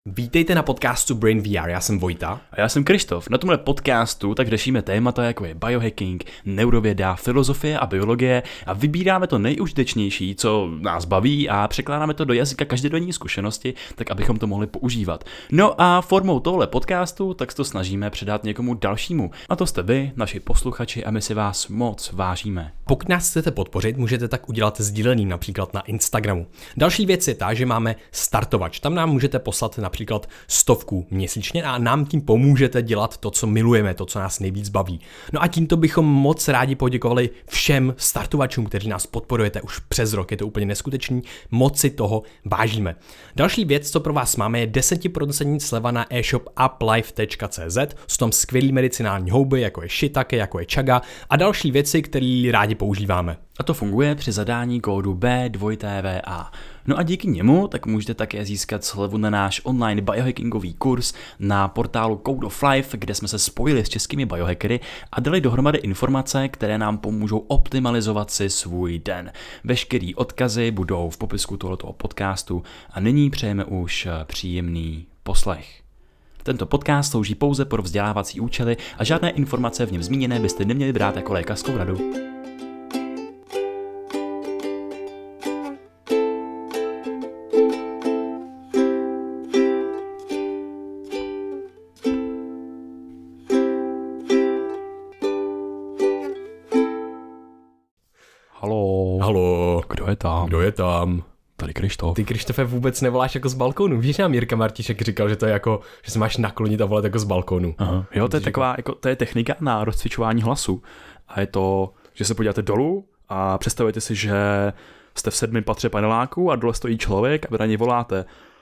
Vítejte na podcastu Brain VR, já jsem Vojta. A já jsem Krištof. Na tomhle podcastu tak řešíme témata jako je biohacking, neurověda, filozofie a biologie a vybíráme to nejužitečnější, co nás baví a překládáme to do jazyka každodenní zkušenosti, tak abychom to mohli používat. No a formou tohle podcastu tak to snažíme předat někomu dalšímu. A to jste vy, naši posluchači, a my si vás moc vážíme. Pokud nás chcete podpořit, můžete tak udělat sdílením například na Instagramu. Další věc je ta, že máme startovač. Tam nám můžete poslat například 100 měsíčně a nám tím pomůžete dělat to, co milujeme, to, co nás nejvíc baví. No a tímto bychom moc rádi poděkovali všem startovačům, kteří nás podporujete už přes rok. Je to úplně neskutečný, moc si toho vážíme. Další věc, co pro vás máme, je 10% sleva na e-shop uplife.cz. Jsou tam skvělý medicinální houby, jako je shiitake, jako je chaga a další věci, které rádi používáme. A to funguje při zadání kódu B2TVA. No a díky němu tak můžete také získat slevu na náš online biohackingový kurz na portálu Code of Life, kde jsme se spojili s českými biohackery a dali dohromady informace, které nám pomůžou optimalizovat si svůj den. Veškerý odkazy budou v popisku tohoto podcastu a nyní přejeme už příjemný poslech. Tento podcast slouží pouze pro vzdělávací účely a žádné informace v něm zmíněné byste neměli brát jako lékařskou radu. Halo. Kdo je tam? Kdo je tam? Tady Krištof. Ty, Krištofe, vůbec nevoláš jako z balkónu. Víš, nám Jirka Martíšek říkal, že to je jako, že se máš naklonit a volat jako z balkónu. Aha. Jo, to je taková, jako, to je technika na rozcvičování hlasu. A je to, že se podíváte dolů a představujete si, že jste v 7. patře paneláku a dole stojí člověk a vy na něj voláte: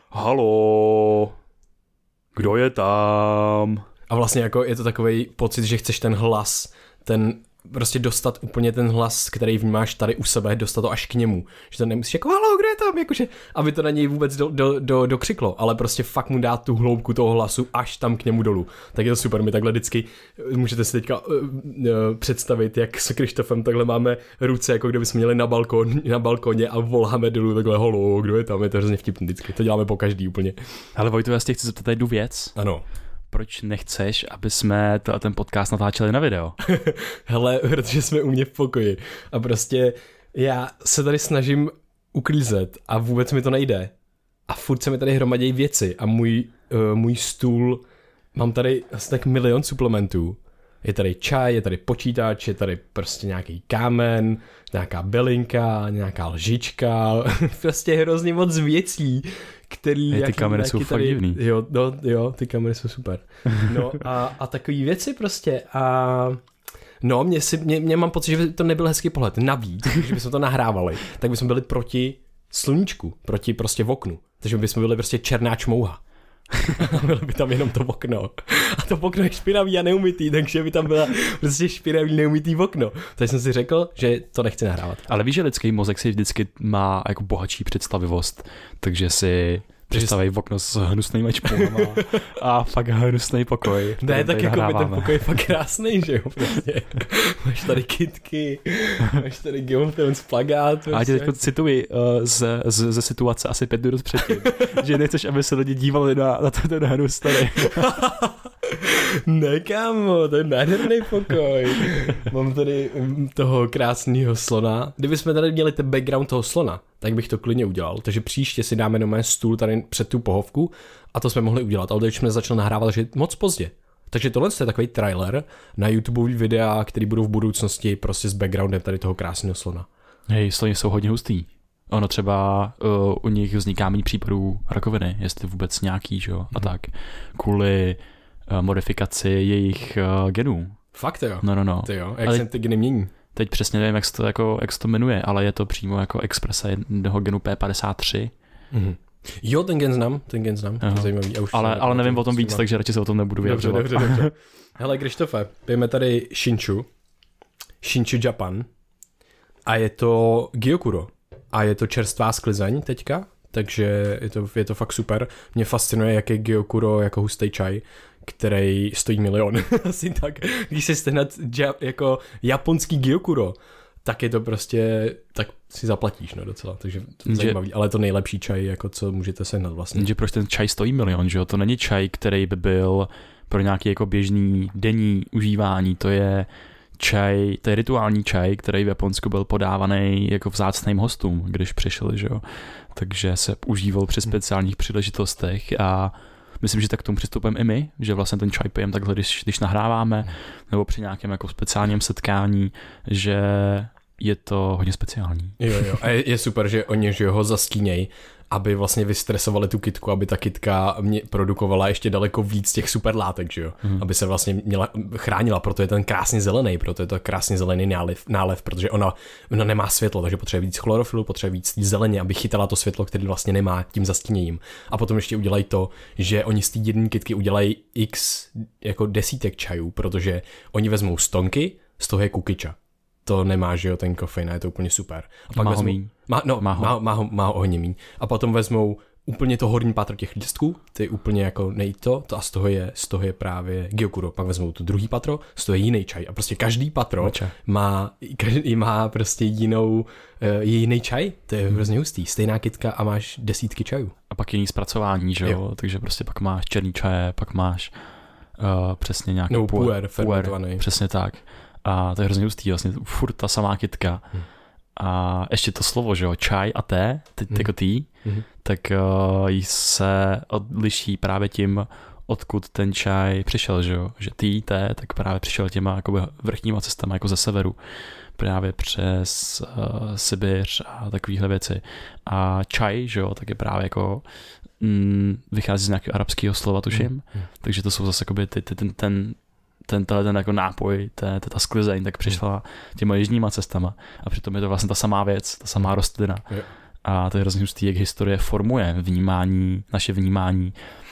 Halo, kdo je tam? A vlastně jako je to takovej pocit, že chceš ten hlas, prostě dostat úplně ten hlas, který vnímáš tady u sebe, dostat to až k němu. Že to nemusíš jako halo, kdo je tam, jakože, aby to na něj vůbec dokřiklo, ale prostě fakt mu dát tu hloubku toho hlasu až tam k němu dolů. Tak je to super, my takhle vždycky můžete si teďka představit, jak s Krištofem takhle máme ruce, jako kdybychom měli na balkoně a voláme dolů takhle halo, kdo je tam, je to hrozně vtipný vždycky, to děláme po každý úplně. Ale Vojto, já si chci zeptat jednu věc. Ano. Proč nechceš, aby jsme ten podcast natáčeli na video? Hele, protože jsme u mě v pokoji a prostě já se tady snažím uklízet a vůbec mi to nejde. A furt se mi tady hromadějí věci a můj stůl, mám tady asi tak milion suplementů. Je tady čaj, je tady počítač, je tady prostě nějaký kámen, nějaká bylinka, nějaká lžička, prostě hrozně moc věcí, který... Ty kamery jsou fakt divný. Jo, ty kamery jsou super. No a takový věci prostě a... No, mě mám pocit, že by to nebyl hezký pohled. Navíc, když bychom to nahrávali, tak bychom byli proti sluníčku, proti prostě v oknu. Takže bychom byli prostě černá čmouha. Bylo by tam jenom to okno. A to okno je špinavý a neumytý, takže by tam byla prostě špinavý neumytý okno. Takže jsem si řekl, že to nechci nahrávat. Ale víš, že lidský mozek si vždycky má jako bohatší představivost, takže si představí okno s hnusnýma čpouhama a fakt hnusný pokoj. Ne, tak jako by ten pokoj je fakt krásný, že jo, prostě. Máš tady kytky, máš tady Game of Thrones plagát. A já tě teď cituji ze situace asi 5 minut předtím, že nechceš, aby se lidi dívali na ten hnus tady. Ne, kámo, to je nádherný pokoj. Mám tady toho krásného slona. Kdybychom tady měli ten background toho slona, tak bych to klidně udělal. Takže příště si dáme na mé stůl tady před tu pohovku a to jsme mohli udělat. Ale teď jsme začali nahrávat, že moc pozdě. Takže tohle je takový trailer na YouTubeový videa, který budou v budoucnosti prostě s backgroundem tady toho krásného slona. Hej, sloni jsou hodně hustý. Ono třeba u nich vzniká méně případů rakoviny, jestli vůbec nějaký, že jo, a tak. Kvůli modifikaci jejich genů. Fakt jo? No. Ty jo, jak se ty geny mění? Teď přesně nevím, jak se to jmenuje, ale je to přímo jako expresa jednoho genu P53. Mhm. Jo, ten gen znám, to je zajímavý. Ale nevím o tom víc, takže radši se o tom nebudu vyjadřovat. Dobře. Hele, Krištofe, pijeme tady Shinchu Japan a je to Gyokuro a je to čerstvá sklizeň teďka, takže je to fakt super. Mě fascinuje, jak je Gyokuro jako hustý čaj, který stojí milion. Asi tak, když se hned jako japonský Gyokuro tak je to prostě, tak si zaplatíš, no docela, takže to je zajímavý, ale to nejlepší čaj, jako co můžete sehnat vlastně. Že proč ten čaj stojí milion, že jo, to není čaj, který by byl pro nějaký jako běžný denní užívání, to je čaj, to je rituální čaj, který v Japonsku byl podávaný jako vzácným hostům, když přišli, že jo, takže se užíval při speciálních příležitostech a myslím, že tak k tomu přistupujeme i my, že vlastně ten čaj pijeme takhle, když nahráváme, nebo při nějakém jako speciálním setkání, že je to hodně speciální. Jo. A je super, že oni že ho zastíněj, aby vlastně vystresovali tu kytku, aby ta kytka produkovala ještě daleko víc těch super látek, že jo? Aby se vlastně chránila, proto je ten krásně zelený, proto je to krásně zelený nálev, protože ona nemá světlo, takže potřebuje víc chlorofilu, potřebuje víc zeleně, aby chytala to světlo, který vlastně nemá tím zastíněním. A potom ještě udělají to, že oni z té jedné kytky udělají x jako desítek čajů, protože oni vezmou stonky, z toho je kukyča. To nemá, že jo, ten kofein, je to úplně super. A pak má ho hodně míň. A potom vezmou úplně to horní pátro těch lístků, to je úplně jako nejto, a z toho je právě gyokuro. Pak vezmou to druhý patro, z toho je jiný čaj. A prostě každý patro má prostě jiný čaj, to je hrozně hustý. Stejná kytka a máš desítky čajů. A pak jiný zpracování, že jo, takže prostě pak máš černý čaje, pak máš přesně nějaký puer fermentovaný. Přesně tak. A to je hrozně hustý, vlastně furt ta samá kytka. A ještě to slovo, že jo, čaj a té, jako tý, tak se odliší právě tím, odkud ten čaj přišel, že jo, že té, tak právě přišel těma jakoby vrchníma cestama jako ze severu, právě přes Sibiř a takovýhle věci. A čaj, že jo, tak je právě jako vychází z nějakého arabského slova, tuším, takže to jsou zase jakoby ten jako nápoj, ta sklizeň, tak přišla těma jižníma cestama a přitom je to vlastně ta samá věc, ta samá rostlina. Jo. A to je hrozně hustý, jak historie formuje naše vnímání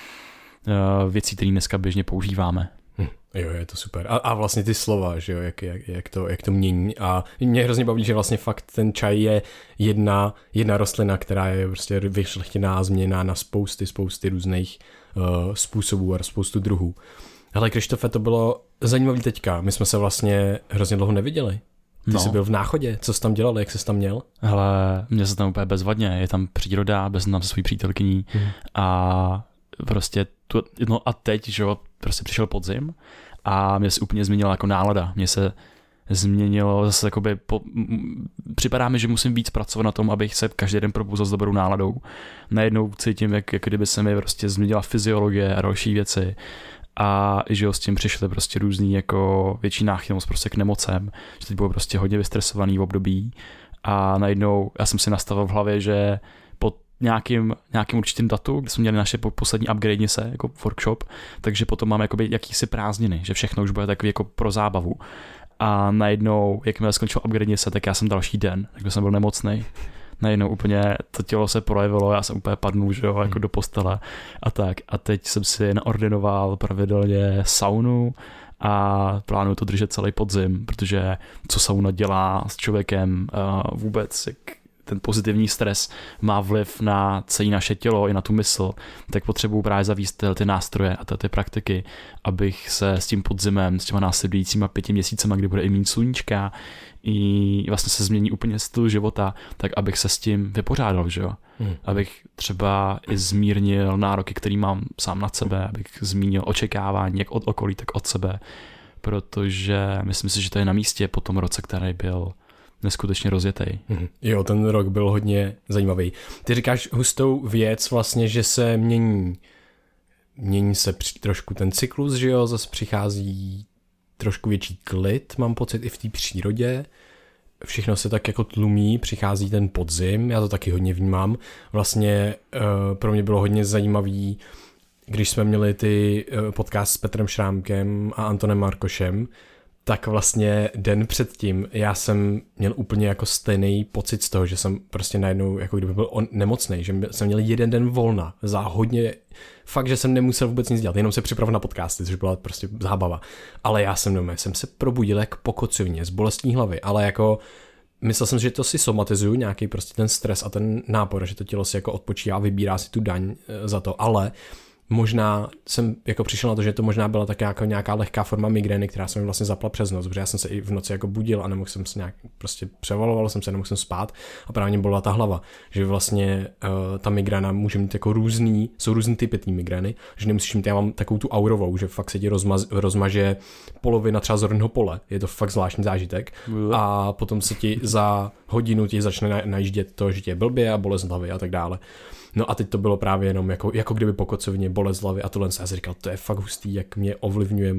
věcí, které dneska běžně používáme. Jo, je to super. A vlastně ty slova, že jo, jak to mění. A mě hrozně baví, že vlastně fakt ten čaj je jedna rostlina, která je prostě vyšlechtěná, změněná na spousty různých způsobů a spoustu druhů. Hele, Krištofe, to bylo zajímavý teďka. My jsme se vlastně hrozně dlouho neviděli. Ty jsi byl v Náchodě, co jsi tam dělal, jak jsi tam měl? Hele, mě se tam úplně bezvadně, je tam příroda, byl jsem tam se svojí přítelkyní a prostě a teď, že jo, prostě přišel podzim a mě se úplně změnila jako nálada. Mě se změnilo zase jakoby, připadá mi, že musím víc pracovat na tom, abych se každý den probuzal s dobrou náladou. Najednou cítím, jak kdyby se mi prostě změnila fyziologie a další věci. A že jo, s tím přišly prostě různý jako větší náchylnost prostě k nemocem, že teď bylo prostě hodně vystresovaný v období a najednou já jsem si nastavil v hlavě, že po nějakým určitým datu, kdy jsme měli naše poslední upgrade se, jako workshop, takže potom máme jakoby jakýsi prázdniny, že všechno už bude takový jako pro zábavu. A najednou, jakmile skončil upgrade se, tak já jsem další den, takže jsem byl nemocnej. Najednou úplně to tělo se projevilo, já jsem úplně padnul, že jo, jako do postele a tak. A teď jsem si naordinoval pravidelně saunu a plánuju to držet celý podzim, protože co sauna dělá s člověkem vůbec, jak ten pozitivní stres má vliv na celé naše tělo i na tu mysl, tak potřebuju právě zavést ty nástroje a ty praktiky, abych se s tím podzimem, s těma následujícíma 5 měsícema, kdy bude i méně sluníčka, i vlastně se změní úplně styl života, tak abych se s tím vypořádal, že jo? Abych třeba i zmírnil nároky, který mám sám nad sebe, abych zmínil očekávání jak od okolí, tak od sebe, protože myslím si, že to je na místě po tom roce, který byl neskutečně rozjetej. Jo, ten rok byl hodně zajímavý. Ty říkáš hustou věc vlastně, že se mění se trošku ten cyklus, že jo, zase přichází trošku větší klid, mám pocit, i v té přírodě. Všechno se tak jako tlumí, přichází ten podzim, já to taky hodně vnímám. Vlastně pro mě bylo hodně zajímavý, když jsme měli ty podcast s Petrem Šrámkem a Antonem Markošem, tak vlastně den předtím já jsem měl úplně jako stejný pocit z toho, že jsem prostě najednou jako kdyby byl nemocnej, že jsem měl jeden den volna za hodně, fakt, že jsem nemusel vůbec nic dělat, jenom se připravit na podcasty, což byla prostě zábava. Ale já jsem se probudil jak po kocovině, z bolestní hlavy, ale jako myslel jsem, že to si somatizuju, nějaký prostě ten stres a ten nápor, že to tělo si jako odpočívá, vybírá si tu daň za to, ale možná jsem jako přišel na to, že to možná byla tak jako nějaká lehká forma migrény, která se mi vlastně zapla přes noc, protože já jsem se i v noci jako budil a nemohl jsem se nějak, prostě převaloval jsem se, nemohl jsem spát a právě mě bolela ta hlava, že vlastně ta migréna může mít jako jsou různý typy té migrény, že nemusíš mít, já mám takovou tu aurovou, že fakt se ti rozmaže polovina třeba zorného pole, je to fakt zvláštní zážitek a potom se ti za hodinu ti začne najíždět to, že tě je blbě a bolest hlavy a tak dále. No a teď to bylo právě jenom jako kdyby po kocovině bolest hlavy a tohle jsem si říkal, to je fakt hustý, jak mě ovlivňuje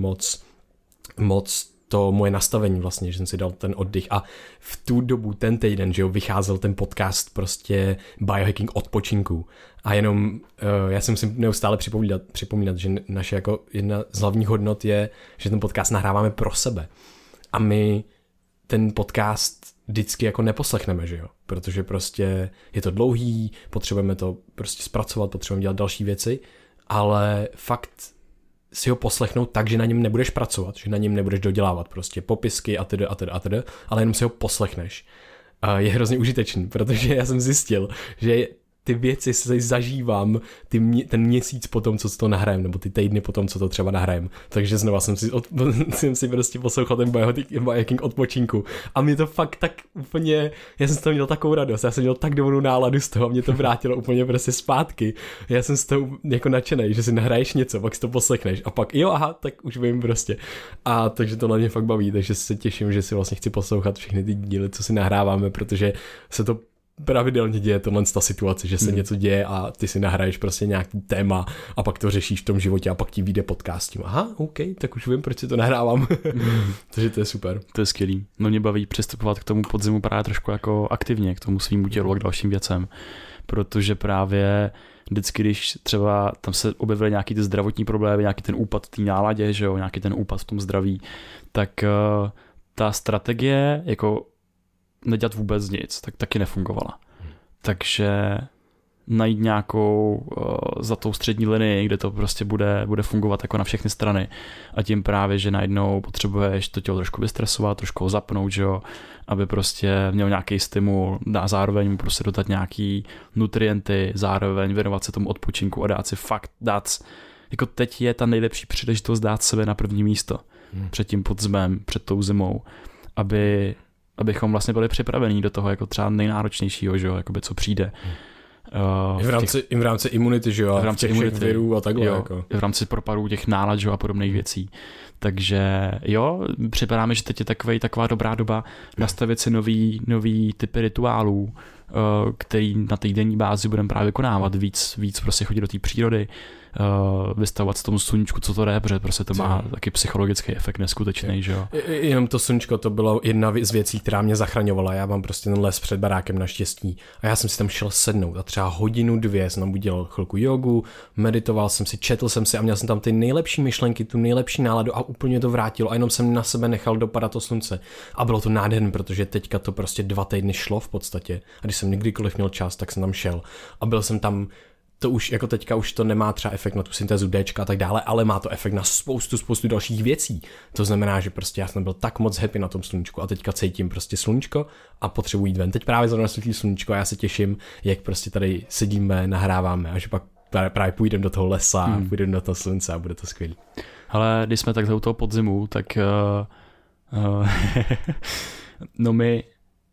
moc to moje nastavení vlastně, že jsem si dal ten oddych a v tu dobu, ten týden, že jo, vycházel ten podcast prostě Biohacking odpočinku a jenom já jsem si neustále připomínat, že naše jako jedna z hlavních hodnot je, že ten podcast nahráváme pro sebe a my ten podcast vždycky jako neposlechneme, že jo, protože prostě je to dlouhý, potřebujeme to prostě zpracovat, potřebujeme dělat další věci, ale fakt si ho poslechnout tak, že na něm nebudeš pracovat, že na něm nebudeš dodělávat prostě popisky a tedy, ale jenom si ho poslechneš. Je hrozně užitečný, protože já jsem zjistil, že ty věci si zažívám ten měsíc potom, co to nahrajem, nebo ty týdny potom, co to třeba nahrajem. Takže znova jsem si prostě poslouchal ten biohacking odpočinku. A mě to fakt tak úplně, já jsem z toho měl takovou radost, já jsem měl tak dobrou náladu z toho a mě to vrátilo úplně prostě zpátky. Já jsem z toho jako nadšenej, že si nahraješ něco, pak si to poslechneš a pak jo, aha, tak už vím prostě. A takže to na mě fakt baví, takže se těším, že si vlastně chci poslouchat všechny ty díly, co si nahráváme, protože se to pravidelně děje ta situace, že se něco děje a ty si nahraješ prostě nějaký téma a pak to řešíš v tom životě a pak ti vyjde podcast tím. Aha, OK, tak už vím, proč si to nahrávám. Takže to je super. To je skvělý. No mě baví přistupovat k tomu podzimu právě trošku jako aktivně, k tomu svým tělu a k dalším věcem, protože právě vždycky, když třeba tam se objevily nějaký ty zdravotní problémy, nějaký ten úpad v té náladě, že jo, nějaký ten úpad v tom zdraví, tak ta strategie jako nedělat vůbec nic, tak taky nefungovala. Takže najít nějakou za tou střední linii, kde to prostě bude fungovat jako na všechny strany a tím právě, že najednou potřebuješ to tělo trošku vystresovat, trošku ho zapnout, že jo, aby prostě měl nějaký stimul a zároveň mu prostě dodat nějaký nutrienty, zároveň věnovat se tomu odpočinku a dát jako teď je ta nejlepší příležitost dát sebe na první místo před tím podzimem, před tou zimou, abychom vlastně byli připravení do toho jako třeba nejnáročnějšího, že jo, jakoby co přijde. I v rámci imunity, že jo, v rámci imunity, virů a takhle. Jo, jako. V rámci propadů těch nálad, že jo, a podobných věcí. Takže jo, připadáme, že teď je taková dobrá doba nastavit si nový typy rituálů, který na týdenní bázi budeme právě vykonávat, víc prostě chodit do té přírody, vystavovat se tomu sluníčku, co to jde, protože prostě to má taky psychologický efekt neskutečný, že jo. Jenom to sluníčko, to byla jedna z věcí, která mě zachraňovala. Já mám prostě ten les před barákem naštěstí a já jsem si tam šel sednout a třeba hodinu, 2 jsem tam udělal chvilku jogu, meditoval jsem si, četl jsem si a měl jsem tam ty nejlepší myšlenky, tu nejlepší náladu a úplně to vrátilo a jenom jsem na sebe nechal dopadat to slunce. A bylo to nádherné, protože teďka to prostě 2 týdny šlo v podstatě a když jsem kdykoliv měl čas, tak jsem tam šel a byl jsem tam. To už jako teďka už to nemá třeba efekt na tu syntézu Dčka a tak dále, ale má to efekt na spoustu dalších věcí. To znamená, že prostě já jsem byl tak moc happy na tom sluníčku a teďka cítím prostě sluníčko a potřebuji jít ven. Teď právě zrovna svítí sluníčko a já se těším, jak prostě tady sedíme, nahráváme a že pak právě půjdeme do toho lesa, půjdeme do toho slunce a bude to skvělý. Ale když jsme takhle u toho podzimu, tak no my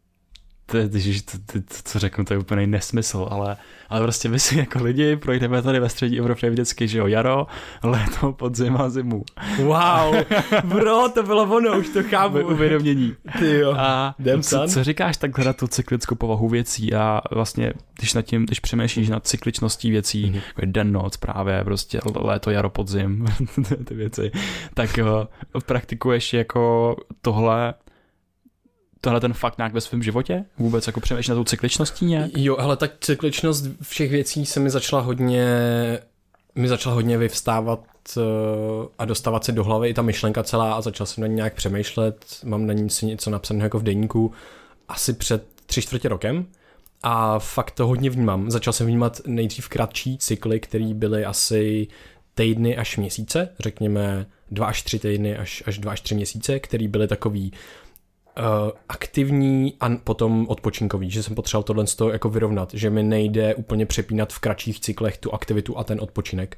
co řeknu, to je úplně nesmysl, ale prostě my si jako lidi projdeme tady ve střední Evropě vždycky, že jo, jaro, léto, podzim a zimu. Wow, bro, to bylo ono, už to chápu. Uvědomění. Tyjo, a co říkáš takhle na tu cyklickou povahu věcí a vlastně, když přemýšlíš nad cykličností věcí, jako den, noc právě, prostě léto, jaro, podzim, ty věci, tak praktikuješ jako tohle ten fakt nějak ve svém životě? Vůbec jako přemýšlíš na tou cykličností nějak? Jo, ale tak cykličnost všech věcí se mi začala hodně vyvstávat a dostávat se do hlavy i ta myšlenka celá a začal jsem na ní nějak přemýšlet. Mám na ní si něco napsaného jako v deníku asi před 3/4 rokem a fakt to hodně vnímám. Začal jsem vnímat nejdřív kratší cykly, které byly asi týdny až měsíce, řekněme 2 až 3 týdny až 2 až 3 měsíce, které byly takový aktivní a potom odpočinkový, že jsem potřeboval tohle z toho jako vyrovnat, že mi nejde úplně přepínat v kratších cyklech tu aktivitu a ten odpočinek.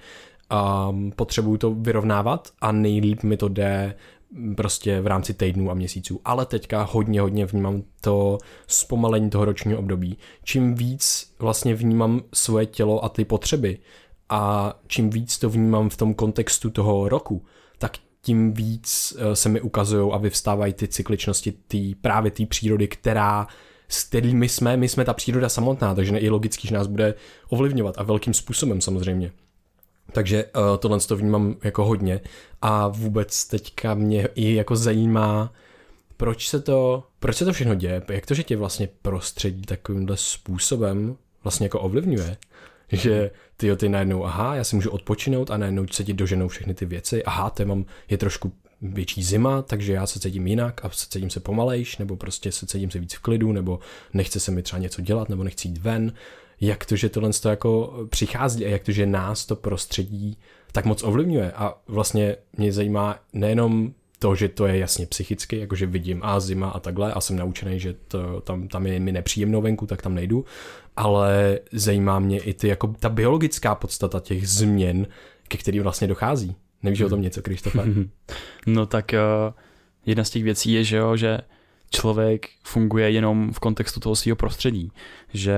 potřebuju to vyrovnávat a nejlíp mi to jde prostě v rámci týdnů a měsíců. Ale teďka hodně vnímám to zpomalení toho ročního období. Čím víc vlastně vnímám svoje tělo a ty potřeby a čím víc to vnímám v tom kontextu toho roku, tak tím víc se mi ukazují a vyvstávají ty cykličnosti právě té přírody, s kterými my jsme ta příroda samotná, takže i logicky, že nás bude ovlivňovat a velkým způsobem samozřejmě. Takže tohle to vnímám jako hodně a vůbec teďka mě i jako zajímá, proč se to všechno děje, jak to, že tě vlastně prostředí takovýmhle způsobem vlastně jako ovlivňuje, že ty najednou, já si můžu odpočinout a najednou se ti doženou všechny ty věci, je trošku větší zima, takže já se cítím jinak a cítím se pomalejš, nebo prostě se cítím se víc v klidu, nebo nechce se mi třeba něco dělat, nebo nechci jít ven. Jak to, že tohle to jako přichází a jak to, že nás to prostředí tak moc ovlivňuje. A vlastně mě zajímá nejenom to, že to je jasně psychicky, jakože vidím zima a takhle a jsem naučený, že tam je mi nepříjemnou venku, tak tam nejdu, ale zajímá mě i jako ta biologická podstata těch změn, ke kterým vlastně dochází. Nevíš o tom něco, Krištofe? No tak jedna z těch věcí je, že člověk funguje jenom v kontextu toho svého prostředí, že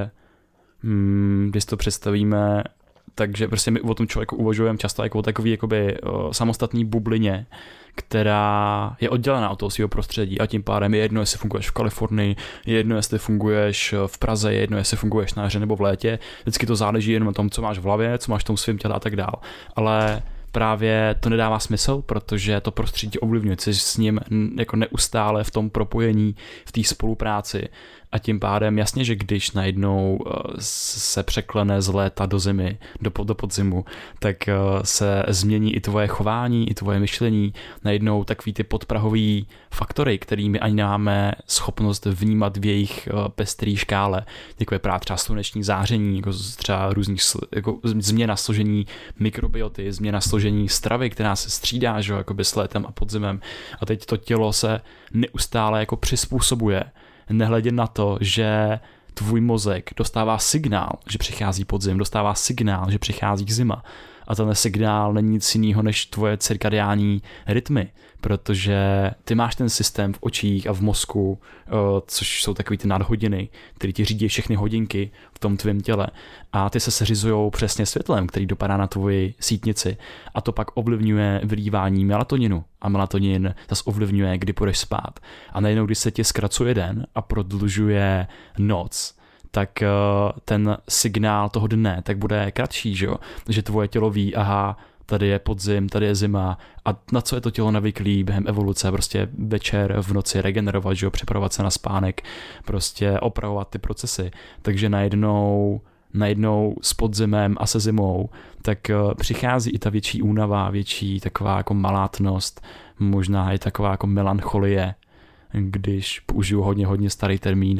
když to představíme, takže prostě my o tom člověku uvažujeme často jako o takový jakoby samostatný bublině, která je oddělená od toho svého prostředí a tím pádem je jedno, jestli funguješ v Kalifornii, je jedno, jestli funguješ v Praze, je jedno, jestli funguješ na jaře nebo v létě, vždycky to záleží jenom na tom, co máš v hlavě, co máš v tom svém těle a tak dál. Ale právě to nedává smysl, protože to prostředí ovlivňuje, jsi s ním jako neustále v tom propojení, v té spolupráci a tím pádem jasně, že když najednou se překlene z léta do zimy, do podzimu, tak se změní i tvoje chování, i tvoje myšlení, najednou takový ty podprahový faktory, kterými ani nemáme schopnost vnímat v jejich pestrý škále, jako je právě třeba sluneční záření, jako třeba různých jako změna složení mikrobioty, změna složení stravy, která se střídá, že jakoby s létem a podzimem a teď to tělo se neustále jako přizpůsobuje, nehledě na to, že tvůj mozek dostává signál, že přichází podzim, dostává signál, že přichází zima. A ten signál není nic jiného než tvoje cirkadiální rytmy, protože ty máš ten systém v očích a v mozku, což jsou takový ty nadhodiny, které ti řídí všechny hodinky v tom tvém těle. A ty se seřizujou přesně světlem, který dopadá na tvoji sítnici. A to pak ovlivňuje vylívání melatoninu. A melatonin zase ovlivňuje, kdy půjdeš spát. A najednou, když se ti zkracuje den a prodlužuje noc, tak ten signál toho dne tak bude kratší, že tvoje tělo ví, tady je podzim, tady je zima a na co je to tělo navyklý během evoluce, prostě večer v noci regenerovat, připravovat se na spánek, prostě opravovat ty procesy, takže najednou s podzimem a se zimou, tak přichází i ta větší únava, větší taková jako malátnost, možná i taková jako melancholie, když použiju hodně starý termín.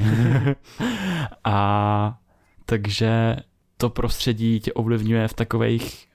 A takže to prostředí tě ovlivňuje v takových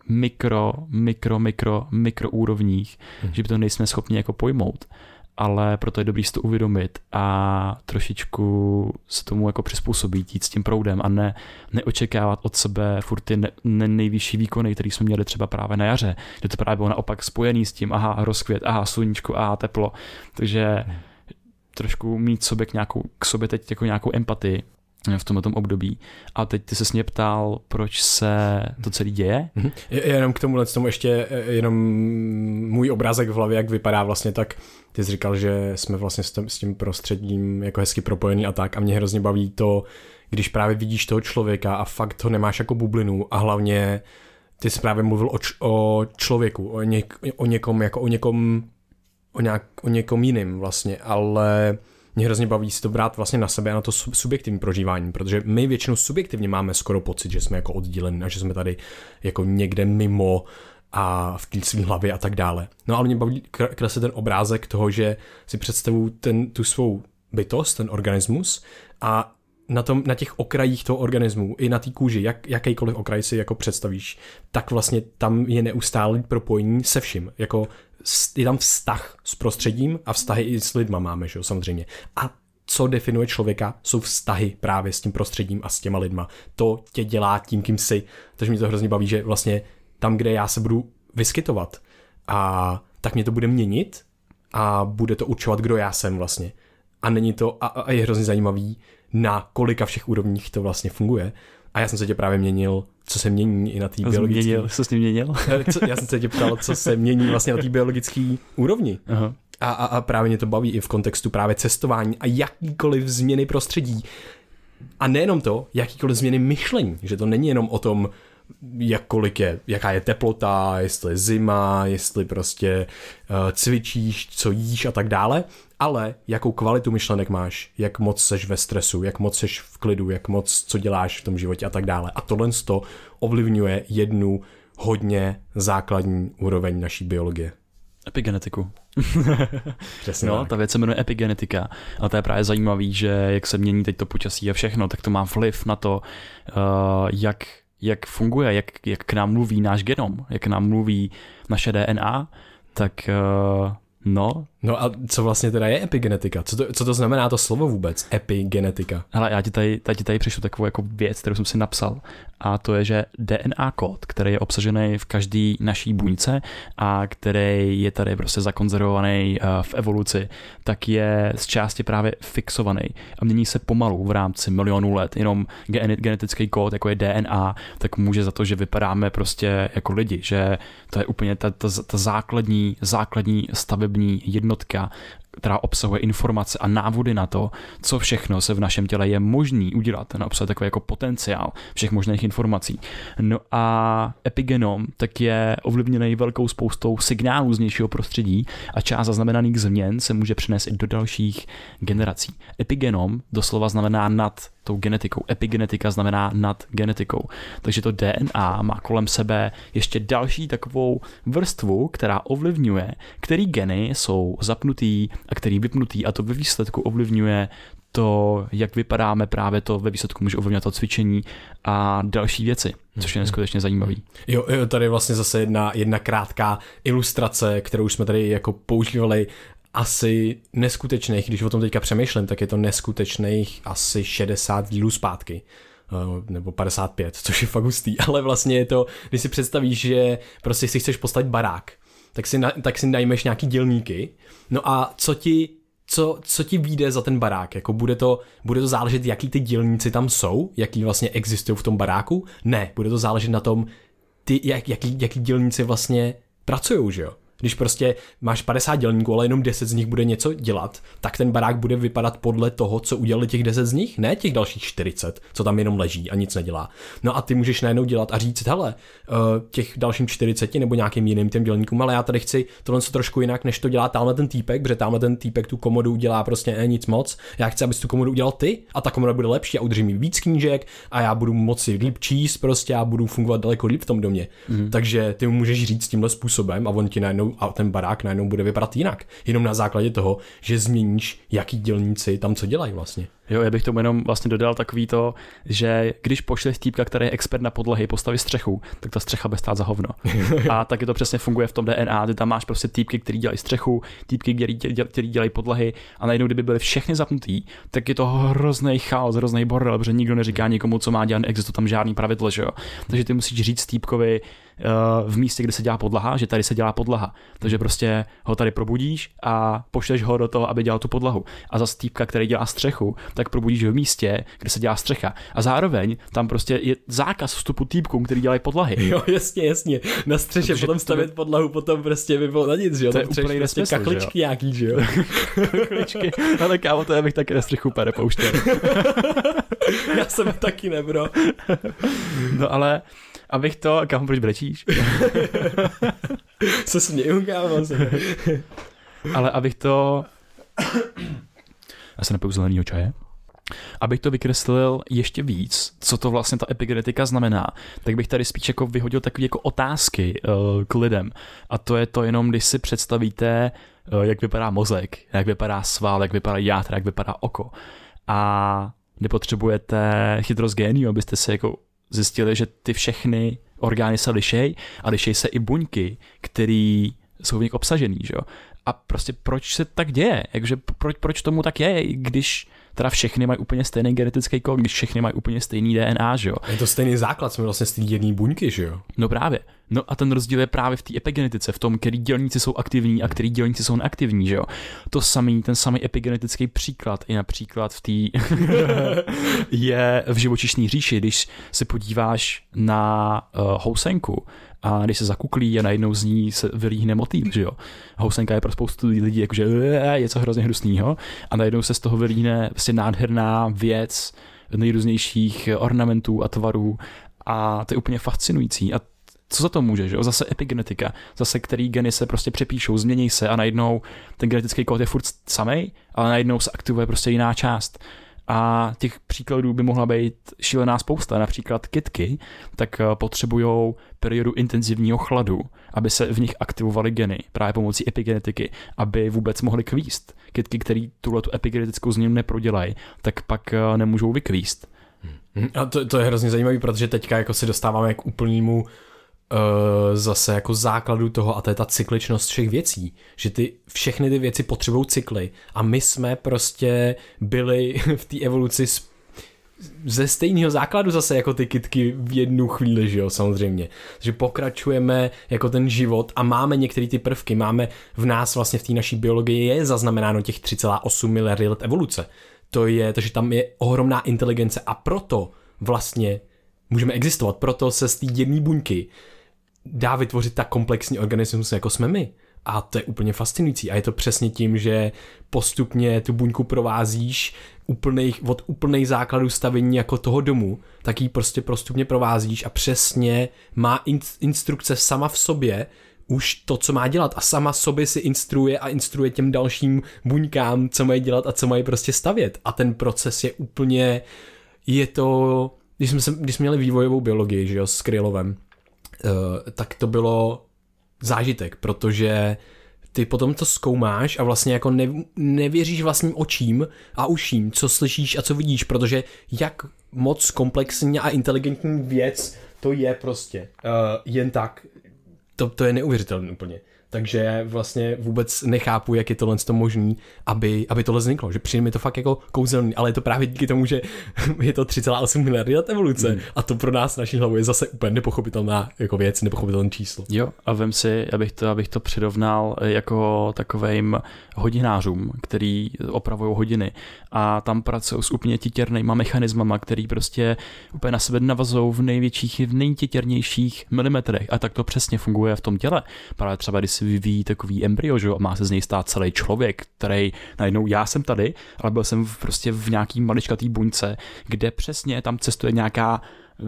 mikro úrovních, že by to nejsme schopni jako pojmout. Ale proto je dobrý si to uvědomit a trošičku se tomu jako přizpůsobit, jít s tím proudem a neočekávat od sebe furt ty nejvyšší výkony, který jsme měli třeba právě na jaře, že to právě bylo naopak spojený s tím, rozkvět, sluníčko, teplo. Takže trošku mít k sobě teď jako nějakou empatii v tomto období. A teď ty ses mě ptal, proč se to celé děje? Jenom k tomu ještě jenom můj obrázek v hlavě, jak vypadá vlastně tak, ty jsi říkal, že jsme vlastně s tím prostředím jako hezky propojený a tak a mě hrozně baví to, když právě vidíš toho člověka a fakt ho nemáš jako bublinu a hlavně ty jsi právě mluvil o člověku, o někom jiným vlastně, ale mě hrozně baví si to brát vlastně na sebe a na to subjektivní prožívání, protože my většinou subjektivně máme skoro pocit, že jsme jako oddělení a že jsme tady jako někde mimo a v té svým hlavě a tak dále. No ale mě baví kreslit ten obrázek toho, že si představuju tu svou bytost, ten organismus a na těch okrajích toho organismu, i na té kůži, jakýkoliv okraj si jako představíš, tak vlastně tam je neustálý propojení se vším. Jako je tam vztah s prostředím a vztahy i s lidma máme, že jo, samozřejmě. A co definuje člověka, jsou vztahy právě s tím prostředím a s těma lidma. To tě dělá tím, kým jsi. Takže mě to hrozně baví, že vlastně tam, kde já se budu vyskytovat. A tak mě to bude měnit a bude to určovat, kdo já jsem vlastně. A není to, a je hrozně zajímavý, na kolika všech úrovních to vlastně funguje. A já jsem se tě právě měnil, co se mění i na té biologické... Co jsi měnil? Já jsem se tě ptal, co se mění vlastně na té biologické úrovni. Aha. A právě mě to baví i v kontextu právě cestování a jakýkoliv změny prostředí. A nejenom to, jakýkoliv změny myšlení, že to není jenom o tom, jaká je teplota, jestli je zima, jestli prostě cvičíš, co jíš a tak dále, ale jakou kvalitu myšlenek máš, jak moc seš ve stresu, jak moc seš v klidu, jak moc co děláš v tom životě a tak dále. A tohle to ovlivňuje jednu hodně základní úroveň naší biologie. Epigenetiku. Přesně no, tak. ta věc se jmenuje epigenetika. A to je právě zajímavý, že jak se mění teď to počasí a všechno, tak to má vliv na to, jak funguje, jak k nám mluví náš genom, jak k nám mluví naše DNA, tak no. No a co vlastně teda je epigenetika? Co to znamená to slovo vůbec? Epigenetika. Hele, já ti tady přišlu takovou jako věc, kterou jsem si napsal, a to je, že DNA kód, který je obsažený v každé naší buňce a který je tady prostě zakonzervovaný v evoluci, tak je z části právě fixovaný a mění se pomalu v rámci milionů let. Jenom genetický kód, jako je DNA, tak může za to, že vypadáme prostě jako lidi, že to je úplně ta základní stavební jednotka, která obsahuje informace a návody na to, co všechno se v našem těle je možný udělat. Ten obsahuje takový jako potenciál všech možných informací. No a epigenom tak je ovlivněný velkou spoustou signálů z vnějšího prostředí a část zaznamenaných změn se může přenést i do dalších generací. Epigenom doslova znamená nad tou genetikou. Epigenetika znamená nad genetikou. Takže to DNA má kolem sebe ještě další takovou vrstvu, která ovlivňuje, který geny jsou zapnutý a který vypnutý, a to ve výsledku ovlivňuje to, jak vypadáme, právě to ve výsledku může ovlivňovat to cvičení a další věci, což je neskutečně zajímavý. Jo, tady vlastně zase jedna krátká ilustrace, kterou jsme tady jako používali asi neskutečných, když o tom teďka přemýšlím, tak je to neskutečných asi 60 dílů zpátky. Nebo 55, což je fakt hustý, ale vlastně je to, když si představíš, že prostě si chceš postavit barák, tak si najmeš nějaký dělníky, no a co ti vyjde za ten barák, jako bude to záležet, jaký ty dělníci tam jsou, jaký vlastně existují v tom baráku? Ne, bude to záležet na tom, jaký dělníci vlastně pracujou, že jo? Když prostě máš 50 dělníků, ale jenom 10 z nich bude něco dělat, tak ten barák bude vypadat podle toho, co udělali těch 10 z nich, ne těch dalších 40, co tam jenom leží a nic nedělá. No a ty můžeš najednou dělat a říct, hele, těch dalším 40 nebo nějakým jiným těm dělníkům, ale já tady chci tohle trošku jinak, než to dělá tamhle ten týpek, protože tamhle ten týpek tu komodu dělá prostě nic moc. Já chci, abys tu komodu udělal ty a ta komoda bude lepší a udrží mi víc knížek a já budu moci líp číst prostě a budu fungovat daleko líp v tom domě. Takže ty mu můžeš říct tímhle způsobem a on ti najednou a ten barák najednou bude vypadat jinak. Jenom na základě toho, že změníš, jaký dělníci tam co dělají vlastně. Jo, já bych tomu jenom vlastně dodal takový to, že když pošleš týpka, který je expert na podlahy, postaví střechu, tak ta střecha bude stát za hovno. A taky to přesně funguje v tom DNA, ty tam máš prostě týpky, který dělají střechu, týpky, který dělají podlahy, a najednou, kdyby byly všechny zapnutý, tak je to hrozný chaos, hrozný bordel, protože nikdo neříká nikomu, co má dělat, neexistuje tam žádný pravidlo, že jo. Takže ty musíš říct týpkovi v místě, kde se dělá podlaha, že tady se dělá podlaha. Takže prostě ho tady probudíš a pošleš ho do toho, aby dělal tu podlahu. A za týpka, který dělá střechu, tak probudíš ho v místě, kde se dělá střecha. A zároveň tam prostě je zákaz vstupu týpkům, který dělají podlahy. Jo, jasně. Na střeše potom stavět podlahu, potom prostě by bylo na nic, že jo. To je úplně prostě kakličky nějaký, že jo. Kakličky. Ale kámo, to já bych taky na střechu úplně nepouštěl. Já jsem taky nebro. No ale abych to... Kámo, proč brečíš? Se směju, kámo. Ale abych to... Já se napiju zelenýho čaje. Abych to vykreslil ještě víc, co to vlastně ta epigenetika znamená, tak bych tady spíš jako vyhodil takové jako otázky k lidem. A to je to jenom, když si představíte, jak vypadá mozek, jak vypadá sval, jak vypadá játra, jak vypadá oko. A nepotřebujete chytrost géniu, abyste si jako zjistili, že ty všechny orgány se lišej a lišej se i buňky, které jsou v nich obsažený, že jo. A prostě proč se tak děje? Jakože proč tomu tak je, když teda všechny mají úplně stejný genetický kód, když všechny mají úplně stejný DNA, že jo. Je to stejný základ, jsme vlastně z té jedné buňky, že jo. No právě. No a ten rozdíl je právě v té epigenetice, v tom, který dělníci jsou aktivní a který dělníci jsou neaktivní, že jo. Ten samý epigenetický příklad i například v té je v živočišné říši, když se podíváš na housenku a když se zakuklí a najednou z ní se vylíhne motýl, že jo. Housenka je pro spoustu lidí jakože je něco hrozně hnusného a najednou se z toho vylíhne vlastně nádherná věc nejrůznějších ornamentů a tvarů a to je úplně fascinující. A co za to může, že jo? Zase epigenetika, zase který geny se prostě přepíšou, změní se a najednou ten genetický kód je furt samej, ale najednou se aktivuje prostě jiná část. A těch příkladů by mohla být šílená spousta. Například kytky, tak potřebujou periodu intenzivního chladu, aby se v nich aktivovaly geny právě pomocí epigenetiky, aby vůbec mohly kvíst. Kytky, které tuhletu epigenetickou změnu neprodělají, tak pak nemůžou vykvíst. A to je hrozně zajímavý, protože teďka jako se dostáváme k úplnému zase jako základu toho a to je ta cykličnost všech věcí, že všechny ty věci potřebují cykly a my jsme prostě byli v té evoluci ze stejného základu zase jako ty kytky v jednu chvíli, že jo, samozřejmě. Takže pokračujeme jako ten život a máme některé ty prvky, máme v nás vlastně v té naší biologii je zaznamenáno těch 3,8 miliardy let evoluce. Takže tam je ohromná inteligence a proto vlastně můžeme existovat, proto se z té jedné buňky dá vytvořit tak komplexní organismus, jako jsme my. A to je úplně fascinující. A je to přesně tím, že postupně tu buňku provázíš od úplných základů stavění jako toho domu, tak ji prostě postupně provázíš a přesně má instrukce sama v sobě už to, co má dělat a sama sobě si instruuje těm dalším buňkám, co mají dělat a co mají prostě stavět. A ten proces je úplně, když jsme měli vývojovou biologii, že jo, s Krylovem, tak to bylo zážitek, protože ty potom to zkoumáš a vlastně jako nevěříš vlastním očím a uším, co slyšíš a co vidíš, protože jak moc komplexní a inteligentní věc to je prostě jen tak, to je neuvěřitelné úplně. Takže vlastně vůbec nechápu, jak je tohle možný, aby tohle vzniklo. Že přijde mi to fakt jako kouzelný, ale je to právě díky tomu, že je to 3,8 miliardy let evoluce a to pro nás naší hlavu je zase úplně nepochopitelná jako věc, nepochopitelné číslo. Jo, a vem si, abych to přirovnal jako takovým hodinářům, který opravují hodiny a tam pracují s úplně titěrnýma mechanismama, který prostě úplně na sebe navazují v nejtitěrnějších milimetrech a tak to přesně funguje v tom těle. Právě třeba když si vyvíjí takový embryo, že? A má se z něj stát celý člověk, který najednou já jsem tady, ale byl jsem prostě v nějaký maličkatý buňce, kde přesně tam cestuje nějaká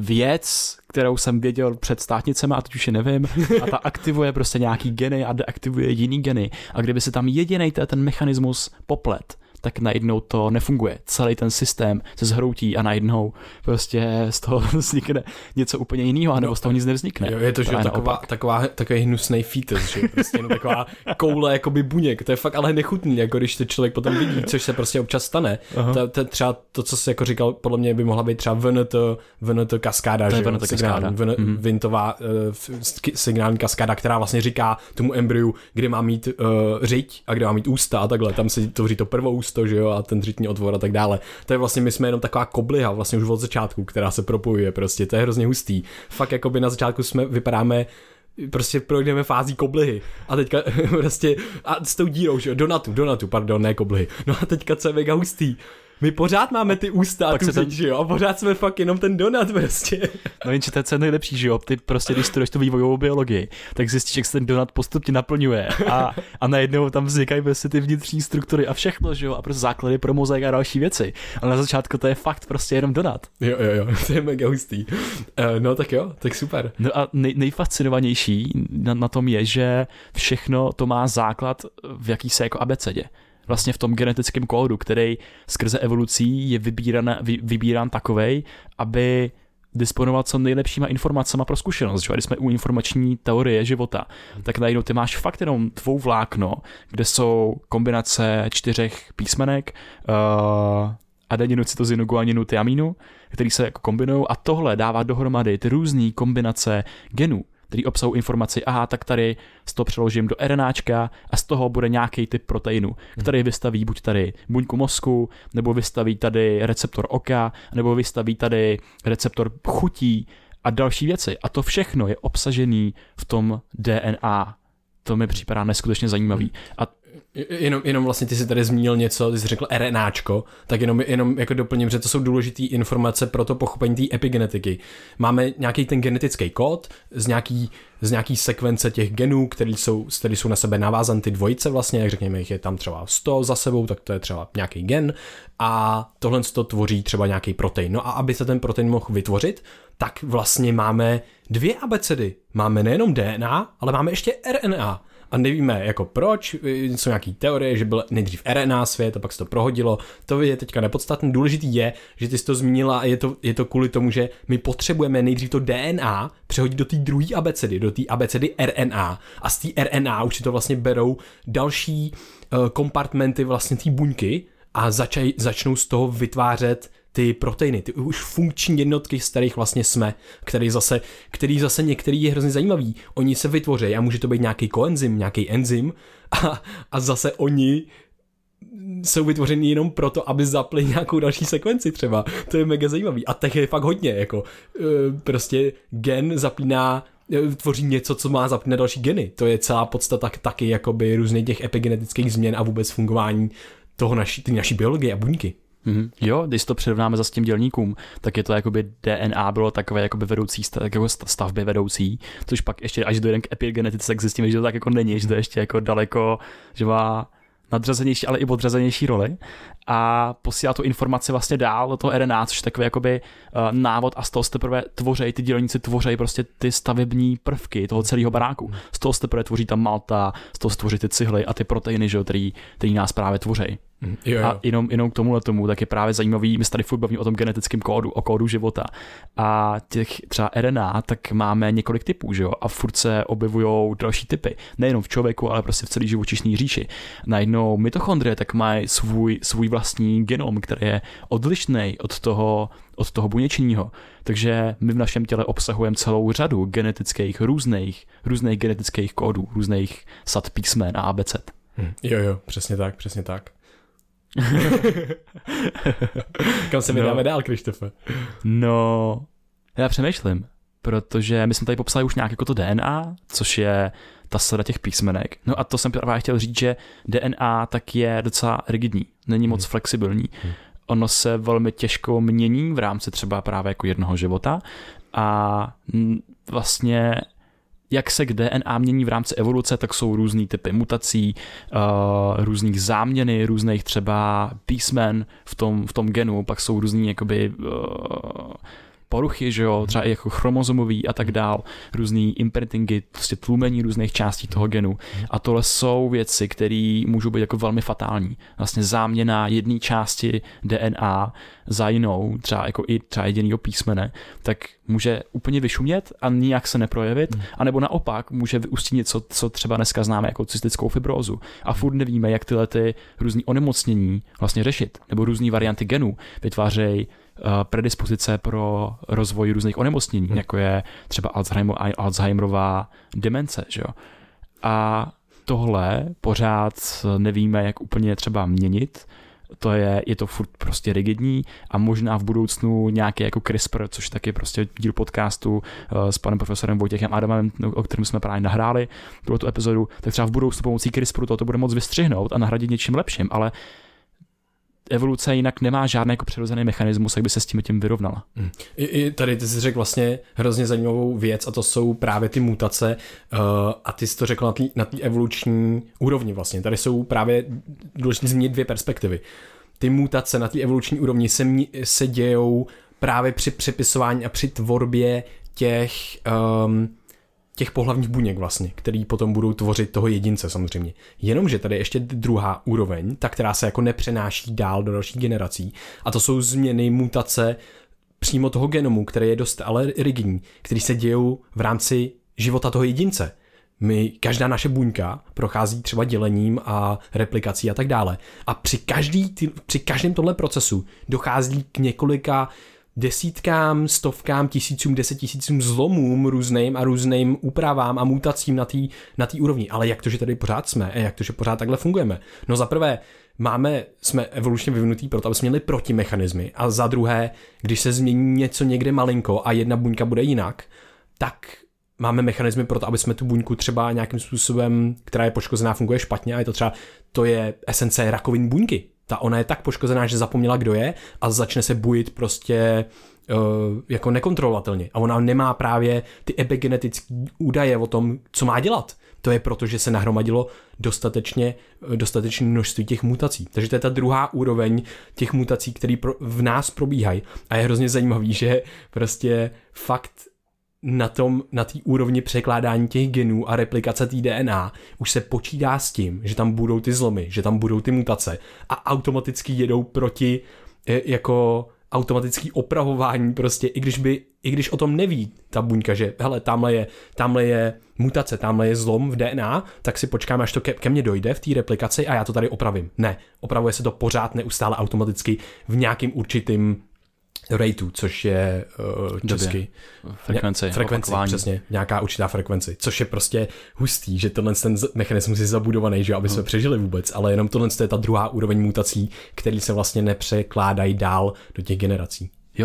věc, kterou jsem věděl před státnicema a teď už je nevím a ta aktivuje prostě nějaký geny a deaktivuje jiný geny a kdyby se tam jedinej ten mechanismus poplet, tak najednou to nefunguje. Celý ten systém se zhroutí a najednou prostě z toho vznikne něco úplně jiného, anebo z toho nic nevznikne. Jo, je to, že takový hnusný fetus, že prostě jenom taková koule jakoby buněk, to je fakt ale nechutný, jako když to člověk potom vidí, což se prostě občas stane. Třeba to, co jsi jako říkal, podle mě by mohla být třeba VNT kaskáda, že jo? Vintová signální kaskáda, která vlastně říká tomu embryu, kde má mít řiď a kde má mít ústa a takhle, tam se tvoří to prvou že jo, a ten řitní otvor a tak dále. To je vlastně, my jsme jenom taková kobliha vlastně už od začátku, která se propojuje prostě, to je hrozně hustý. Fakt jakoby na začátku vypadáme, prostě projdeme fází koblihy a teďka prostě a s tou dírou, že jo, donatu, pardon, ne koblihy. No a teďka co je mega hustý. My pořád máme ty ústa a tu řiď, že jo, a pořád jsme fakt jenom ten donut prostě. No jenže to je nejlepší, že jo, ty prostě, když studuješ tu vývojovou biologii, tak zjistíš, jak se ten donut postupně naplňuje a najednou tam vznikají prostě ty vnitřní struktury a všechno, že jo, a prostě základy pro mozaik a další věci. Ale na začátku to je fakt prostě jenom donut. Jo, to je mega hustý. No tak jo, tak super. No a nejfascinovanější na tom je, že všechno to má základ v jakýsi jako abecedě. Vlastně v tom genetickém kódu, který skrze evolucí je vybírán takovej, aby disponoval co nejlepšíma informacemi pro zkušenost. Že? Když jsme u informační teorie života, tak najednou ty máš fakt jenom dvouvlákno, kde jsou kombinace 4 písmenek, adeninu, cytozinu, guaninu, tyaminu, který se jako kombinují a tohle dává dohromady ty různé kombinace genů. který obsahují informaci, aha, tak tady z toho přeložím do RNAčka a z toho bude nějaký typ proteinu, který vystaví buď tady buňku mozku, nebo vystaví tady receptor oka, nebo vystaví tady receptor chutí a další věci. A to všechno je obsažený v tom DNA. To mi připadá neskutečně zajímavý. A Jenom vlastně ty jsi tady zmínil něco, ty jsi řekl RNAčko, tak jenom jako doplním, že to jsou důležité informace pro to pochopení té epigenetiky. Máme nějaký ten genetický kód z nějaký sekvence těch genů, které jsou na sebe navázané ty dvojice vlastně, jak řekněme, jich je tam třeba 100 za sebou, tak to je třeba nějaký gen a tohle to tvoří třeba nějaký protein. No a aby se ten protein mohl vytvořit, tak vlastně máme 2 abecedy. Máme nejenom DNA, ale máme ještě RNA. A nevíme jako proč, jsou nějaký teorie, že byl nejdřív RNA svět a pak se to prohodilo, to je teďka nepodstatné. Důležitý je, že ty jsi to zmínila a je to kvůli tomu, že my potřebujeme nejdřív to DNA přehodit do té druhé abecedy, do té abecedy RNA a z té RNA už si to vlastně berou další kompartmenty vlastně té buňky a začnou z toho vytvářet ty proteiny, ty už funkční jednotky, z kterých vlastně jsme, který zase některý je hrozně zajímavý. Oni se vytvoří a může to být nějaký koenzym, nějaký enzym a zase oni jsou vytvořeni jenom proto, aby zapli nějakou další sekvenci třeba. To je mega zajímavý. A těch je fakt hodně, jako prostě gen zapíná, tvoří něco, co má zapínat další geny. To je celá podstata taky jakoby různých těch epigenetických změn a vůbec fungování ty naší biologie a buňky. Jo, když to přirovnáme za s tím dělníkům, tak je to jakoby DNA bylo takové jakoby vedoucí stavby vedoucí, což pak ještě až dojde k epigenetice, tak zjistíme, že to tak jako není, že to ještě jako daleko, že má nadřazenější, ale i podřazenější roli a posílá tu informaci vlastně dál do toho RNA, což je takový jakoby návod a z toho se teprve tvoří, ty dělníci tvoří prostě ty stavební prvky toho celého baráku. Z toho se teprve tvoří ta malta, z toho se tvoří ty cihly a ty proteiny, že jo, který nás právě tvoří. Jo. A jenom k tomu, tak je právě zajímavý, my se tady furt bavíme o tom genetickém kódu, o kódu života. A těch třeba RNA, tak máme několik typů, že jo? A furt se objevují další typy. Nejenom v člověku, ale prostě v celé živočišné říši. Najednou mitochondrie tak mají svůj vlastní genom, který je odlišný od toho buněčního. Takže my v našem těle obsahujeme celou řadu různých genetických kódů, různých sad písmen a abeced. Jo, přesně tak. Kam se vydáme dál, Krištofe? No, já přemýšlím, protože my jsme tady popsali už nějak jako to DNA, což je ta sada těch písmenek. No a to jsem právě chtěl říct, že DNA tak je docela rigidní, není moc flexibilní. Ono se velmi těžko mění v rámci třeba právě jako jednoho života a vlastně jak se k DNA mění v rámci evoluce, tak jsou různý typy mutací, různých záměny, různých třeba písmen v tom genu, pak jsou různý jakoby poruchy, že jo, třeba i jako chromozomový a tak dál, různý imprintingy, prostě tlumení různých částí toho genu. A tohle jsou věci, které můžou být jako velmi fatální. Vlastně záměna jedné části DNA za jinou, třeba jako i třeba jedinýho písmene, tak může úplně vyšumět a nijak se neprojevit, anebo naopak může vyústit něco, co třeba dneska známe jako cystickou fibrózu. A furt nevíme, jak tyhle ty různý onemocnění vlastně řešit, nebo různý varianty genů vytvářejí predispozice pro rozvoj různých onemocnění, jako je třeba Alzheimerová demence, že jo. A tohle pořád nevíme, jak úplně třeba měnit. Je to furt prostě rigidní a možná v budoucnu nějaký jako CRISPR, což taky prostě díl podcastu s panem profesorem Vojtěchem Adamem, o kterém jsme právě nahráli tu epizodu, tak třeba v budoucnu pomocí CRISPRu to bude moc vystřihnout a nahradit něčím lepším, ale evoluce jinak nemá žádný jako přirozený mechanismus, jak by se s tím vyrovnala. I tady ty jsi řekl vlastně hrozně zajímavou věc a to jsou právě ty mutace a ty jsi to řekl na té evoluční úrovni vlastně. Tady jsou právě důležité zmínit 2 perspektivy. Ty mutace na té evoluční úrovni se dějou právě při přepisování a při tvorbě těch pohlavních buněk vlastně, který potom budou tvořit toho jedince samozřejmě. Jenomže tady ještě druhá úroveň, ta, která se jako nepřenáší dál do dalších generací, a to jsou změny, mutace přímo toho genomu, který je dost ale rigidní, který se dějou v rámci života toho jedince. Každá naše buňka prochází třeba dělením a replikací a tak dále. A při každém tohle procesu dochází k několika desítkám, stovkám, tisícům, 10 000 zlomům různým úpravám a mutacím na té úrovni. Ale jak to, že tady pořád jsme a jak to, že pořád takhle fungujeme? No za prvé, jsme evolučně vyvinutý proto, aby jsme měli protimechanismy, a za druhé, když se změní něco někde malinko a jedna buňka bude jinak, tak máme mechanismy pro to, aby jsme tu buňku třeba nějakým způsobem, která je poškozená, funguje špatně, a je to třeba, to je esence rakovin buňky. Ona je tak poškozená, že zapomněla, kdo je, a začne se bujit prostě jako nekontrolovatelně. A ona nemá právě ty epigenetické údaje o tom, co má dělat. To je proto, že se nahromadilo dostatečné množství těch mutací. Takže to je ta druhá úroveň těch mutací, které v nás probíhají. A je hrozně zajímavý, že prostě fakt na té úrovni překládání těch genů a replikace té DNA už se počítá s tím, že tam budou ty zlomy, že tam budou ty mutace a automaticky jedou proti jako automatický opravování prostě, i když o tom neví ta buňka, že hele, tamhle je mutace, tamhle je zlom v DNA, tak si počkám, až to ke mně dojde v té replikaci a já to tady opravím. Ne, opravuje se to pořád neustále automaticky v nějakým určitým rateu, což je česky frekvenci, přesně, nějaká určitá frekvenci, což je prostě hustý, že ten mechanismus je zabudovaný, že aby jsme přežili vůbec, ale jenom tohle je ta druhá úroveň mutací, které se vlastně nepřekládají dál do těch generací. Jo,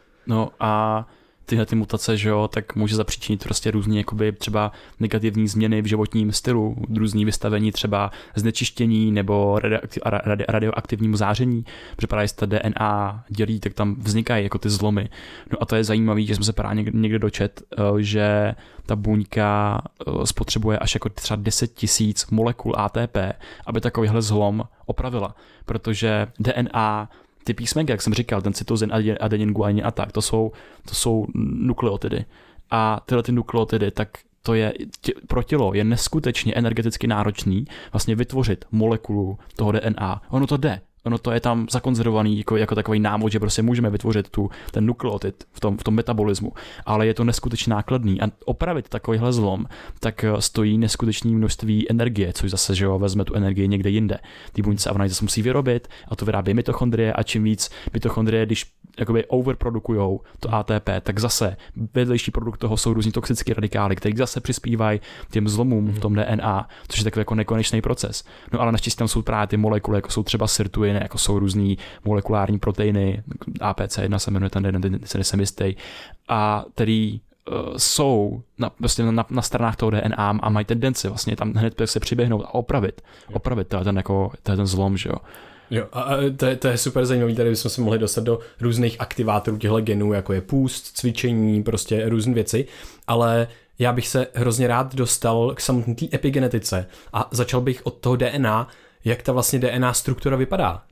no a tyhle ty mutace, že jo, tak může zapříčinit prostě různý jakoby třeba negativní změny v životním stylu, různý vystavení třeba znečištění nebo radioaktivnímu záření, protože právě se ta DNA dělí, tak tam vznikají jako ty zlomy. No a to je zajímavé, že jsme se právě někde dočet, že ta buňka spotřebuje až jako třeba 10 000 molekul ATP, aby takovýhle zlom opravila, protože DNA, ty písmenky, jak jsem říkal, ten cytozin, adenin, guanin a tak, to jsou nukleotidy. A tyhle ty nukleotidy, tak to je pro tělo je neskutečně energeticky náročný vlastně vytvořit molekulu toho DNA. Ono to je tam zakonzervovaný jako takový návod, že prostě můžeme vytvořit ten nukleotid v tom metabolismu, ale je to neskutečně nákladný a opravit takovýhle zlom tak stojí neskutečné množství energie, což zase, že jo, vezme tu energii někde jinde. Ty buňce a ona zase musí vyrobit a to vyrábí mitochondrie a čím víc mitochondrie, když jakoby overprodukujou to ATP, tak zase vedlejší produkt toho jsou různý toxické radikály, které zase přispívají těm zlomům v tom DNA, což je takový jako nekonečný proces. No ale naštěstí tam jsou právě ty molekuly, jako jsou třeba sirtuiny, jako jsou různý molekulární proteiny, APC1 se jmenuje ten jeden, se nejsem jistý, a který jsou na stranách toho DNA a mají tendenci vlastně tam hned se přiběhnout a opravit ten zlom, že jo. Jo, a to je super zajímavý, tady bychom se mohli dostat do různých aktivátorů těchto genů, jako je půst, cvičení, prostě různé věci, ale já bych se hrozně rád dostal k samotné epigenetice a začal bych od toho DNA, jak ta vlastně DNA struktura vypadá,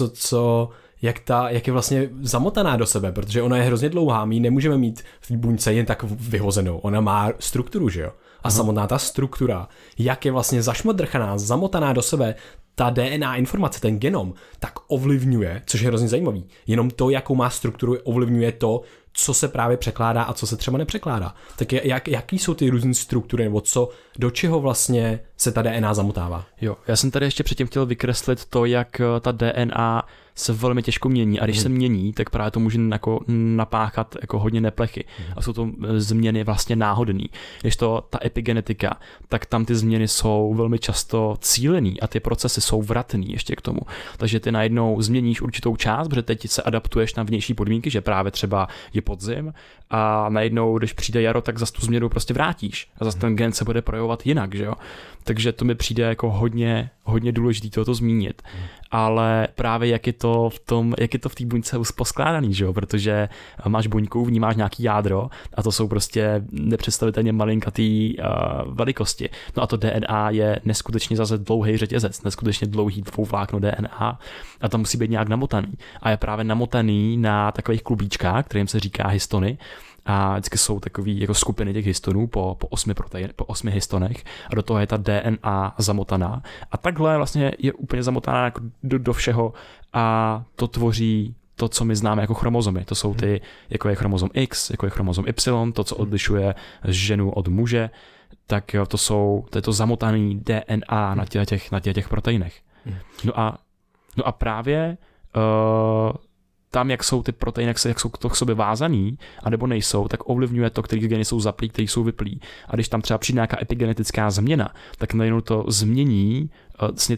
jak je vlastně zamotaná do sebe, protože ona je hrozně dlouhá, my ji nemůžeme mít v té buňce jen tak vyhozenou, ona má strukturu, že jo? A samotná ta struktura, jak je vlastně zašmodrchaná, zamotaná do sebe, ta DNA informace, ten genom, tak ovlivňuje, což je hrozně zajímavý, jenom to, jakou má strukturu, ovlivňuje to, co se právě překládá a co se třeba nepřekládá. Tak jaký jsou ty různé struktury, nebo do čeho vlastně se ta DNA zamotává? Jo, já jsem tady ještě předtím chtěl vykreslit to, jak ta DNA se velmi těžko mění a když se mění, tak právě to může jako napáchat jako hodně neplechy a jsou to změny vlastně náhodný. Když to ta epigenetika, tak tam ty změny jsou velmi často cílený a ty procesy jsou vratný ještě k tomu. Takže ty najednou změníš určitou část, protože teď se adaptuješ na vnější podmínky, že právě třeba je podzim a najednou, když přijde jaro, tak zase tu změnu prostě vrátíš a zase ten gen se bude projevovat jinak, že jo. Takže to mi přijde jako hodně důležité toto zmínit. Ale právě jak je to v té buňce poskládaný, že jo, protože máš buňku, v ní máš nějaký jádro a to jsou prostě nepředstavitelně malinkatý velikosti. No a to DNA je neskutečně zase dlouhý řetězec, neskutečně dlouhý dvouvlákno DNA a tam musí být nějak namotaný. A je právě namotaný na takových klubíčkách, kterým se říká histony. A vždycky jsou takový jako skupiny těch histonů po 8 histonech a do toho je ta DNA zamotaná. A takhle vlastně je úplně zamotaná jako do všeho a to tvoří to, co my známe jako chromozomy. To jsou ty, jako je chromozom X, jako je chromozom Y, to, co odlišuje ženu od muže, tak jo, to je to zamotaný DNA na těch proteinech. No a právě tam, jak jsou ty proteiny, jak jsou to k sobě vázaný, anebo nejsou, tak ovlivňuje to, který geny jsou zaplý, který jsou vyplý. A když tam třeba přijde nějaká epigenetická změna, tak najednou to změní vlastně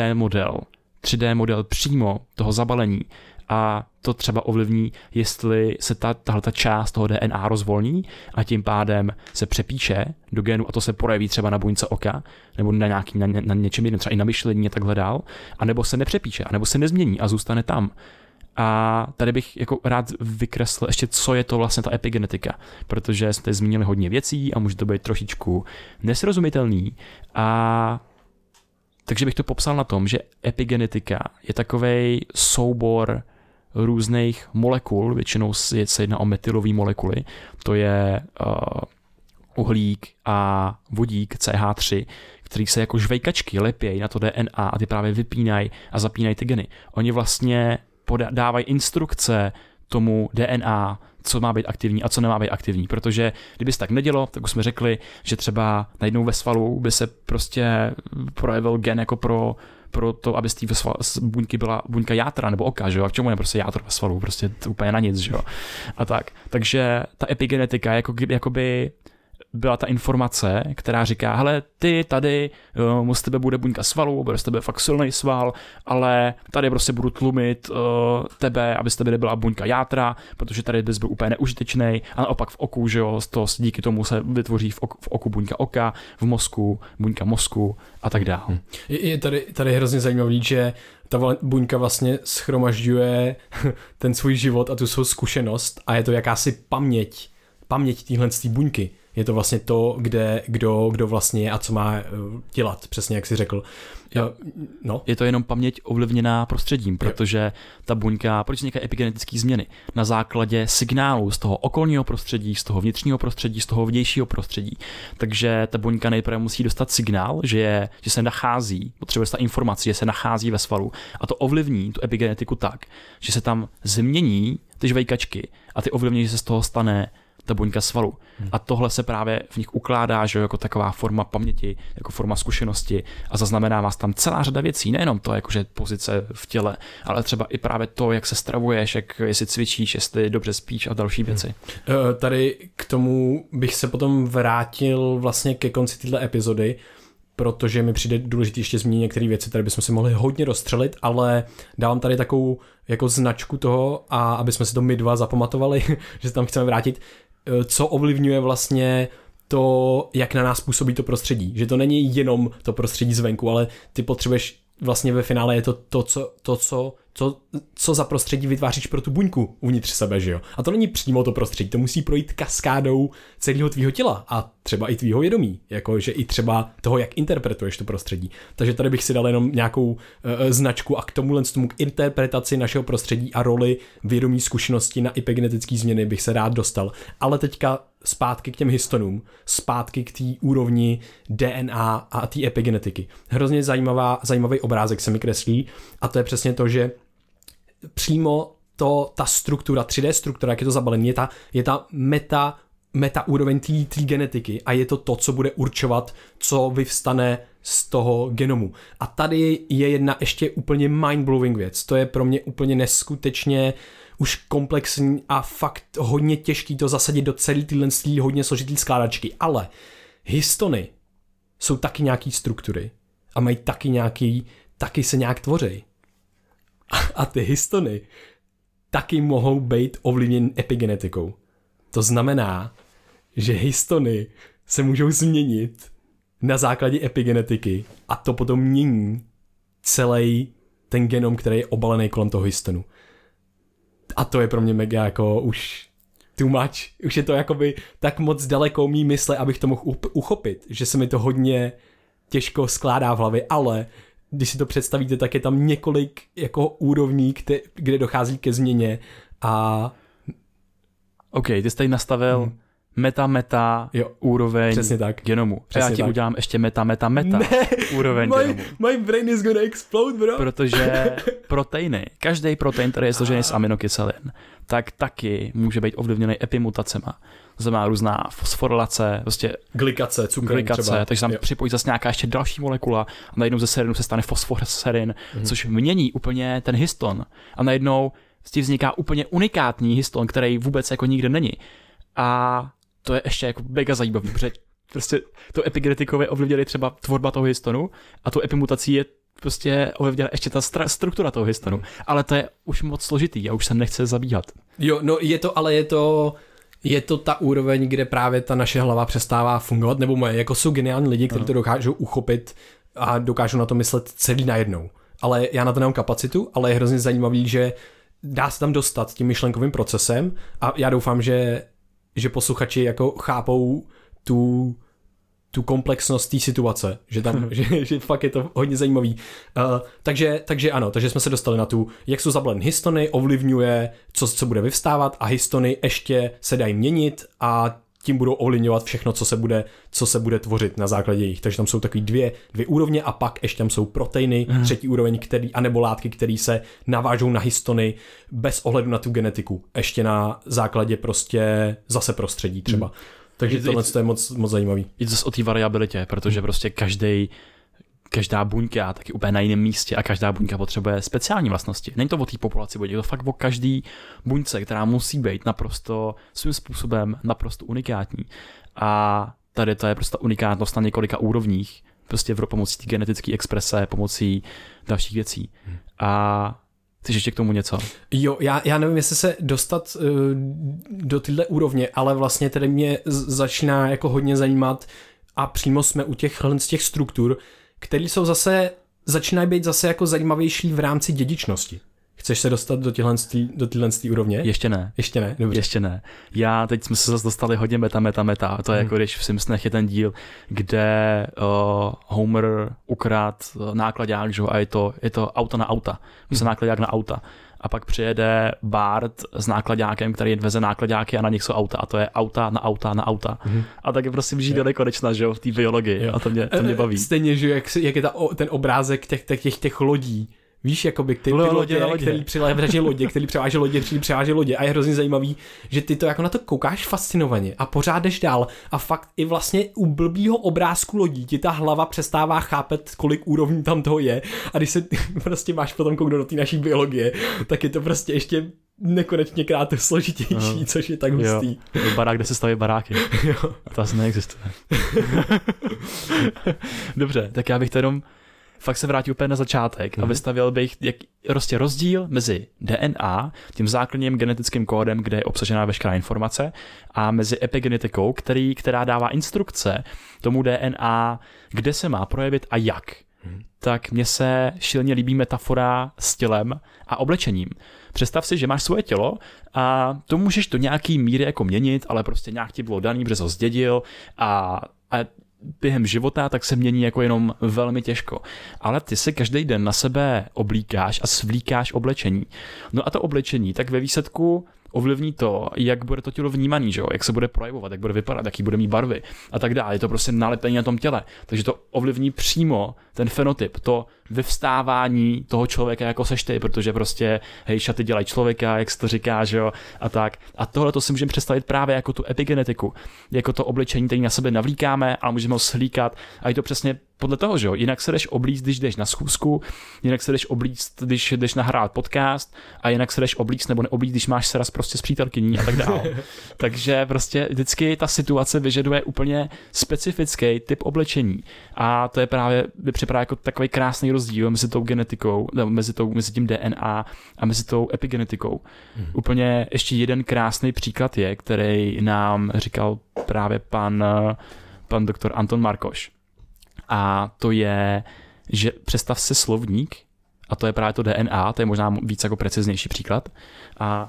3D model přímo toho zabalení. A to třeba ovlivní, jestli se tahle část toho DNA rozvolní a tím pádem se přepíše do genu a to se projeví třeba na buňce oka nebo na něčem jiném, třeba i na myšlení a takhle dál, anebo se nepřepíše, anebo se nezmění a zůstane tam. A tady bych jako rád vykreslil ještě, co je to vlastně ta epigenetika, protože jste zmínili hodně věcí a může to být trošičku nesrozumitelný. A takže bych to popsal na tom, že epigenetika je takovej soubor různých molekul, většinou se jedná o metylové molekuly, to je uhlík a vodík CH3, který se jako žvejkačky lepějí na to DNA a ty právě vypínají a zapínají ty geny. Oni vlastně dávají instrukce tomu DNA, co má být aktivní a co nemá být aktivní, protože kdyby se tak nedělo, tak už jsme řekli, že třeba najednou ve svalu by se prostě projevil gen jako pro to, aby z té buňky byla buňka játra nebo oka, že jo? A k čemu je prostě játro ve svalu? Prostě to úplně na nic, že jo? A tak. Takže ta epigenetika je jakoby byla ta informace, která říká, hele, ty tady, z tebe bude buňka svalu, bude z tebe fakt silný sval, ale tady prostě budu tlumit tebe, aby z tebe nebyla buňka játra, protože tady bys byl úplně neužitečný, a naopak v oku, že jo, díky tomu se vytvoří v oku buňka oka, v mozku buňka mozku a tak dále. Je tady hrozně zajímavý, že ta buňka vlastně shromažďuje ten svůj život a tu svou zkušenost a je to jakási paměť téhle buňky. Je to vlastně to, kdo vlastně je a co má dělat, přesně jak jsi řekl. No. Je to jenom paměť ovlivněná prostředím, protože ta buňka, proč vznikají epigenetické změny? Na základě signálu z toho okolního prostředí, z toho vnitřního prostředí, z toho vnějšího prostředí. Takže ta buňka nejprve musí dostat signál, že se nachází, potřebuje dostat informaci, že se nachází ve svalu a to ovlivní tu epigenetiku tak, že se tam změní ty žvejkačky a ty ovlivní, že se z toho stane ta buňka svalu. A tohle se právě v nich ukládá, že jako taková forma paměti, jako forma zkušenosti a zaznamená vás tam celá řada věcí, nejenom to, jakože pozice v těle, ale třeba i právě to, jak se stravuješ, jestli cvičíš, jestli dobře spíš a další věci. Tady k tomu bych se potom vrátil vlastně ke konci této epizody, protože mi přijde důležité ještě zmínit některé věci, tady bychom si mohli hodně rozstřelit, ale dávám tady takovou jako značku toho, a aby jsme si to my dva zapamatovali, že se tam chceme vrátit, co ovlivňuje vlastně to, jak na nás působí to prostředí. Že to není jenom to prostředí zvenku, ale ty potřebuješ vlastně ve finále je to, co za prostředí vytváříš pro tu buňku uvnitř sebe, že jo. A to není přímo to prostředí, to musí projít kaskádou celého tvýho těla a třeba i tvýho vědomí, jakože i třeba toho, jak interpretuješ to prostředí. Takže tady bych si dal jenom nějakou značku a k tomu k interpretaci našeho prostředí a roli vědomí zkušenosti na epigenetické změny bych se rád dostal. Ale teďka zpátky k těm histonům, zpátky k té úrovni DNA a té epigenetiky. Hrozně zajímavý obrázek se mi kreslí a to je přesně to, že přímo ta struktura, 3D struktura, jak je to zabalené, je ta meta úroveň té genetiky a je to, co bude určovat, co vyvstane z toho genomu. A tady je jedna ještě úplně mind-blowing věc. To je pro mě úplně neskutečně už komplexní a fakt hodně těžký to zasadit do celé téhle hodně složitý skládačky. Ale histony jsou taky nějaký struktury a mají taky se nějak tvoří. A ty histony taky mohou být ovlivněny epigenetikou. To znamená, že histony se můžou změnit na základě epigenetiky a to potom mění celý ten genom, který je obalený kolem toho histonu. A to je pro mě mega jako už too much. Už je to jakoby tak moc daleko mý mysle, abych to mohl uchopit, že se mi to hodně těžko skládá v hlavě, ale když si to představíte, tak je tam několik jako úrovní, kde dochází ke změně a... OK, ty jsi tady nastavil meta úroveň přesně tak. genomu. Přesně a já ti tak. udělám ještě meta úroveň genomu. My brain is gonna explode, bro. Protože proteiny, každý protein, který je složený z aminokyselin, tak taky může být ovlivněný epimutacema. To znamená různá fosforilace, prostě glikace, cukrem třeba. Takže tam připojí zase nějaká ještě další molekula a najednou ze serinu se stane fosfoserin, což mění úplně ten histon. A najednou vzniká úplně unikátní histon, který vůbec jako nikde není. A to je ještě jako mega zajímavý, protože prostě to epigenetikově ovlivnili třeba tvorba toho histonu a tu epimutací je prostě ovlivnila ještě ta struktura toho histonu. Ale to je už moc složitý a už se nechce zabíhat. Jo, no je to ta úroveň, kde právě ta naše hlava přestává fungovat, nebo moje, jako jsou geniální lidi, kteří to dokážou uchopit a dokážou na to myslet celý najednou. Ale já na to nemám kapacitu, ale je hrozně zajímavý, že dá se tam dostat tím myšlenkovým procesem a já doufám, že posluchači jako chápou tu komplexnost té situace, že tam, že fakt je to hodně zajímavý. Takže ano, takže jsme se dostali na tu, jak jsou zabaleny histony, ovlivňuje, co bude vyvstávat a histony ještě se dají měnit a tím budou ovlivňovat všechno, co se bude tvořit na základě jich. Takže tam jsou takový dvě úrovně a pak ještě tam jsou proteiny, třetí úroveň, anebo látky, které se navážou na histony bez ohledu na tu genetiku. Ještě na základě prostě zase prostředí třeba. Takže tohle je moc zajímavý. Je to zase o té variabilitě, protože prostě každá buňka taky úplně na jiném místě a každá buňka potřebuje speciální vlastnosti. Není to o té populaci, je to fakt o každý buňce, která musí být naprosto svým způsobem naprosto unikátní. A tady to je prostě unikátnost na několika úrovních, prostě pomocí té genetické exprese, pomocí dalších věcí. A chceš ještě k tomu něco? Jo, já nevím, jestli se dostat do téhle úrovně, ale vlastně tady mě začíná jako hodně zajímat a přímo jsme u těch struktur, které jsou začínají být zase jako zajímavější v rámci dědičnosti. Chceš se dostat do téhle úrovně? Ještě ne. Dobře. Ještě ne. Teď jsme se zase dostali hodně meta. To je jako když v Simpsonech je ten díl, kde Homer ukrad nákladák, že? A je to auto na auta. Se nákladák na auta. A pak přijede Bart s nákladákem, který veze nákladáky a na nich jsou auta. A to je auta na auta. A tak je prostě vždy do nekonečna, že jo, v té biologii. A to mě baví. Stejně, že jak je ten obrázek těch lodí. Víš, jakoby ty lodě, který převáží lodě a je hrozně zajímavý, že ty to jako na to koukáš fascinovaně a pořád jdeš dál a fakt i vlastně u blbýho obrázku lodí ti ta hlava přestává chápet, kolik úrovní tam toho je a když se prostě máš potom kouknout do té naší biologie, tak je to prostě ještě nekonečně krát složitější, což je tak hustý. Barák, kde se staví baráky. To asi neexistuje. Dobře, tak já bych to jenom fakt se vrátil úplně na začátek a vystavil bych prostě rozdíl mezi DNA, tím základním genetickým kódem, kde je obsažená veškerá informace, a mezi epigenetikou, která dává instrukce tomu DNA, kde se má projevit a jak. Tak mně se šíleně líbí metafora s tělem a oblečením. Představ si, že máš svoje tělo a to můžeš do nějaký míry jako měnit, ale prostě nějak ti bylo daný, protože jsi ho zdědil a během života, tak se mění jako jenom velmi těžko. Ale ty si každý den na sebe oblíkáš a svlíkáš oblečení. No a to oblečení tak ve výsledku ovlivní to, jak bude to tělo vnímaný, že jo? Jak se bude projevovat, jak bude vypadat, jaký bude mít barvy a tak dále. Je to prostě nalepení na tom těle. Takže to ovlivní přímo ten fenotyp, to vyvstávání toho člověka jako seš ty, protože prostě hej, šaty dělají člověka, jak se to říká, že jo, a tak. A tohle to si můžeme představit právě jako tu epigenetiku, jako to oblečení, který na sebe navlíkáme, ale můžeme ho slíkat a je to přesně podle toho, že jo. Jinak se jdeš oblíct, když jdeš na schůzku, jinak se jdeš oblíct, když jdeš nahrát podcast a jinak se jdeš oblíct nebo neoblíct, když máš seraz prostě s přítelkyní a tak dále. Takže prostě vždycky ta situace vyžaduje úplně specifický typ oblečení. A to je právě, mi připadá jako takový krásný rozdíl mezi tou genetikou, mezi tím DNA a mezi tou epigenetikou. Úplně ještě jeden krásný příklad je, který nám říkal právě pan doktor Anton Markoš. A to je, že představ si slovník, a to je právě to DNA, to je možná víc jako preciznější příklad. A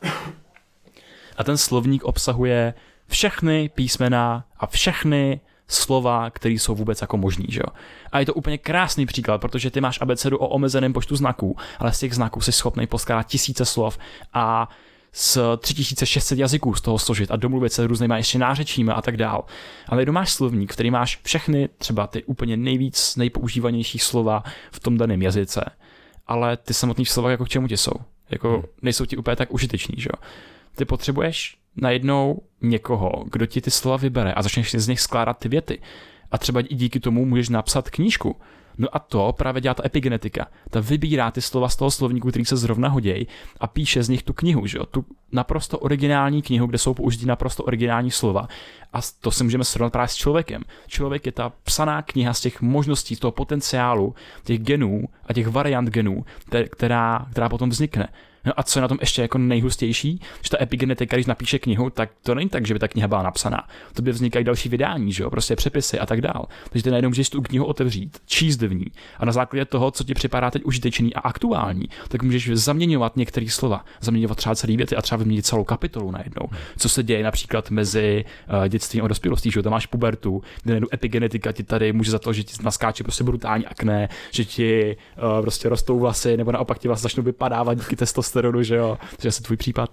ten slovník obsahuje všechny písmena a všechny slova, které jsou vůbec jako možný, že jo. A je to úplně krásný příklad, protože ty máš abecedu o omezeném počtu znaků, ale z těch znaků jsi schopný poskládat tisíce slov a z 3600 jazyků z toho složit a domluvit se různýma ještě nářečíma a tak dál. Ale když máš slovník, který máš všechny třeba ty úplně nejpoužívanější slova v tom daném jazyce, ale ty samotný slova jako k čemu ti jsou? Jako nejsou ti úplně tak užiteční, že jo? Ty potřebuješ najednou někoho, kdo ti ty slova vybere a začneš z nich skládat ty věty. A třeba i díky tomu můžeš napsat knížku. No a to právě dělá ta epigenetika. Ta vybírá ty slova z toho slovníku, který se zrovna hodějí a píše z nich tu knihu, že jo? Tu naprosto originální knihu, kde jsou použity naprosto originální slova. A to si můžeme srovnat právě s člověkem. Člověk je ta psaná kniha z těch možností, z toho potenciálu, těch genů a těch variant genů, která potom vznikne. No a co je na tom ještě jako nejhustější, že ta epigenetika, když napíše knihu, tak to není tak, že by ta kniha byla napsaná. To by vznikají další vydání, že jo, prostě přepisy a tak dál. Takže ty najednou můžeš tu knihu otevřít, číst v ní a na základě toho, co ti připadá teď užitečný a aktuální, tak můžeš zaměňovat některé slova, zaměňovat třeba celý věty a třeba vyměnit celou kapitolu najednou. Co se děje například mezi dětstvím a dospělostí, že jo, tam máš pubertu, kde najednou epigenetika ti tady může za to, že ti naskáče prostě brutální akné, že ti prostě rostou vlasy, nebo naopak ti vlasy začnou vypadávat díky testosteronu, že jo, že je tvůj případ.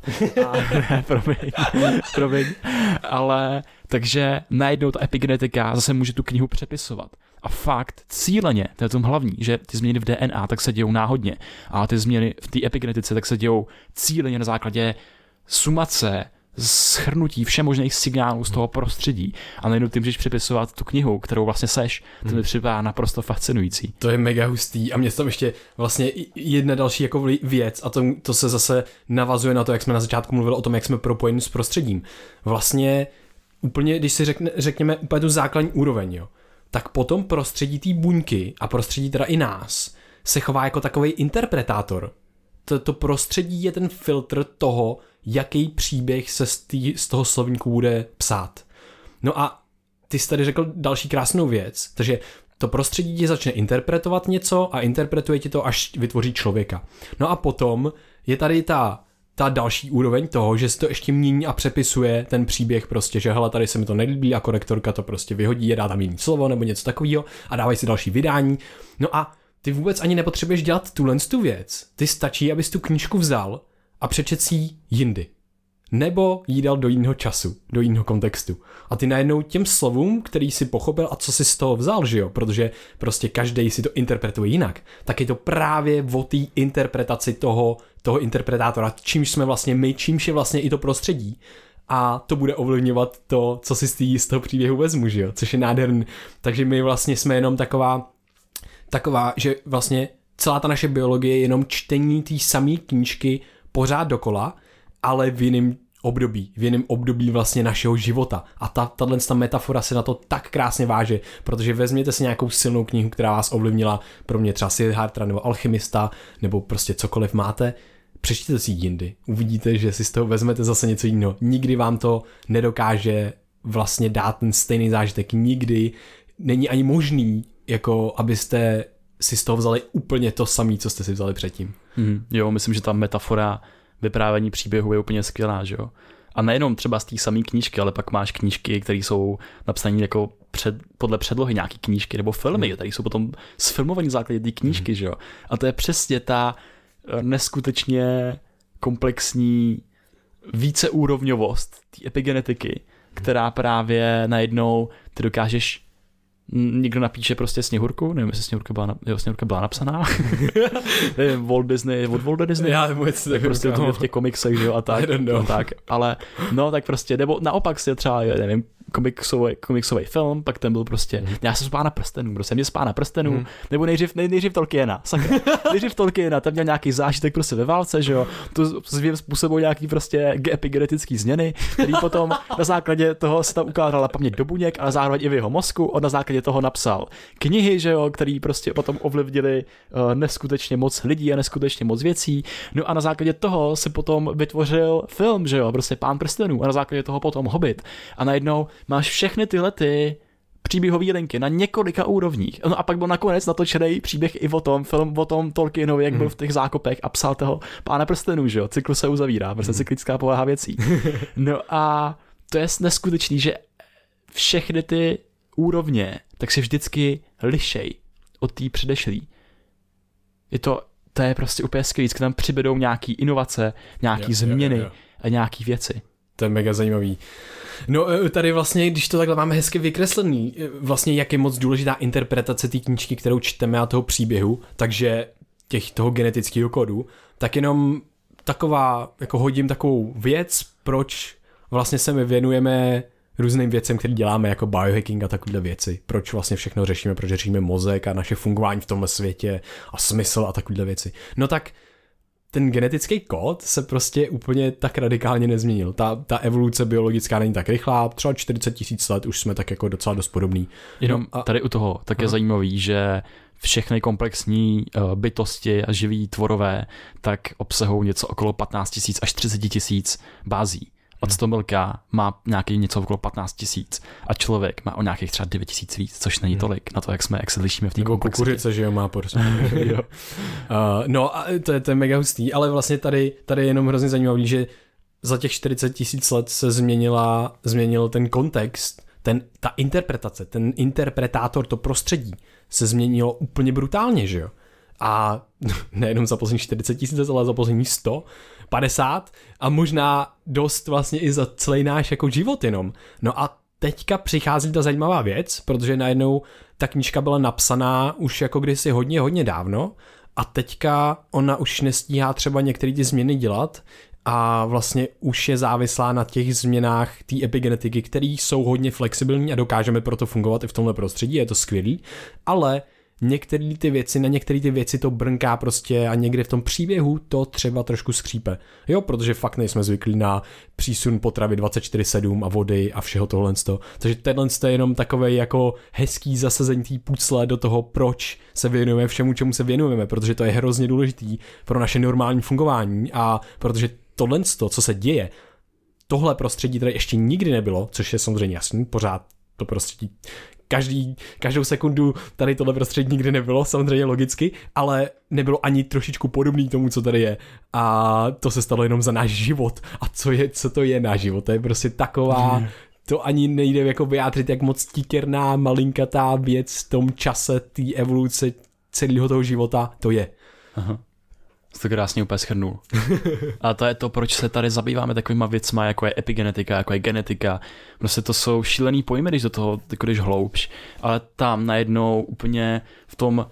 Promiň. Ale takže najednou ta epigenetika zase může tu knihu přepisovat. A fakt cíleně, to je tom hlavní, že ty změny v DNA tak se dějou náhodně a ty změny v té epigenetice tak se dějou cíleně na základě sumace, shrnutí všemožných signálů z toho prostředí a najednou ty můžeš přepisovat tu knihu, kterou vlastně seš. To mi připadá naprosto fascinující. To je mega hustý a mě tam ještě vlastně jedna další jako věc a to se zase navazuje na to, jak jsme na začátku mluvili o tom, jak jsme propojeni s prostředím. Vlastně úplně, když si řekněme úplně tu základní úroveň, jo, tak potom prostředí té buňky a prostředí teda i nás se chová jako takovej interpretátor. To prostředí je ten filtr toho, jaký příběh se z toho slovníku bude psát. No a ty jsi tady řekl další krásnou věc, takže to prostředí ti začne interpretovat něco a interpretuje ti to, až vytvoří člověka. No a potom je tady ta další úroveň toho, že se to ještě mění a přepisuje ten příběh prostě, že hele, tady se mi to nelíbí a korektorka to prostě vyhodí a dá tam jiný slovo nebo něco takového a dávají si další vydání. No a ty vůbec ani nepotřebuješ dělat tu věc. Ty stačí, abys tu knížku vzal a přečet si ji jindy. Nebo jí dal do jiného času, do jiného kontextu. A ty najednou těm slovům, který si pochopil a co si z toho vzal, že jo, protože prostě každý si to interpretuje jinak, tak je to právě o té interpretaci toho interpretátora, čímž jsme vlastně my, čímž je vlastně i to prostředí. A to bude ovlivňovat to, co si z toho příběhu vezmu, že jo, což je nádherný. Takže my vlastně jsme jenom taková, že vlastně celá ta naše biologie je jenom čtení té samé knížky pořád dokola, ale v jiném období vlastně našeho života. A tato metafora se na to tak krásně váže, protože vezměte si nějakou silnou knihu, která vás ovlivnila, pro mě třeba Siddhartha nebo Alchymista, nebo prostě cokoliv máte, přečtěte si jindy. Uvidíte, že si z toho vezmete zase něco jiného. Nikdy vám to nedokáže vlastně dát ten stejný zážitek. Nikdy není ani možný, jako abyste si z toho vzali úplně to samé, co jste si vzali předtím. Jo, myslím, že ta metafora vyprávění příběhu je úplně skvělá, že jo. A nejenom třeba z té samé knížky, ale pak máš knížky, které jsou napsané jako podle předlohy nějaký knížky nebo filmy, které jsou potom sfilmované na základě té knížky, že jo. A to je přesně ta neskutečně komplexní víceúrovňovost té epigenetiky, která právě najednou ty dokážeš. Někdo napíše prostě Sněhurku, nevím, jestli Sněhurka byla napsaná. Walt Disney, od Walta Disney. Já vůbec tak prostě to v těch komiksech, že jo, a tak. Ale no, tak prostě, nebo naopak si třeba, nevím, komiksový film, pak ten byl prostě, já jsem z Pána prstenů, prostě mě z Pána prstenů, nebo nejdřív Tolkiena, sakra. Nejdřív Tolkiena, tam měl nějaký zážitek prostě ve válce, že jo, to svým způsobem nějaký prostě epigenetický změny, který potom na základě toho se tam ukládala paměť do buněk, ale zároveň i v jeho mozku, on na základě toho napsal knihy, že jo, který prostě potom ovlivnili neskutečně moc lidí a neskutečně moc věcí, no a na základě toho se potom vytvořil film, že jo, prostě Pán prstenů a na základě toho potom Hobbit a najednou máš všechny tyhle příběhové linky na několika úrovních. No a pak byl nakonec natočený příběh i o tom, film o tom Tolkienovi, jak byl v těch zákopech a psal toho Pána prstenů, že jo, cyklus se uzavírá, prostě cyklická povaha věcí. No a to je neskutečný, že všechny ty úrovně tak se vždycky lišej od té předešlý. To je prostě úplně skvělý, vždycky tam přibydou nějaký inovace, nějaký změny a nějaký věci. To je mega zajímavý. No tady vlastně, když to takhle máme hezky vykreslený, vlastně jak je moc důležitá interpretace té knížky, kterou čteme a toho příběhu, takže toho genetického kódu, tak jenom taková, jako hodím takovou věc, proč vlastně se my věnujeme různým věcem, které děláme jako biohacking a takovéhle věci. Proč vlastně všechno řešíme, proč řešíme mozek a naše fungování v tomhle světě a smysl a takovéhle věci. No tak ten genetický kód se prostě úplně tak radikálně nezměnil. Ta evoluce biologická není tak rychlá, třeba 40 000 let už jsme tak jako docela dost podobný. Jenom tady u toho tak je zajímavý, že všechny komplexní bytosti a živí tvorové tak obsahují něco okolo 15 000 až 30 000 bází. Octomilka má nějaký něco okolo 15 000 a člověk má o nějakých třeba 9 000 víc, což není tolik na to, jak se lišíme v té komplexitě. Kukuřice, že jo, má prostě. No a to je mega hustý, ale vlastně tady je jenom hrozně zajímavý, že za těch 40 000 let se změnil ten kontext, ta interpretace, ten interpretátor, to prostředí se změnilo úplně brutálně, že jo. A nejenom za poslední 40 000 let, ale za poslední 100, 50 a možná dost vlastně i za celý náš jako život jenom. No a teďka přichází ta zajímavá věc, protože najednou ta knížka byla napsaná už jako kdysi hodně dávno a teďka ona už nestíhá třeba některé ty změny dělat a vlastně už je závislá na těch změnách té epigenetiky, které jsou hodně flexibilní a dokážeme proto fungovat i v tomhle prostředí, je to skvělý, ale na některé ty věci to brnká prostě a někde v tom příběhu to třeba trošku skřípe. Jo, protože fakt nejsme zvyklí na přísun potravy 24/7 a vody a všeho tohle. Takže tenhle je jenom takovej jako hezký zasazení té pucle do toho, proč se věnujeme všemu, čemu se věnujeme, protože to je hrozně důležitý pro naše normální fungování a protože tohle, co se děje, tohle prostředí tady ještě nikdy nebylo, což je samozřejmě jasný, pořád to prostředí každou sekundu tady tohle prostředí nikdy nebylo, samozřejmě logicky, ale nebylo ani trošičku podobný tomu, co tady je. A to se stalo jenom za náš život. A co to je náš život? To je prostě taková, to ani nejde jako vyjádřit, jak moc títěrná, malinkatá věc v tom čase té evoluce celého toho života to je. Aha. Jsi to krásně úplně shrnul. A to je to, proč se tady zabýváme takovýma věcma, jako je epigenetika, jako je genetika. Prostě to jsou šílený pojmy, když do toho jdeš hloubš, ale tam najednou úplně v tom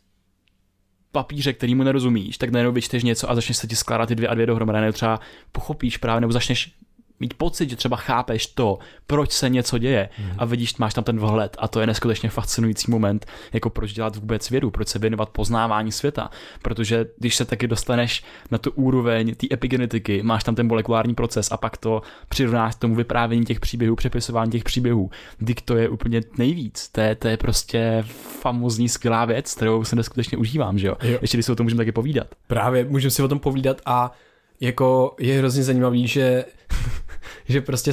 papíře, kterýmu nerozumíš, tak najednou vyčteš něco a začneš se ti skládat ty dvě a dvě dohromady, nebo třeba pochopíš právě, nebo začneš mít pocit, že třeba chápeš to, proč se něco děje a vidíš, máš tam ten vhled a to je neskutečně fascinující moment, jako proč dělat vůbec vědu, proč se věnovat poznávání světa, protože když se taky dostaneš na tu úroveň té epigenetiky, máš tam ten molekulární proces a pak to přirovnáš k tomu vyprávění těch příběhů, přepisování těch příběhů, dik to je úplně nejvíc, to je prostě famózní skvělá věc, kterou se neskutečně užívám, že jo? Ještě když si o tom můžeme taky povídat. Právě můžeme si o tom povídat a jako je hrozně zajímavý, že prostě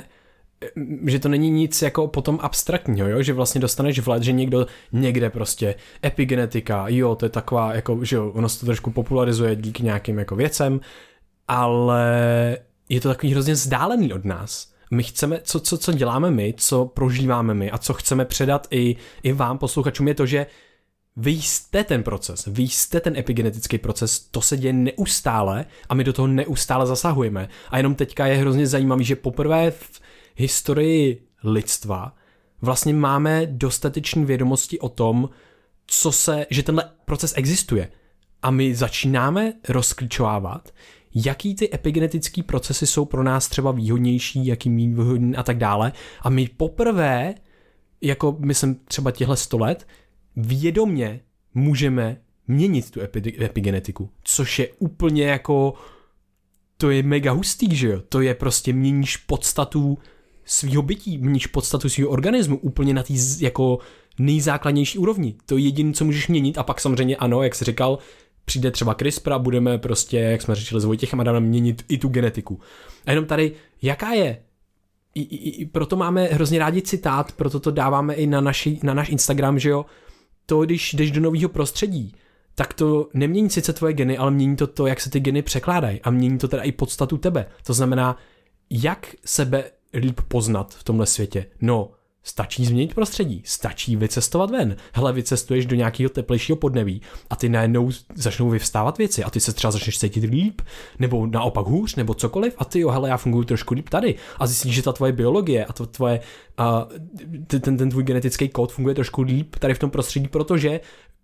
že to není nic jako potom abstraktního, jo? Že vlastně dostaneš vhled, že někdo někde prostě epigenetika, jo, to je taková, jako, že jo, ono se to trošku popularizuje díky nějakým jako věcem, ale je to takový hrozně vzdálený od nás. My chceme, co děláme my, co prožíváme my a co chceme předat i vám posluchačům je to, že vy jste ten proces, vy jste ten epigenetický proces, to se děje neustále a my do toho neustále zasahujeme. A jenom teďka je hrozně zajímavý, že poprvé v historii lidstva vlastně máme dostatečné vědomosti o tom, že tenhle proces existuje. A my začínáme rozklíčovávat, jaký ty epigenetický procesy jsou pro nás třeba výhodnější, jaký méně výhodný a tak dále. A my poprvé, jako myslím třeba těhle 100 let, vědomě můžeme měnit tu epigenetiku, což je úplně jako, to je mega hustý, že jo? To je prostě měníš podstatu svýho bytí, měníš podstatu svýho organismu úplně na té jako nejzákladnější úrovni. To je jediné, co můžeš měnit a pak samozřejmě ano, jak jsi říkal, přijde třeba CRISPR a budeme prostě, jak jsme řečili s Vojtěchem Adamem, měnit i tu genetiku. A jenom tady, jaká je? I proto máme hrozně rádi citát, proto to dáváme i na náš Instagram, že jo? To, když jdeš do nového prostředí, tak to nemění sice tvoje geny, ale mění to, jak se ty geny překládají a mění to teda i podstatu tebe. To znamená, jak sebe líp poznat v tomhle světě. No, stačí změnit prostředí, stačí vycestovat ven. Hele, vycestuješ do nějakého teplejšího podnebí a ty najednou začnou vyvstávat věci a ty se třeba začneš cítit líp, nebo naopak hůř, nebo cokoliv a ty jo, hele, já funguji trošku líp tady a zjistíš, že ta tvoje biologie a ten tvůj genetický kód funguje trošku líp tady v tom prostředí, protože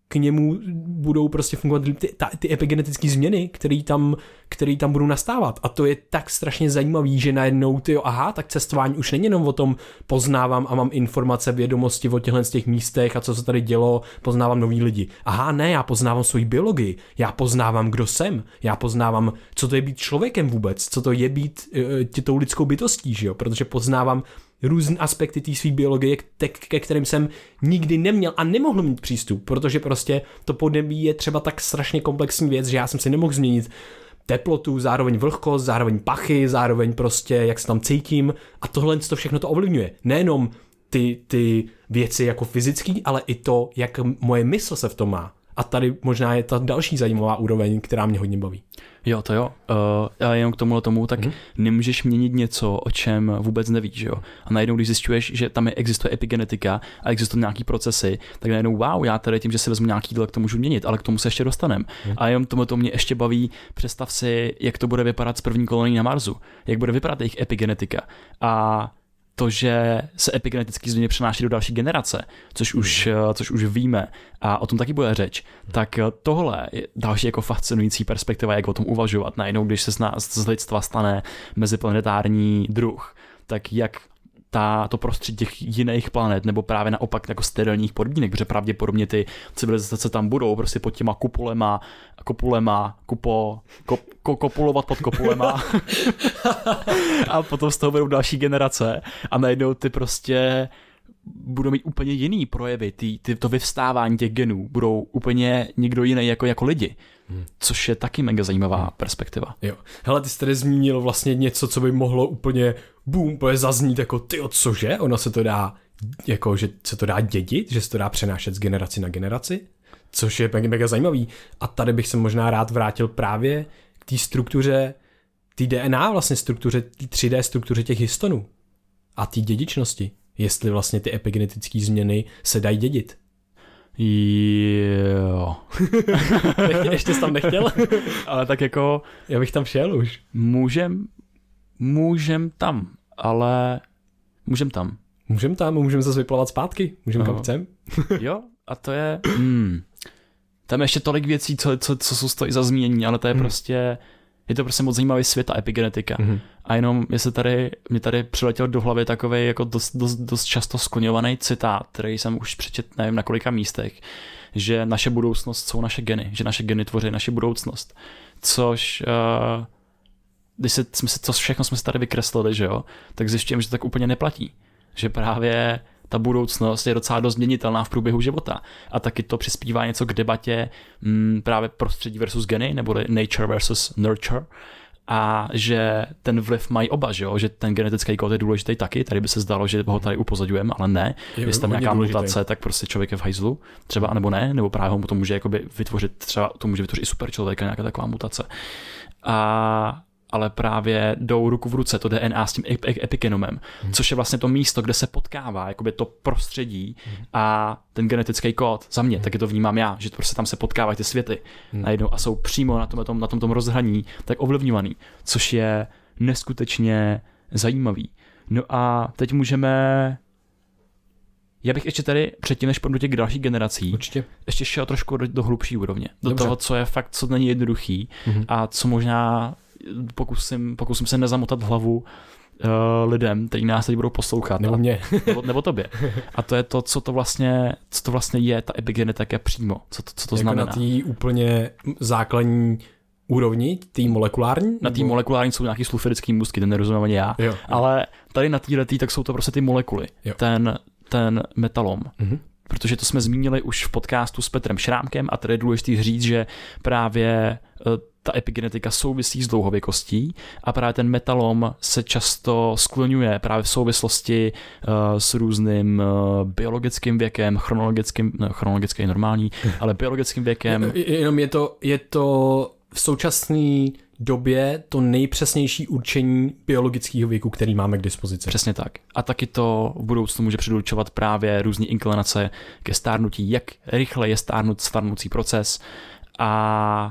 k němu budou prostě fungovat ty epigenetické změny, které tam budou nastávat. A to je tak strašně zajímavý, že najednou tak cestování už není jenom o tom poznávám a mám informace, vědomosti o těchto z těch místech a co se tady dělo, poznávám nový lidi. Ne, já poznávám svoji biologii, já poznávám, kdo jsem, já poznávám, co to je být člověkem vůbec, co to je být tou lidskou bytostí, že jo? Protože poznávám různé aspekty té své biologie, ke kterým jsem nikdy neměl a nemohl mít přístup, protože prostě to podnebí je třeba tak strašně komplexní věc, že já jsem si nemohl změnit teplotu, zároveň vlhkost, zároveň pachy, zároveň prostě jak se tam cítím a tohle to všechno to ovlivňuje. Nejenom ty věci jako fyzický, ale i to, jak moje mysl se v tom má. A tady možná je ta další zajímavá úroveň, která mě hodně baví. Jo, to jo. A jenom k tomu, tak nemůžeš měnit něco, o čem vůbec nevíš, jo. A najednou, když zjišťuješ, že tam existuje epigenetika a existují nějaký procesy, tak najednou já tady tím, že si vezmu nějaký jídlo, to můžu měnit, ale k tomu se ještě dostanem. A jenom to mě ještě baví, představ si, jak to bude vypadat s první kolonií na Marsu, jak bude vypadat jejich epigenetika. A to, že se epigenetické změny přenáší do další generace, což už víme a o tom taky bude řeč, tak tohle je další jako fascinující perspektiva, jak o tom uvažovat. Najednou, když se z lidstva stane meziplanetární druh, tak jak to prostředí těch jiných planet, nebo právě naopak jako sterilních podmínek, protože pravděpodobně ty civilizace tam budou prostě pod těma kopulovat pod kopulema a potom z toho budou další generace a najednou ty prostě budou mít úplně jiný projevy, to vyvstávání těch genů budou úplně někdo jiný jako lidi. Což je taky mega zajímavá perspektiva. Jo. Hele, ty jsi tady zmínil vlastně něco, co by mohlo úplně zaznít jako cože? Ono se to dá, jako, že se to dá dědit, že se to dá přenášet z generaci na generaci, což je mega zajímavý. A tady bych se možná rád vrátil právě k té struktuře, té DNA vlastně struktuře, té 3D struktuře těch histonů a té dědičnosti. Jestli vlastně ty epigenetické změny se dají dědit. Jo. Ještě jsi tam nechtěl? Ale tak jako... Já bych tam šel už. Můžem tam, ale... Můžem tam, můžeme zase vyplavat zpátky. Můžeme kam chcem. Jo, a to je... Tam je ještě tolik věcí, co jsou stojí za zmínění, ale to je prostě... Je to prostě moc zajímavý svět, ta epigenetika. A jenom mě tady přiletěl do hlavy takovej jako dost často skloňovaný citát, který jsem už přečetl nevím na kolika místech, že naše budoucnost jsou naše geny, že naše geny tvoří naši budoucnost. Což, všechno jsme si tady vykreslili, že jo, tak zjišťujeme, že to tak úplně neplatí. Že právě ta budoucnost je docela dost změnitelná v průběhu života. A taky to přispívá něco k debatě právě prostředí versus geny, nebo nature versus nurture. A že ten vliv mají oba, že jo? Že ten genetický kód je důležitý taky, tady by se zdalo, že ho tady upozorňujeme, ale ne. Jestli tam nějaká mutace, tak prostě člověk je v hajzlu, třeba, nebo ne, nebo právě ho to může jakoby vytvořit, třeba to může vytvořit i super člověka, nějaká taková mutace. Ale právě jdou ruku v ruce to DNA s tím epigenomem, což je vlastně to místo, kde se potkává jakoby to prostředí a ten genetický kód. Za mě, taky to vnímám já, že prostě tam se potkávají ty světy najednou a jsou přímo na tom rozhraní tak ovlivňovaný, což je neskutečně zajímavý. No a teď já bych ještě tady předtím, než půjdu do těch dalších generací, určitě ještě šel trošku do hlubší úrovně. Do toho, co je fakt, co není jednoduchý a co možná pokusím se nezamotat hlavu lidem, kteří nás teď budou poslouchat. Nebo mě. nebo tobě. A to je to, co to vlastně je ta epigenetika přímo. Co to jako znamená. Na té úplně základní úrovni, té molekulární? Na té molekulární jsou nějaký sulfurický můstky, ten nerozumím ani já. Jo. Ale tady na této tak jsou to prostě ty molekuly. Jo. Ten metalom. Protože to jsme zmínili už v podcastu s Petrem Šrámkem a tady je důležité říct, že právě ta epigenetika souvisí s dlouhověkostí a právě ten metalom se často skloňuje právě v souvislosti s různým biologickým věkem, chronologický je normální, ale biologickým věkem. Jenom je to v současné době to nejpřesnější určení biologického věku, který máme k dispozici. Přesně tak. A taky to v budoucnu může předurčovat právě různé inklinace ke stárnutí, jak rychle je stárnoucí proces a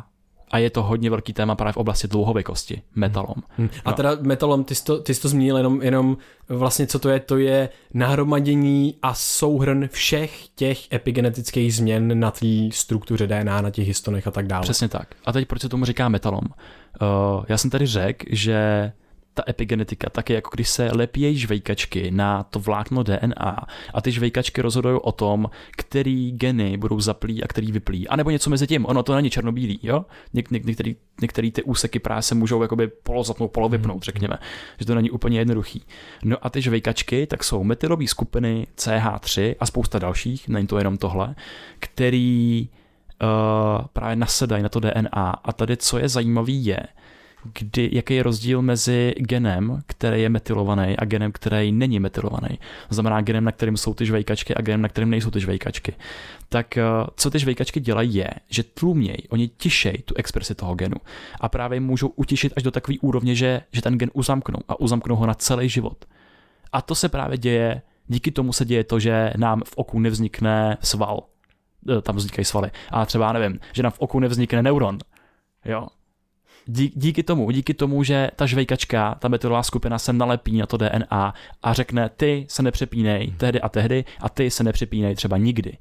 A je to hodně velký téma právě v oblasti dlouhověkosti, metalom. A teda metalom, ty jsi to zmínil jenom vlastně, co to je nahromadění a souhrn všech těch epigenetických změn na té struktuře DNA, na těch histonech a tak dále. Přesně tak. A teď proč se tomu říká metalom? Já jsem tady řekl, že ta epigenetika tak je jako když se lepějí žvejkačky na to vlákno DNA a ty žvejkačky rozhodují o tom, který geny budou zaplý a který vyplý. A nebo něco mezi tím. Ono to není černobílý, jo? Některý ty úseky právě se můžou jakoby polozapnout, polovypnout, řekněme. Že to není úplně jednoduchý. No a ty žvejkačky tak jsou metylové skupiny CH3 a spousta dalších, není to jenom tohle, který právě nasedají na to DNA. A tady, co je zajímavý, je, jaký je rozdíl mezi genem, který je metylovaný a genem, který není metylovaný. To znamená genem, na kterém jsou ty žvejkačky a genem, na kterém nejsou ty žvejkačky. Tak co ty žvejkačky dělají je, že tlumněj, oni tišej tu expresi toho genu a právě můžou utišit až do takové úrovně, že ten gen uzamknou a uzamknou ho na celý život. A to se právě děje, díky tomu se děje to, že nám v oku nevznikne sval. Tam vznikají svaly. A třeba, nevím, že nám v oku nevznikne neuron. Jo. Díky tomu, že ta žvejkačka, ta metylová skupina se nalepí na to DNA a řekne, ty se nepřepínej tehdy a ty se nepřepínej třeba nikdy.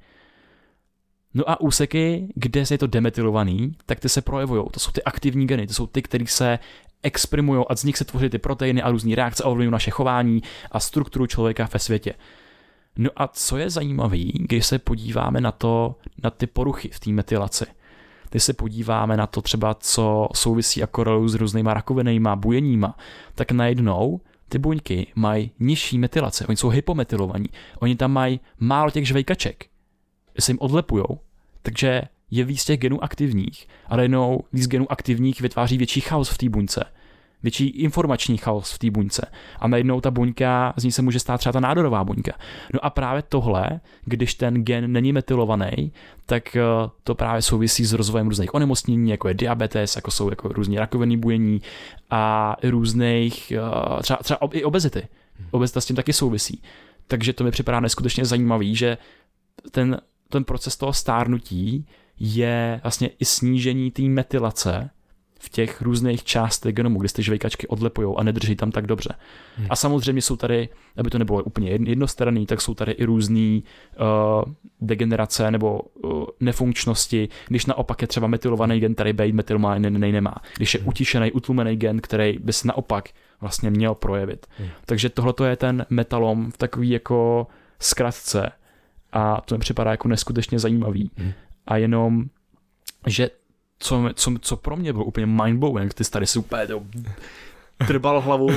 No a úseky, kde je to demetylovaný, tak ty se projevujou. To jsou ty aktivní geny, to jsou ty, které se exprimují a z nich se tvoří ty proteiny a různé reakce a ovlivňují naše chování a strukturu člověka ve světě. No a co je zajímavé, když se podíváme na ty poruchy v té metylaci, když se podíváme na to třeba, co souvisí a korelují s různýma rakovinejma, bujeníma, tak najednou ty buňky mají nižší metylace, oni jsou hypometylovaní, oni tam mají málo těch žvejkaček, se jim odlepujou, takže je víc těch genů aktivních a najednou víc genů aktivních vytváří větší chaos v té buňce, větší informační chaos v té buňce a najednou ta buňka, z ní se může stát třeba ta nádorová buňka. No a právě tohle, když ten gen není metylovaný, tak to právě souvisí s rozvojem různých onemocnění, jako je diabetes, jako jsou jako různý rakovinný bujení a různých, třeba i obezity. Obezita s tím taky souvisí. Takže to mi připadá neskutečně zajímavý, že ten proces toho stárnutí je vlastně i snížení té metylace v těch různých částech genomu, kde ty žvejkačky odlepujou a nedrží tam tak dobře. A samozřejmě jsou tady, aby to nebylo úplně jednostranný, tak jsou tady i různý degenerace nebo nefunkčnosti, když naopak je třeba metylovaný gen, který být metylovaný nemá. Když je utišený, utlumený gen, který by se naopak vlastně měl projevit. Takže tohle je ten metalom v takový jako zkratce a to mi připadá jako neskutečně zajímavý. A jenom, že co pro mě bylo úplně mindblowing, ty tady si úplně trbal hlavu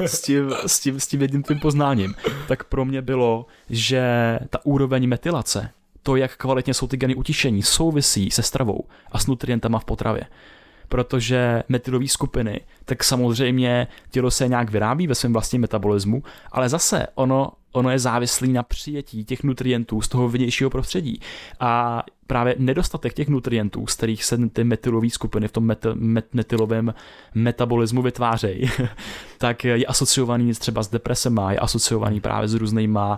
s tím jedním tvým poznáním, tak pro mě bylo, že ta úroveň metylace, to, jak kvalitně jsou ty geny utišení, souvisí se stravou a s nutrientama v potravě. Protože metylové skupiny, tak samozřejmě tělo se nějak vyrábí ve svém vlastním metabolismu, ale zase ono je závislý na přijetí těch nutrientů z toho vnějšího prostředí. A právě nedostatek těch nutrientů, z kterých se ty metylové skupiny v tom metylovém metabolismu vytvářejí, tak je asociovaný třeba s depresema, je asociovaný právě s různýma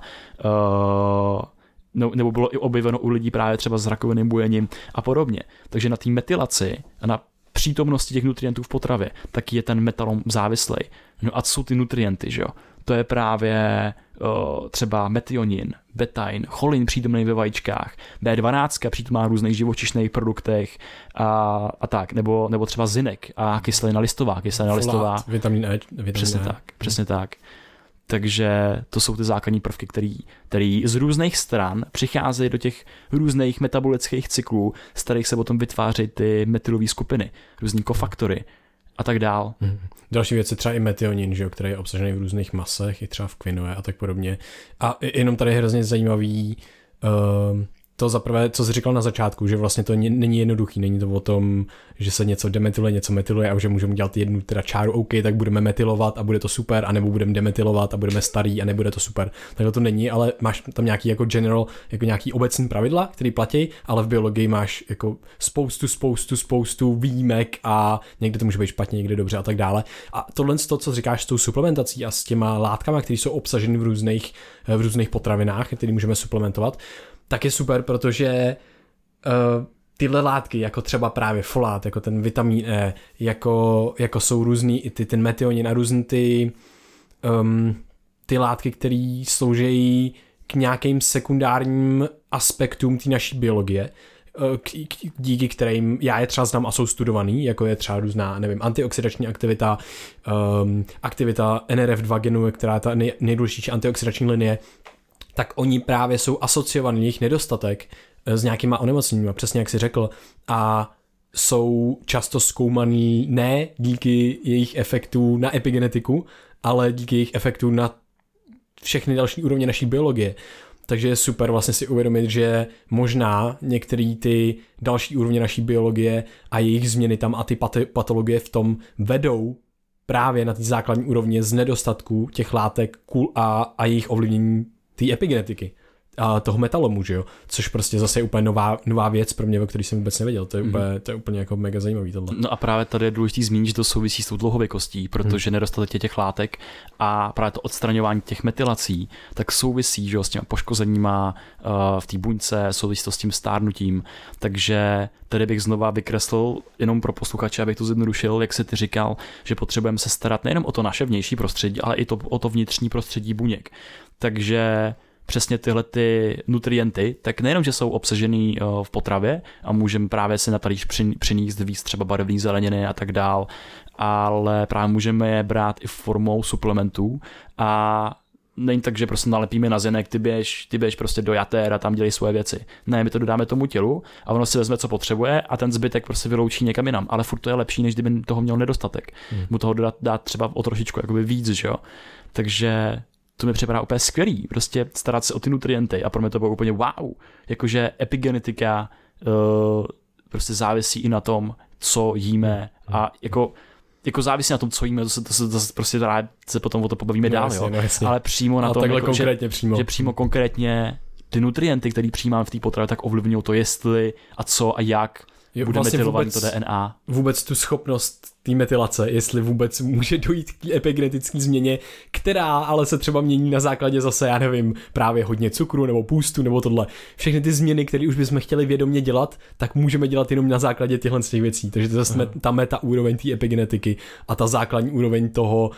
nebo bylo i objeveno u lidí právě třeba s rakovinným bujením a podobně. Takže na té metylaci a na přítomnosti těch nutrientů v potravě, tak je ten metalom závislej. No a co jsou ty nutrienty, že jo? To je právě třeba metionin, betain, cholin přítomný ve vajíčkách, B12 přítomná v různých živočišných produktech a tak, nebo třeba zinek a kyselina listová. Vitamin E. Přesně tak. Takže to jsou ty základní prvky, který z různých stran přicházejí do těch různých metabolických cyklů, z kterých se potom vytváří ty metylové skupiny, různý kofaktory a tak dál. Další věc je třeba i metionin, že jo, který je obsažený v různých masech, i třeba v kvinoe a tak podobně. A jenom tady je hrozně zajímavý to zaprvé, co jsi říkal na začátku, že vlastně to není jednoduchý, není to o tom, že se něco demetyluje, něco metyluje a že můžeme dělat jednu teda čáru, OK, tak budeme metylovat a bude to super, anebo budeme demetylovat a budeme starý a nebude to super. Takhle to není, ale máš tam nějaký jako general, jako nějaký obecný pravidla, který platí, ale v biologii máš jako spoustu výjimek a někde to může být špatně, někde dobře a tak dále. A tohle to, co říkáš s tou suplementací a s těma látkami, které jsou obsaženy v různých potravinách, které můžeme suplementovat, tak je super, protože tyhle látky, jako třeba právě folát, jako ten vitamin E, jako jsou různý i ten metionin a různý ty látky, které slouží k nějakým sekundárním aspektům té naší biologie, díky kterým já je třeba znám a jsou studovaný, jako je třeba různá, nevím, antioxidační aktivita, aktivita NRF2 genu, která je ta nejdůležitější antioxidační linie, tak oni právě jsou asociovaný, jejich nedostatek s nějakýma onemocněními, přesně jak jsi řekl, a jsou často zkoumaný ne díky jejich efektů na epigenetiku, ale díky jejich efektů na všechny další úrovně naší biologie. Takže je super vlastně si uvědomit, že možná některé ty další úrovně naší biologie a jejich změny tam a ty patologie v tom vedou právě na té základní úrovni z nedostatku těch látek a jejich ovlivnění té epigenetiky. A toho metalomu, že jo? Což prostě zase je úplně nová věc pro mě, o který jsem vůbec nevěděl. To je úplně jako mega zajímavý tohle. No a právě tady je důležitý zmínit, že to souvisí s tou dlouhověkostí, protože nedostatek těch látek a právě to odstraňování těch metylací, tak souvisí, že jo, s těma poškozeníma v té buňce, souvisí to s tím stárnutím. Takže tady bych znova vykreslil jenom pro posluchače, abych to zjednodušil, jak se ty říkal, že potřebujeme se starat nejenom o to naše vnější prostředí, ale i o to vnitřní prostředí buněk. Takže přesně tyhle ty nutrienty, tak nejenom, že jsou obsažený v potravě a můžeme právě si na talíř přinést víc třeba barevné zeleniny a tak dál, ale právě můžeme je brát i formou suplementů a není tak, že prostě nalepíme na zenek, ty běž prostě do jater a tam dělej svoje věci. Ne, my to dodáme tomu tělu a ono si vezme, co potřebuje a ten zbytek prostě vyloučí někam jinam, ale furt to je lepší, než kdyby toho měl nedostatek. Mu toho dát třeba o trošičku jakoby víc, že jo. Takže to mi připadá úplně skvělý, prostě starat se o ty nutrienty a pro mě to bylo úplně wow, jakože epigenetika prostě závisí i na tom, co jíme a jako závisí na tom, co jíme, to se prostě se potom o to pobavíme dál, jo. Ale přímo na tom, jako, že přímo konkrétně ty nutrienty, které přijímáme v té potravě, tak ovlivňují to, jestli a co a jak bude vlastně metylovaný to DNA. Vůbec tu schopnost té metylace, jestli vůbec může dojít k epigenetické změně, která ale se třeba mění na základě zase, já nevím, právě hodně cukru nebo půstu nebo tohle. Všechny ty změny, které už bychom chtěli vědomě dělat, tak můžeme dělat jenom na základě těchto těch věcí. Takže to je zase ta meta úroveň té epigenetiky a ta základní úroveň toho,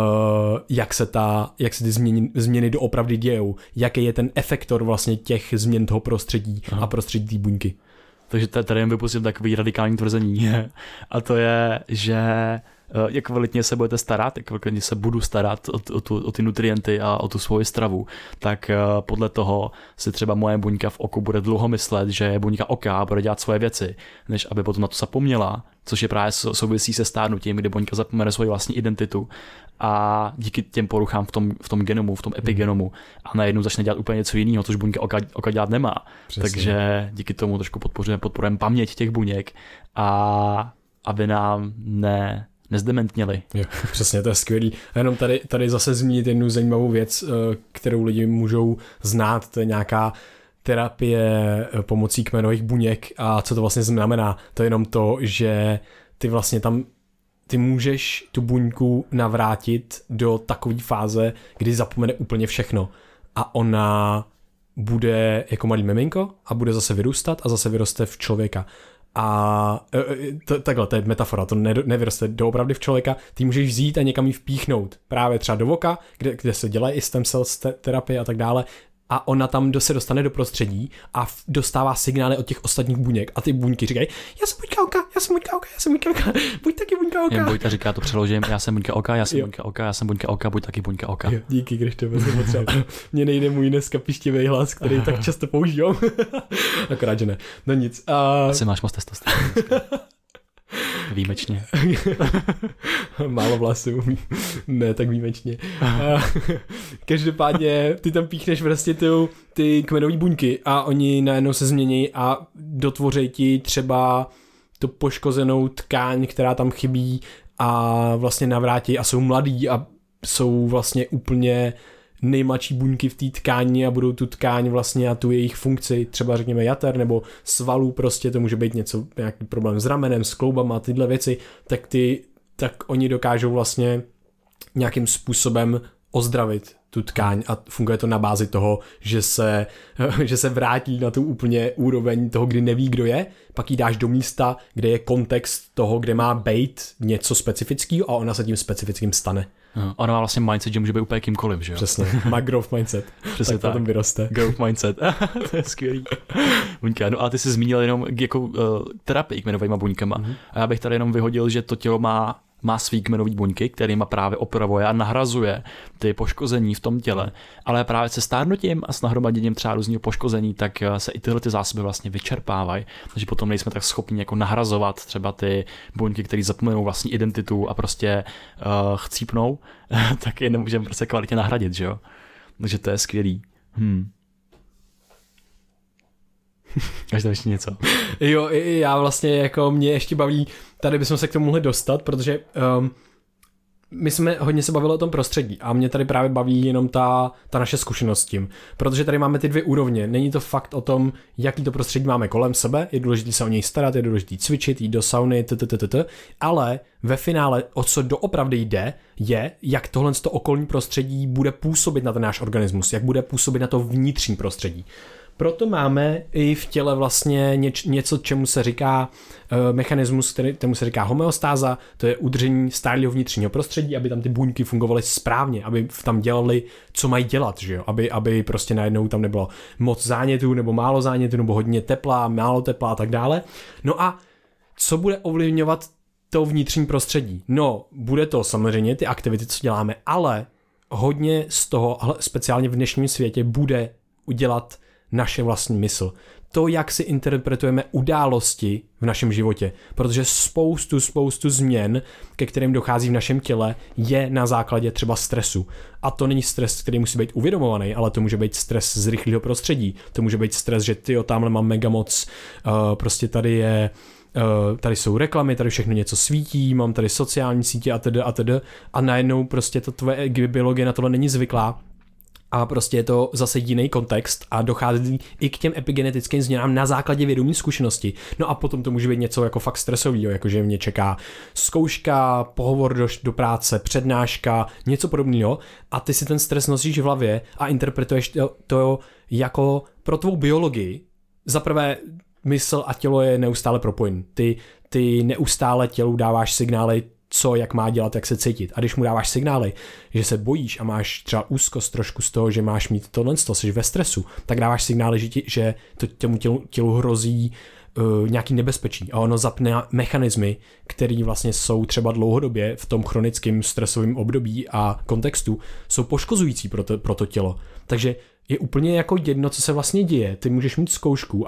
jak se ty změny doopravdy dějou, jaký je ten efektor vlastně těch změn toho prostředí a prostředí té buňky. Takže tady jen vypustím takový radikální tvrzení a to je, že jak kvalitně se budete starat, jak kvalitně se budu starat o ty nutrienty a o tu svoji stravu, tak podle toho si třeba moje buňka v oku bude dlouho myslet, že je buňka oka a bude dělat svoje věci, než aby potom na to zapomněla, což je právě souvisí se stárnutím, kdy buňka zapomene svoji vlastní identitu a díky těm poruchám v tom genomu, v tom epigenomu a najednou začne dělat úplně něco jiného, což buňka oka dělat nemá. Přesně. Takže díky tomu trošku podporujeme paměť těch buněk a aby nám nezdementněli. Jo, přesně, to je skvělý. A jenom tady zase zmínit jednu zajímavou věc, kterou lidi můžou znát, to je nějaká terapie pomocí kmenových buněk a co to vlastně znamená. To je jenom to, že ty vlastně tam ty můžeš tu buňku navrátit do takové fáze, kdy zapomene úplně všechno a ona bude jako malý miminko a bude zase vyrůstat a zase vyroste v člověka. A takhle, to je metafora, to nevyroste doopravdy v člověka, ty můžeš vzít a někam ji vpíchnout, právě třeba do voka, kde se dělají i stem cell terapie a tak dále, a ona tam se dostane do prostředí a dostává signály od těch ostatních buněk a ty buňky říkají, já jsem buňka oka, buď taky buňka oka. Buďta říká, to přeložím, já jsem buňka oka, buď taky buňka oka. Jo, díky, Krištofe, jsem potřeba. Mně nejde můj dneska pištivý hlas, který tak často používám. Akorát, že ne. No nic. Asi máš moc testosteronu. Výjimečně. Málo vlasů. Ne, tak výjimečně. Každopádně ty tam píchneš vlastně ty kmenové buňky a oni najednou se změní a dotvoří ti třeba tu poškozenou tkáň, která tam chybí a vlastně navrátí a jsou mladí a jsou vlastně úplně nejmladší buňky v té tkáni a budou tu tkáň vlastně a tu jejich funkci, třeba řekněme jater nebo svalů, prostě to může být nějaký problém s ramenem, s kloubama, tyhle věci, tak oni dokážou vlastně nějakým způsobem ozdravit tu tkáň a funguje to na bázi toho, že se vrátí na tu úplně úroveň toho, kdy neví, kdo je, pak ji dáš do místa, kde je kontext toho, kde má být něco specifického a ona se tím specifickým stane. Ona má vlastně mindset, že může být úplně kýmkoliv, že jo? Přesně, má growth mindset. Přesně tak. Potom vyroste. Growth mindset, to je skvělý. Buňka, no a ty jsi zmínil jenom jako terapii kmenovými buňkama. A já bych tady jenom vyhodil, že to tělo má svý kmenový buňky, kterýma právě opravuje a nahrazuje ty poškození v tom těle. Ale právě se stárnutím a s nahromaděním třeba různého poškození, tak se i tyhle ty zásoby vlastně vyčerpávají. Takže potom nejsme tak schopni jako nahrazovat třeba ty buňky, které zapomenou vlastní identitu a prostě chcípnou, tak je nemůžeme prostě kvalitně nahradit, že jo? Takže to je skvělý. Až to ještě něco. Jo, já vlastně jako mě ještě baví, tady bychom se k tomu mohli dostat, protože my jsme hodně se bavili o tom prostředí a mě tady právě baví jenom ta naše zkušenost s tím, protože tady máme ty dvě úrovně, není to fakt o tom, jaký to prostředí máme kolem sebe, je důležité se o něj starat, je důležité cvičit, jít do sauny, ale ve finále o co doopravdy jde, je, jak tohle okolní prostředí bude působit na ten náš organismus, jak bude působit na to vnitřní prostředí. Proto máme i v těle vlastně něco, čemu se říká mechanismus, kterému se říká homeostáza, to je udržení stálého vnitřního prostředí, aby tam ty buňky fungovaly správně, aby tam dělali, co mají dělat, že jo? Aby prostě najednou tam nebylo moc zánětů nebo málo zánětů, nebo hodně tepla, málo tepla a tak dále. No a co bude ovlivňovat to vnitřní prostředí? No, bude to samozřejmě ty aktivity, co děláme, ale hodně z toho, speciálně v dnešním světě, bude udělat naše vlastní mysl. To, jak si interpretujeme události v našem životě, protože spoustu změn, ke kterým dochází v našem těle, je na základě třeba stresu. A to není stres, který musí být uvědomovaný, ale to může být stres z rychlého prostředí. To může být stres, že tamhle mám mega moc, prostě tady jsou reklamy, tady všechno něco svítí, mám tady sociální sítě atd. A najednou prostě ta tvoje biologie na tohle není zvyklá. A prostě je to zase jiný kontext a dochází i k těm epigenetickým změnám na základě vědomí zkušenosti. No a potom to může být něco jako fakt stresového, jakože mě čeká zkouška, pohovor do práce, přednáška, něco podobného a ty si ten stres nosíš v hlavě a interpretuješ to jako pro tvou biologii. Zaprvé mysl a tělo je neustále propojený. Ty neustále tělu dáváš signály, co, jak má dělat, jak se cítit. A když mu dáváš signály, že se bojíš a máš třeba úzkost trošku z toho, že máš mít tohle, jsi ve stresu, tak dáváš signály, že tomu tělu hrozí nějaký nebezpečí. A ono zapne mechanismy, které vlastně jsou třeba dlouhodobě v tom chronickém stresovém období a kontextu, jsou poškozující pro to tělo. Takže je úplně jako jedno, co se vlastně děje. Ty můžeš mít zkoušku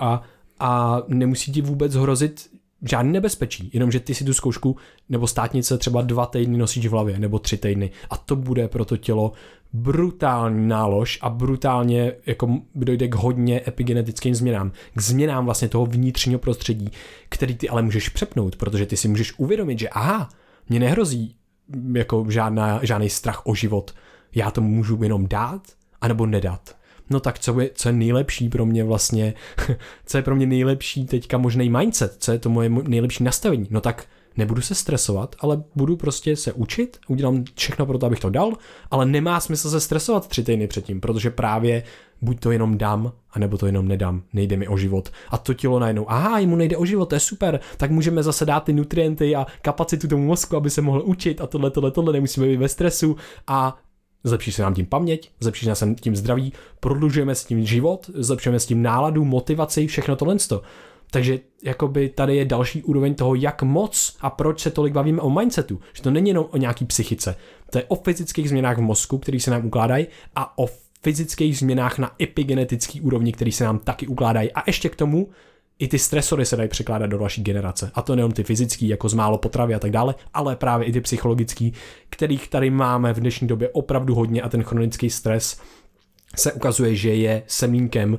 a nemusí ti vůbec hrozit žádný nebezpečí, jenomže ty si tu zkoušku nebo státnice třeba 2 týdny nosíš v hlavě, nebo 3 týdny a to bude pro to tělo brutální nálož a brutálně jako dojde k hodně epigenetickým změnám, k změnám vlastně toho vnitřního prostředí, který ty ale můžeš přepnout, protože ty si můžeš uvědomit, že aha, mě nehrozí jako žádný strach o život, já tomu můžu jenom dát, anebo nedat. No tak co je nejlepší pro mě vlastně, co je pro mě nejlepší teďka možný mindset, co je to moje nejlepší nastavení, no tak nebudu se stresovat, ale budu prostě se učit, udělám všechno pro to, abych to dal, ale nemá smysl se stresovat 3 týdny předtím, protože právě buď to jenom dám, anebo to jenom nedám, nejde mi o život. A to tělo najednou, aha, jemu nejde o život, to je super, tak můžeme zase dát ty nutrienty a kapacitu tomu mozku, aby se mohl učit a tohle, nemusíme být ve stresu a zlepší se nám tím paměť, zlepší se nám tím zdraví, prodlužujeme s tím život, zlepšujeme s tím náladu, motivaci, všechno tohle. Takže jakoby tady je další úroveň toho, jak moc a proč se tolik bavíme o mindsetu. Že to není jenom o nějaký psychice. To je o fyzických změnách v mozku, které se nám ukládají a o fyzických změnách na epigenetický úrovni, které se nám taky ukládají. A ještě k tomu i ty stresory se dají překládat do další generace. A to nejenom ty fyzický, jako z málo potravy a tak dále, ale právě i ty psychologický, kterých tady máme v dnešní době opravdu hodně a ten chronický stres se ukazuje, že je semínkem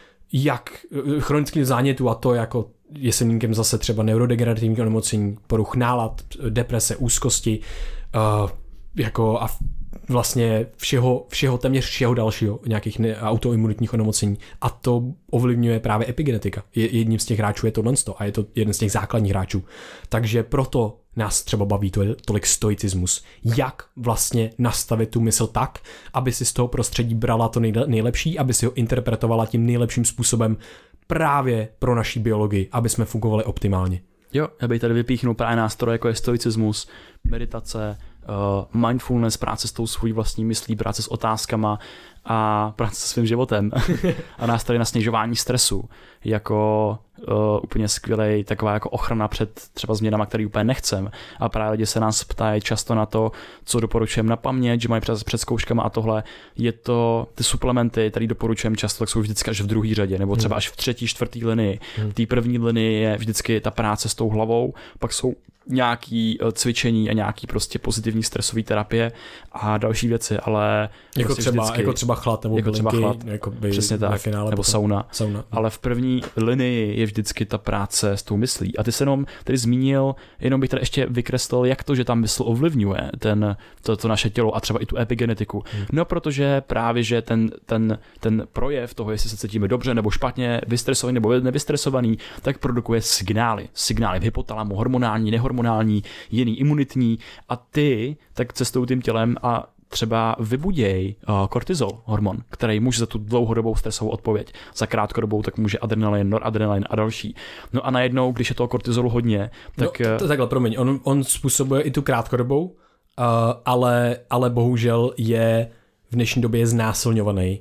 jak chronických zánětů a to jako je semínkem zase třeba neurodegenerativních onemocnění, poruch nálad, deprese, úzkosti, jako a vlastně téměř všeho dalšího, nějakých autoimunitních onemocnění. A to ovlivňuje právě epigenetika. Jedním z těch hráčů je tohle a je to jeden z těch základních hráčů. Takže proto nás třeba baví tolik stoicismus. Jak vlastně nastavit tu mysl tak, aby si z toho prostředí brala to nejlepší, aby si ho interpretovala tím nejlepším způsobem právě pro naší biologii, aby jsme fungovali optimálně. Jo, já bych tady vypíchnul právě nástroje, jako je stoicismus, meditace, mindfulness, práce s tou svojí vlastní myslí, práce s otázkama a práce se svým životem a nástroje na snižování stresu jako úplně skvělej, taková jako ochrana před třeba změnama, které úplně nechcem. A právě lidi se nás ptají často na to, co doporučujeme na paměť, že mají před zkouškama a tohle. Je to ty suplementy, které doporučujeme často, tak jsou vždycky až v druhé řadě, nebo třeba až v třetí, čtvrtý linii. V té první linii je vždycky ta práce s tou hlavou, pak jsou nějaký cvičení a nějaký prostě pozitivní stresové terapie a další věci, ale jako, prostě jako třeba chlad nebo jako bylinky, třeba chlad, jako přesně tak, finále nebo sauna. Ale v první linii je vždycky ta práce s tou myslí. A ty se jenom tady zmínil, jenom bych tady ještě vykreslil, jak to, že ta mysl ovlivňuje to naše tělo a třeba i tu epigenetiku. No, protože právě, že ten projev toho, jestli se cítíme dobře nebo špatně, vystresovaný nebo nevystresovaný, tak produkuje signály v hypotalamu, hormonální, nehormonální, jiný imunitní a ty tak cestou tím tělem a třeba vybuděj kortizol, hormon, který může za tu dlouhodobou stresovou odpověď. Za krátkodobou tak může adrenalin, noradrenalin a další. No a najednou, když je toho kortizolu hodně, tak... No, takhle, promiň, on způsobuje i tu krátkodobou, ale bohužel je v dnešní době znásilňovaný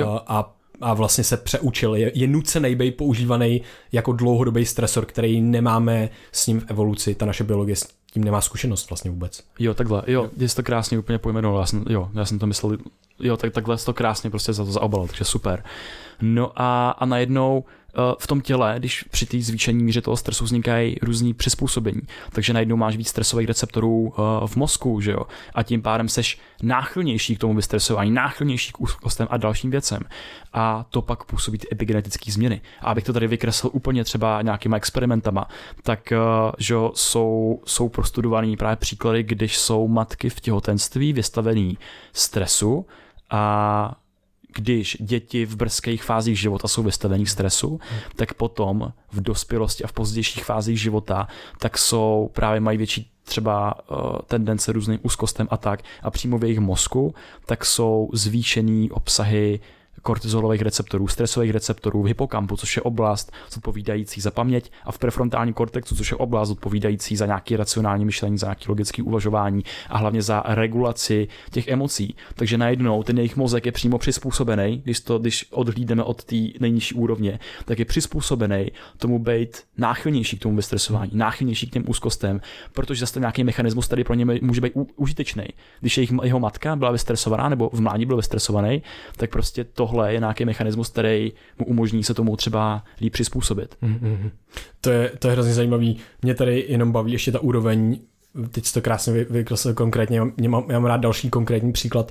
a vlastně se přeučil. Je nucený být používaný jako dlouhodobý stresor, který nemáme s ním v evoluci, ta naše biologie s tím nemá zkušenost vlastně vůbec. Jo, takhle, jsi to krásně úplně pojmenoval, já jsem to myslel, takhle jsi to krásně prostě zaobalil, takže super. No a najednou v tom těle, když při té zvýšení míře toho stresu vznikají různý přizpůsobení, takže najednou máš víc stresových receptorů v mozku, že jo? A tím pádem seš náchylnější k tomu vystresování, náchylnější k úzkostem a dalším věcem. A to pak působí ty epigenetické změny. A abych to tady vykreslil úplně třeba nějakýma experimentama, tak že jsou prostudovaný právě příklady, když jsou matky v těhotenství vystavený stresu a když děti v brzkých fázích života jsou vystavení stresu, tak potom v dospělosti a v pozdějších fázích života tak mají větší třeba tendence různým úzkostem a tak a přímo v jejich mozku tak jsou zvýšený obsahy kortizolových receptorů, stresových receptorů v hypokampu, což je oblast zodpovídající za paměť, a v prefrontálním kortexu, což je oblast zodpovídající za nějaké racionální myšlení, za nějaké logické uvažování a hlavně za regulaci těch emocí. Takže najednou ten jejich mozek je přímo přizpůsobený, když odhlídneme od té nejnižší úrovně, tak je přizpůsobený tomu být náchylnější k tomu vystresování, náchylnější k těm úzkostem, protože zase nějaký mechanismus tady pro ně může být užitečný. Když jeho matka byla vystresovaná nebo v mládí byl vystresovaný, tak prostě tohle je nějaký mechanismus, který mu umožní se tomu třeba líp přizpůsobit. Mm-hmm. To je hrozně zajímavý. Mě tady jenom baví ještě ta úroveň, teď jsi to krásně vykreslil konkrétně, já mám rád další konkrétní příklad,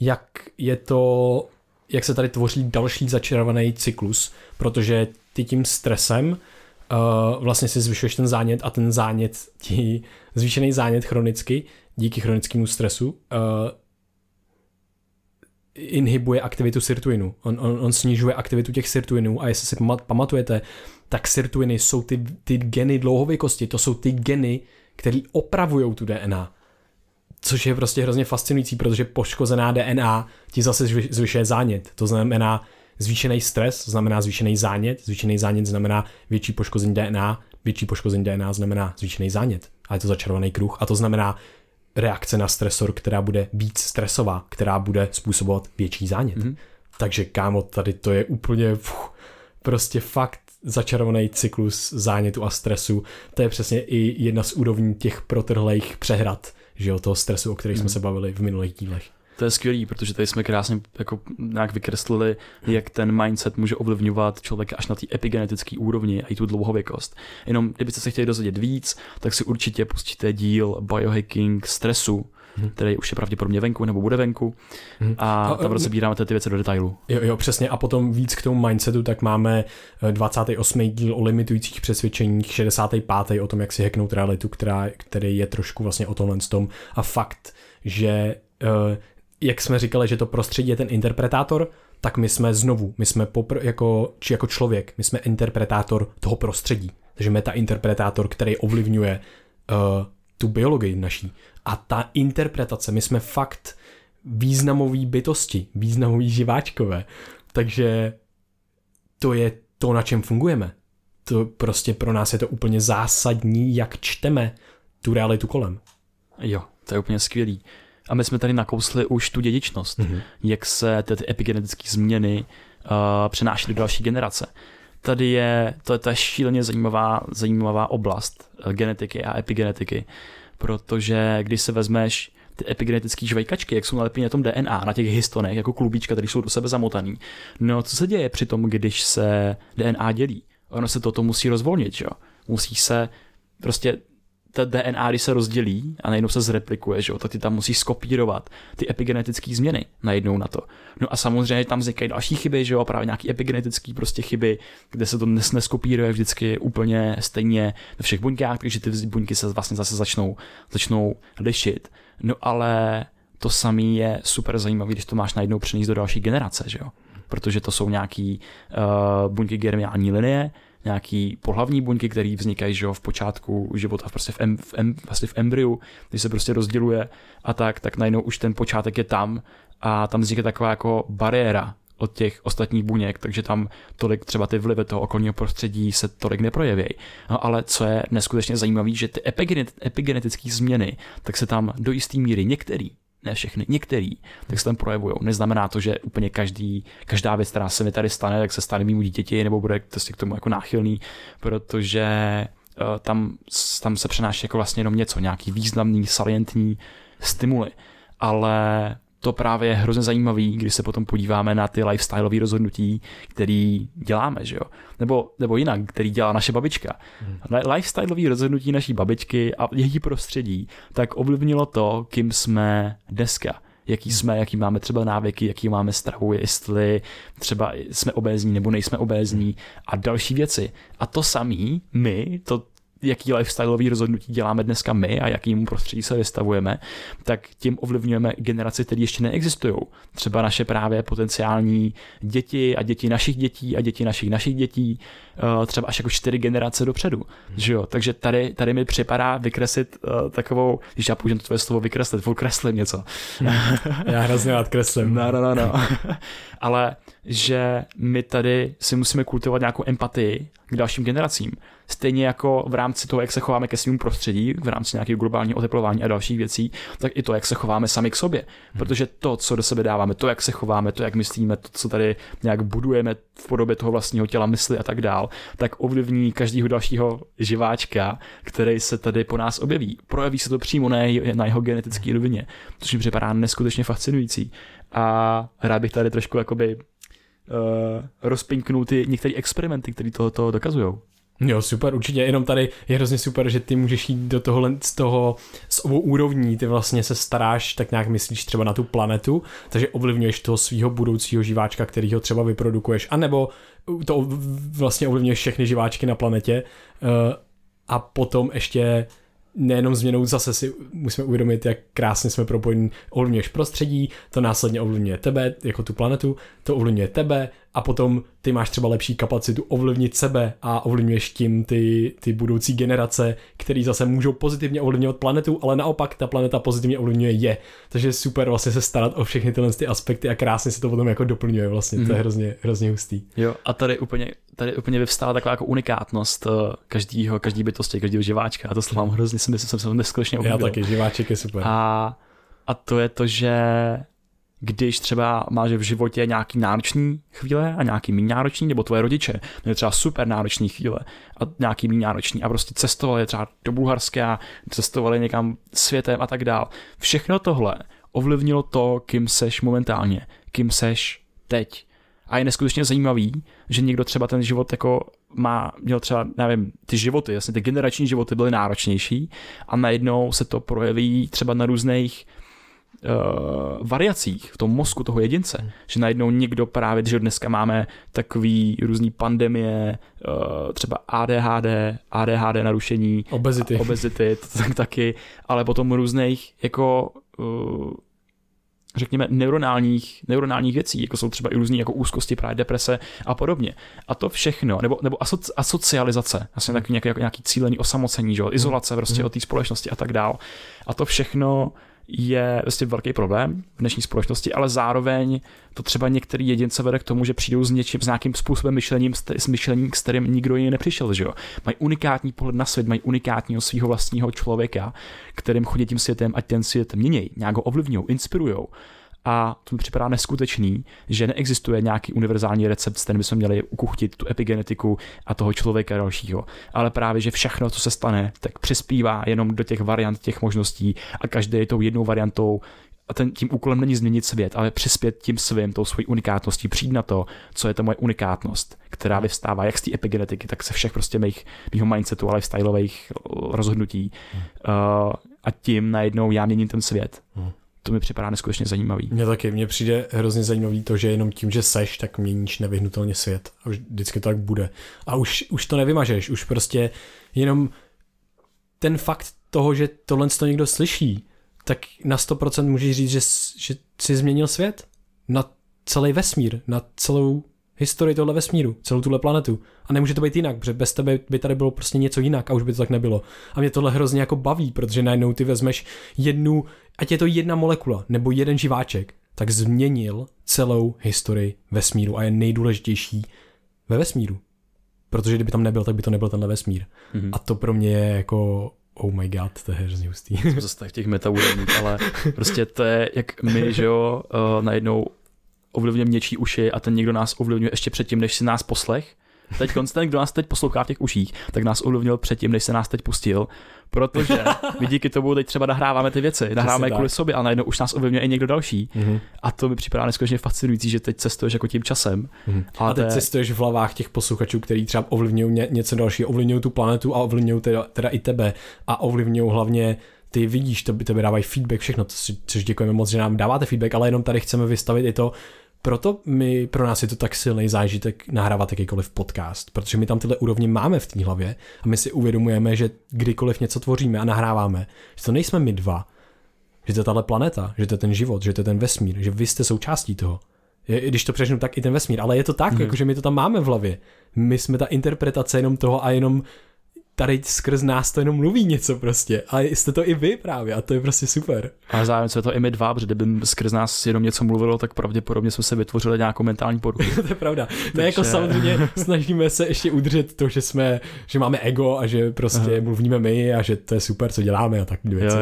jak se tady tvoří další začarovaný cyklus, protože ty tím stresem vlastně si zvyšuješ ten zánět a ten zánět, zvýšený zánět chronicky, díky chronickému stresu, inhibuje aktivitu sirtuinu. On snižuje aktivitu těch sirtuinů a jestli si pamatujete, tak sirtuiny jsou ty geny dlouhověkosti, to jsou ty geny, které opravují tu DNA. Což je prostě hrozně fascinující, protože poškozená DNA ti zase zvyšuje zánět. To znamená zvýšený stres, znamená zvýšený zánět znamená větší poškození DNA znamená zvýšený zánět. A je to začarovaný kruh a to znamená reakce na stresor, která bude víc stresová, která bude způsobovat větší zánět. Mm-hmm. Takže kámo, tady to je úplně prostě fakt začarovaný cyklus zánětu a stresu. To je přesně i jedna z úrovní těch protrhlých přehrad, že jo, toho stresu, o kterých jsme se bavili v minulých dílech. To je skvělý, protože tady jsme krásně jako nějak vykreslili, jak ten mindset může ovlivňovat člověka až na té epigenetické úrovni a i tu dlouhověkost. Jenom kdybyste se chtěli dozvědět víc, tak si určitě pustíte díl Biohacking stresu, který už je pravděpodobně venku nebo bude venku a tam rozebíráme ty věci do detailu. Jo, přesně. A potom víc k tomu mindsetu, tak máme 28. díl o limitujících přesvědčeních, 65. o tom, jak si hacknout realitu, který je trošku vlastně o tomhle tom. A fakt, že jak jsme říkali, že to prostředí je ten interpretátor, tak my jsme jako člověk, my jsme interpretátor toho prostředí. Takže metainterpretátor, který ovlivňuje tu biologii naší. A ta interpretace, my jsme fakt významový bytosti, významový živáčkové. Takže to je to, na čem fungujeme. To prostě pro nás je to úplně zásadní, jak čteme tu realitu kolem. Jo, to je úplně skvělý. A my jsme tady nakousli už tu dědičnost, jak se ty epigenetické změny přenáší do další generace. Tady je šíleně zajímavá oblast genetiky a epigenetiky, protože když se vezmeš ty epigenetické žvejkačky, jak jsou nalepeny na tom DNA, na těch histonech, jako klubíčka, které jsou do sebe zamotaný. No, co se děje při tom, když se DNA dělí? Ono se toto musí rozvolnit, že jo? Musí se prostě ta DNA, když se rozdělí a najednou se zreplikuje, že jo, tak ty tam musíš skopírovat ty epigenetické změny najednou na to. No a samozřejmě tam vznikají další chyby, že jo, právě nějaký epigenetické prostě chyby, kde se to neskopíruje vždycky úplně stejně ve všech buňkách, takže ty buňky se vlastně zase začnou lišit. No ale to samé je super zajímavé, když to máš najednou přenést do další generace, že jo, protože to jsou nějaký buňky germinální linie, nějaký pohlavní buňky, které vznikají, že jo, v počátku života, prostě vlastně v embryu, když se prostě rozděluje a tak najednou už ten počátek je tam a tam vznikne taková jako bariéra od těch ostatních buněk, takže tam tolik třeba ty vlivy toho okolního prostředí se tolik neprojeví. No ale co je neskutečně zajímavé, že ty epigenetické změny, tak se tam do jisté míry ne všechny, některý, tak se tam projevují. Neznamená to, že úplně každá věc, která se mi tady stane, tak se stane mému dítěti, nebo bude prostě k tomu jako náchylný, protože tam se přenáší jako vlastně jenom něco, nějaký významný, salientní stimuly. Ale to právě je hrozně zajímavý, když se potom podíváme na ty lifestyleové rozhodnutí, který děláme, že jo? Nebo jinak, který dělá naše babička. Lifestyleové rozhodnutí naší babičky a její prostředí tak ovlivnilo to, kým jsme dneska. Jaký máme třeba návyky, jaký máme stravu, jestli třeba jsme obézní nebo nejsme obézní a další věci. A to samý jaký lifestyleový rozhodnutí děláme dneska my a jakýmu prostředí se vystavujeme, tak tím ovlivňujeme generace, které ještě neexistují. Třeba naše právě potenciální děti a děti našich dětí a děti našich dětí, třeba až jako 4 generace dopředu. Že jo? Takže tady mi připadá vykreslit takovou, když já použiju to tvoje slovo vykreslit, kreslím něco. Já hrozně rád kreslím. No. Ale že my tady si musíme kultivovat nějakou empatii k dalším generacím. Stejně jako v rámci toho, jak se chováme ke svému prostředí, v rámci nějakého globálního oteplování a dalších věcí, tak i to, jak se chováme sami k sobě. Protože to, co do sebe dáváme, to, jak se chováme, to, jak myslíme, to, co tady nějak budujeme v podobě toho vlastního těla, mysli a tak dál, tak ovlivní každého dalšího živáčka, který se tady po nás objeví. Projeví se to přímo na jeho genetické rovině, což mi připadá neskutečně fascinující. A rád bych tady trošku jakoby rozpinknul ty některé experimenty, které to dokazují. Jo, super, určitě, jenom tady je hrozně super, že ty můžeš jít do tohohle z obou úrovní, ty vlastně se staráš, tak nějak myslíš třeba na tu planetu, takže ovlivňuješ toho svého budoucího živáčka, kterýho třeba vyprodukuješ, anebo to vlastně ovlivňuješ všechny živáčky na planetě a potom ještě nejenom změnou, zase si musíme uvědomit, jak krásně jsme propojení, ovlivňuješ prostředí, to následně ovlivňuje tebe, jako tu planetu, to ovlivňuje tebe a potom ty máš třeba lepší kapacitu ovlivnit sebe a ovlivňuješ tím ty budoucí generace, které zase můžou pozitivně ovlivňovat planetu, ale naopak ta planeta pozitivně ovlivňuje je. Takže je super vlastně se starat o všechny tyhle aspekty a krásně se to potom jako doplňuje vlastně, to je hrozně hustý. Jo, a tady úplně vyvstala taková jako unikátnost každý bytosti, každého živáčka a to slovo mám hrozně, jsem se neskutečně oblíbil. Já taky, živáček je super. A to je to, že když třeba máš v životě nějaký náročný chvíle a nějaký méně náročný, nebo tvoje rodiče měli třeba super náročný chvíle a nějaký méně náročný a prostě cestovali třeba do Bulharska, cestovali někam světem a tak dál. Všechno tohle ovlivnilo to, kým seš momentálně, kým seš teď. A je neskutečně zajímavý, že někdo třeba ten život jako měl třeba, nevím, ty životy, jasně ty generační životy byly náročnější a najednou se to projeví třeba na různých variacích v tom mozku toho jedince, že najednou někdo právě, že dneska máme takový různý pandemie, třeba ADHD narušení, obezity taky, ale potom různých jako řekněme, neuronálních věcí, jako jsou třeba i různý jako úzkosti, právě deprese a podobně. A to všechno, nebo asocializace, vlastně taky nějaký cílený osamocení, že? Izolace prostě od té společnosti a tak dál. A to všechno je vlastně velký problém v dnešní společnosti, ale zároveň to třeba některý jedince vede k tomu, že přijdou s nějakým způsobem myšlením, s kterým nikdo jiný nepřišel, že jo. Mají unikátní pohled na svět, mají unikátního svého vlastního člověka, kterým chodí tím světem, ať ten svět mění, nějak ho ovlivňují, inspirujou. A to mi připadá neskutečný, že neexistuje nějaký univerzální recept, s kterým bychom měli ukuchtit tu epigenetiku a toho člověka dalšího. Ale právě, že všechno, co se stane, tak přispívá jenom do těch variant, těch možností a každý je tou jednou variantou. A tím úkolem není změnit svět, ale přispět tím svým, tou svojí unikátností, přijít na to, co je ta moje unikátnost, která vyvstává jak z té epigenetiky, tak se všech prostě mýho mindsetu a lifestyleových rozhodnutí. A tím najednou já měním ten svět. To mi připadá neskutečně zajímavý. Mně přijde hrozně zajímavý to, že jenom tím, že seš, tak měníš nevyhnutelně svět. A už vždycky to tak bude. A už to nevymažeš, už prostě jenom ten fakt toho, že tohle to někdo slyší, tak na 100% můžeš říct, že jsi změnil svět na celý vesmír, na celou historii tohle vesmíru, celou tuhle planetu. A nemůže to být jinak, protože bez tebe by tady bylo prostě něco jinak a už by to tak nebylo. A mě tohle hrozně jako baví, protože najednou ty vezmeš jednu, ať je to jedna molekula nebo jeden živáček, tak změnil celou historii vesmíru a je nejdůležitější ve vesmíru. Protože kdyby tam nebyl, tak by to nebyl tenhle vesmír. A to pro mě je jako oh my god, to je hrozně hustý. Jsme zase v těch metaúrovních, ale prostě to je jak my, že jo, najednou ovlivňujeme něčí uši a ten někdo nás ovlivňuje ještě předtím, než si nás poslech. Teď ten, kdo nás teď poslouchá v těch uších, tak nás ovlivnil předtím, než se nás teď pustil, protože my díky tomu teď třeba nahráváme ty věci, nahráváme kvůli sobě a najednou už nás ovlivňuje i někdo další. A to mi připadá neskutečně fascinující, že teď cestuješ jako tím časem. A teď cestuješ v hlavách těch posluchačů, kteří třeba ovlivňují něco dalšího, ovlivňují tu planetu a ovlivňují teda i tebe a ovlivňují hlavně ty vidíš, tebe dávají feedback, všechno, což děkujeme moc, že nám dáváte feedback, ale jenom tady chceme vystavit i to, proto pro nás je to tak silný zážitek nahrávat jakýkoliv podcast, protože my tam tyhle úrovně máme v té hlavě a my si uvědomujeme, že kdykoliv něco tvoříme a nahráváme, že to nejsme my dva, že to je tahle planeta, že to je ten život, že to je ten vesmír, že vy jste součástí toho. Když to přežnu, tak i ten vesmír, ale je to tak, jakože my to tam máme v hlavě. My jsme ta interpretace jenom toho a jenom tady skrz nás to jenom mluví něco prostě. A jste to i vy právě a to je prostě super. A zároveň je to i my dva, protože kdyby skrz nás jenom něco mluvilo, tak pravděpodobně jsme se vytvořili nějakou mentální poruchu. To je pravda. Ne, jako samozřejmě snažíme se ještě udržet to, že máme ego a že prostě mluvíme my a že to je super, co děláme a takové věci.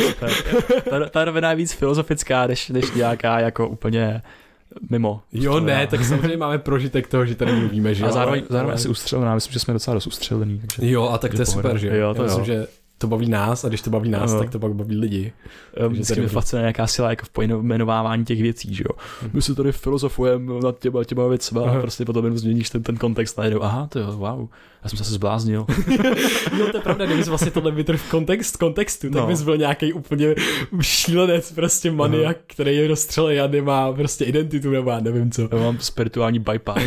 Ta rovina je víc filozofická, než nějaká jako úplně mimo. Jo, ne, tak samozřejmě máme prožitek toho, že tady mluvíme, že? A zároveň asi ustřelená, myslím, že jsme docela dost ustřelený. Takže jo, a tak to je super, že? Jo, myslím, že to baví nás a když to baví nás, tak to pak baví lidi. Vždycky mě fascinuje nějaká sila jako v pojmenovávání těch věcí, že jo. My se tady filozofujeme nad těma věcma a prostě potom jenom změníš ten kontext a jedou, aha, to jo, wow, já jsem se zbláznil. Jo, to je pravda, kdybys vlastně tohle vytrhl v kontextu, tak bys byl nějaký úplně šílenec, prostě maniak, který je rozstřelený a nemá prostě identitu, nebo já nevím co. Já mám spirituální bypass.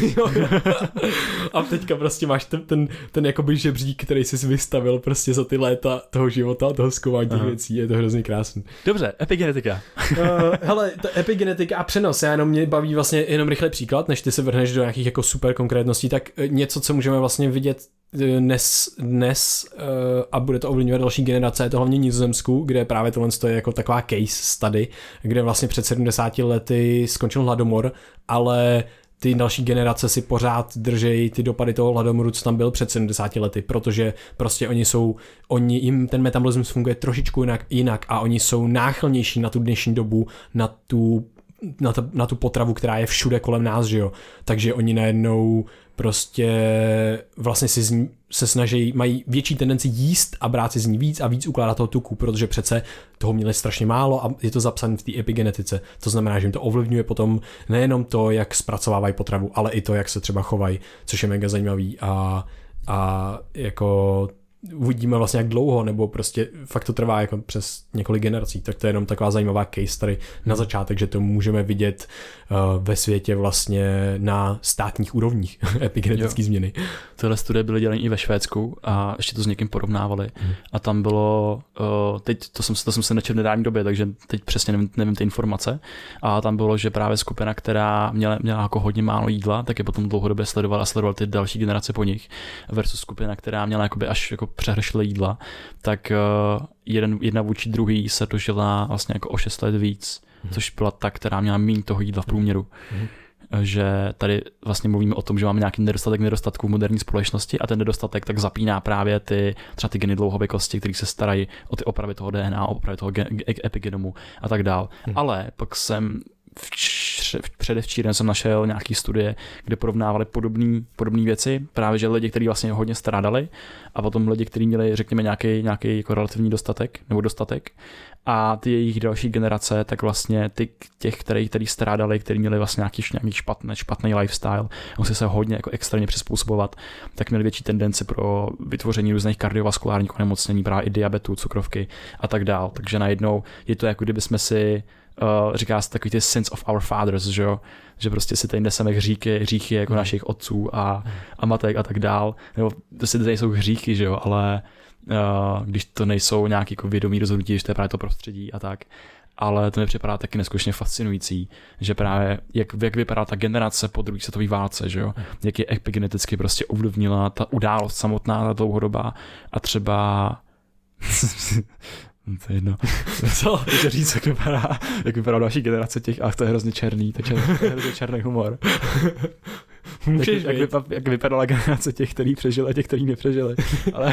A teďka prostě máš ten jakoby žebřík, který jsi vystavil prostě za ty léta toho života, toho zkoumání těch věcí, je to hrozně krásný. Dobře, epigenetika. Hele, epigenetika a přenos, mě baví vlastně jenom rychlý příklad, než ty se vrhneš do nějakých jako super konkrétností, tak něco, co můžeme vlastně vidět dnes a bude to ovlivňovat další generace, je to hlavně Nizozemsku, kde právě tohle je jako taková case study, kde vlastně před 70 lety skončil hladomor, ale ty další generace si pořád držejí ty dopady toho hladomoru, co tam byl před 70 lety, protože prostě jim ten metabolismus funguje trošičku jinak a oni jsou náchylnější na tu dnešní dobu, na tu potravu, která je všude kolem nás, že jo. Takže oni najednou prostě vlastně se snaží, mají větší tendenci jíst a brát si z ní víc a víc ukládat toho tuku, protože přece toho měli strašně málo a je to zapsané v té epigenetice. To znamená, že jim to ovlivňuje potom nejenom to, jak zpracovávají potravu, ale i to, jak se třeba chovají, což je mega zajímavý a jako uvidíme vlastně jak dlouho, nebo prostě fakt to trvá jako přes několik generací, tak to je jenom taková zajímavá case tady na začátek, že to můžeme vidět ve světě vlastně na státních úrovních epigenetické změny. Tyhle studie byly dělané i ve Švédsku a ještě to s někým porovnávali a tam bylo, teď to jsem se načetl v nedávné době, takže teď přesně nevím ty informace, a tam bylo, že právě skupina, která měla jako hodně málo jídla, tak je potom dlouhodobě sledovala ty další generace po nich, versus skupina, která měla jakoby až jako přehršle jídla, tak jedna vůči druhý se dožila vlastně jako o 6 let víc, což byla ta, která měla méně toho jídla v průměru. Že tady vlastně mluvíme o tom, že máme nějaký nedostatků v moderní společnosti a ten nedostatek tak zapíná právě třeba ty geny dlouhověkosti, které se starají o ty opravy toho DNA, o opravy toho epigenomu a tak dál. Ale pak jsem předevčírem jsem našel nějaký studie, kde porovnávali podobné věci, právě že lidi, kteří vlastně hodně strádali, a potom lidi, kteří měli, řekněme, nějaký jako relativní dostatek a ty jejich další generace, tak vlastně těch, kteří strádali, kteří měli vlastně nějaký špatný lifestyle, museli se hodně jako extrémně přizpůsobovat, tak měli větší tendenci pro vytvoření různých kardiovaskulárních onemocnění, právě i diabetu, cukrovky a tak dál. Takže najednou je to jako kdyby jsme si říká se takový ty sins of our fathers, že prostě si tady neseme hříchy jako našich otců a matek a tak dál. Nebo to si tady jsou hříchy, že jo, ale když to nejsou nějaký jako vědomý rozhodnutí, že to je právě to prostředí a tak. Ale to mi připadá taky neskutečně fascinující, že právě jak vypadá ta generace po druhé světové válce, že jo, jak je epigeneticky prostě ovlivnila ta událost samotná, ta dlouhodobá, a třeba to je jedno. Co? Můžu říct, jak vypadá další generace těch, to je hrozně černý, takže to je hrozně černý humor. Jak vypadala generace těch, který přežili a těch, který nepřežili. Ale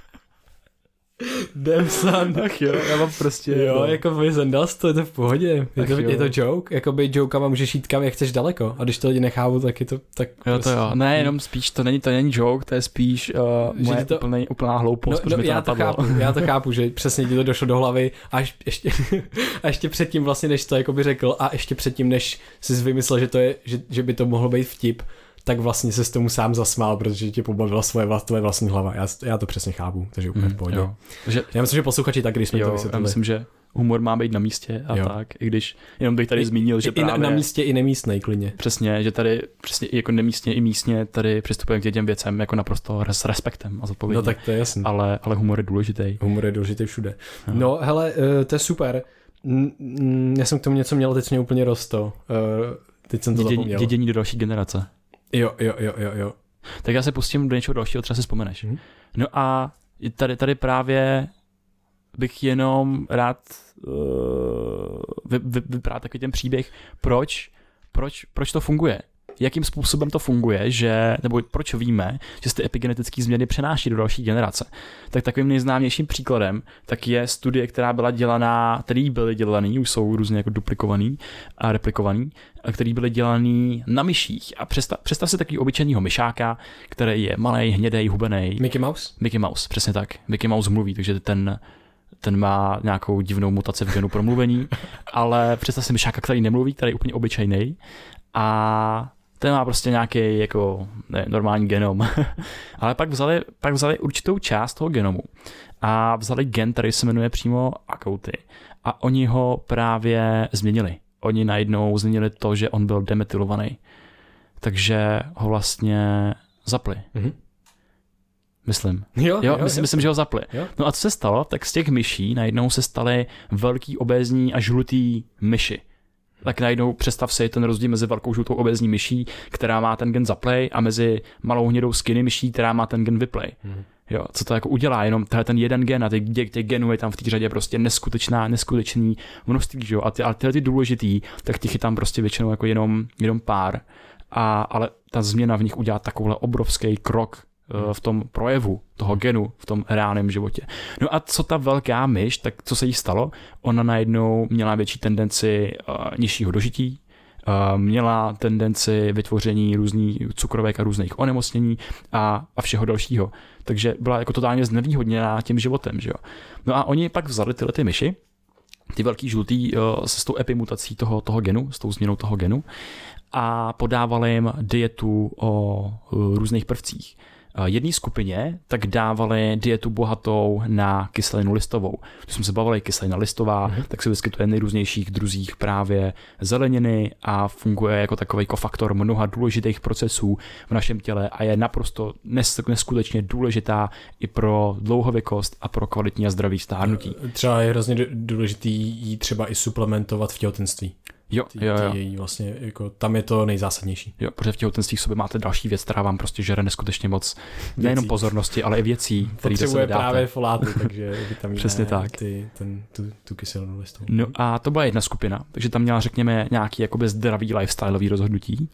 Damn son. Ach jo, já mám prostě... Jo, jako vyzendas, to je to v pohodě. Je to joke, jakoby jokama můžeš jít kam, jak chceš daleko. A když to lidi nechápou, tak je to tak... Jo, prostě... to jo. Ne, jenom spíš, to není joke, to je spíš moje to... úplná hloupost, no, já to chápu, že přesně ti to došlo do hlavy a ještě předtím vlastně, než to jakoby řekl, a ještě předtím, než jsi vymyslel, že to je, že by to mohlo být vtip, tak vlastně se s tomu sám zasmál, protože tě pobavila tvoje vlastní hlava. Já to přesně chápu, takže úplně v pohodě. Já myslím, že posluchači tak, když jsme to vysvětlili. Já myslím, že humor má být na místě a tak, i když jenom bych tady zmínil, že právě... na místě i nemístnej klidně. Přesně, že tady přesně jako nemístně i místně tady přistupujeme k těm věcem jako naprosto s respektem a zodpovědně. No tak to je jasný. Ale humor je důležitý. Humor je důležitý všude. No hele, to je super. Já jsem k tomu něco měl, teď mě úplně rosto. Teď jsem to zapomněl. Dědění do další generace. Jo. Tak já se pustím do něčeho dalšího, třeba si vzpomeneš. No a tady právě bych jenom rád vyprávěl takový ten příběh, proč to funguje. Jakým způsobem to funguje, nebo proč víme, že se ty epigenetické změny přenáší do další generace. Tak takovým nejznámějším příkladem tak je studie, která byly dělaný, už jsou různě jako duplikovaný a replikovaný, a který byly dělaný na myších. A představ si takový obyčejného myšáka, který je malej, hnědej, hubenej. Mickey Mouse? Mickey Mouse, přesně tak. Mickey Mouse mluví, takže ten má nějakou divnou mutaci v genu promluvení, ale představ si myšáka, který nemluví, který je úplně obyčejnej, a ten má prostě nějaký jako normální genom. Ale pak vzali určitou část toho genomu a vzali gen, který se jmenuje přímo akouty, a oni ho právě změnili. Oni najednou změnili to, že on byl demetylovaný. Takže ho vlastně zapli. Myslím. Myslím, že ho zapli. Jo. No a co se stalo? Tak z těch myší najednou se staly velký obézní a žlutý myši. Tak najednou představ si ten rozdíl mezi velkou žlutou obézní myší, která má ten gen zaplay, a mezi malou hnědou skinny myší, která má ten gen vyplay. Jo, co to jako udělá, jenom ten jeden gen, a těch genů je tam v té řadě prostě neskutečný množství, jo? A tyhle ty důležitý, tak těch je tam prostě většinou jako jenom pár, ale ta změna v nich udělá takovýhle obrovský krok v tom projevu toho genu v tom reálném životě. No a co ta velká myš, tak co se jí stalo? Ona najednou měla větší tendenci nižšího dožití, měla tendenci vytvoření různých cukrovek a různých onemocnění a všeho dalšího. Takže byla jako totálně znevýhodněná tím životem, že jo. No a oni pak vzali tyhle ty myši, ty velký žlutý s tou epimutací toho genu, s tou změnou toho genu, a podávali jim dietu o různých prvcích. jedné skupině tak dávali dietu bohatou na kyselinu listovou. Když jsme se bavili, kyselina listová, tak se vyskytuje v nejrůznějších druzích právě zeleniny a funguje jako takový kofaktor mnoha důležitých procesů v našem těle a je naprosto neskutečně důležitá i pro dlouhověkost a pro kvalitní a zdravý stárnutí. Třeba je hrozně důležitý jí třeba i suplementovat v těhotenství. Jo. Vlastně, jako, tam je to nejzásadnější. Jo, protože v těhotenství v sobě máte další věc, která vám prostě žere neskutečně moc nejenom pozornosti, ale i věcí, které do sebe dáte. Právě foláty, takže vitamíny. Přesně tak. Tu kyselinu listovou. No a to byla jedna skupina, takže tam měla, řekněme, nějaký jakoby zdravý lifestyleový rozhodnutí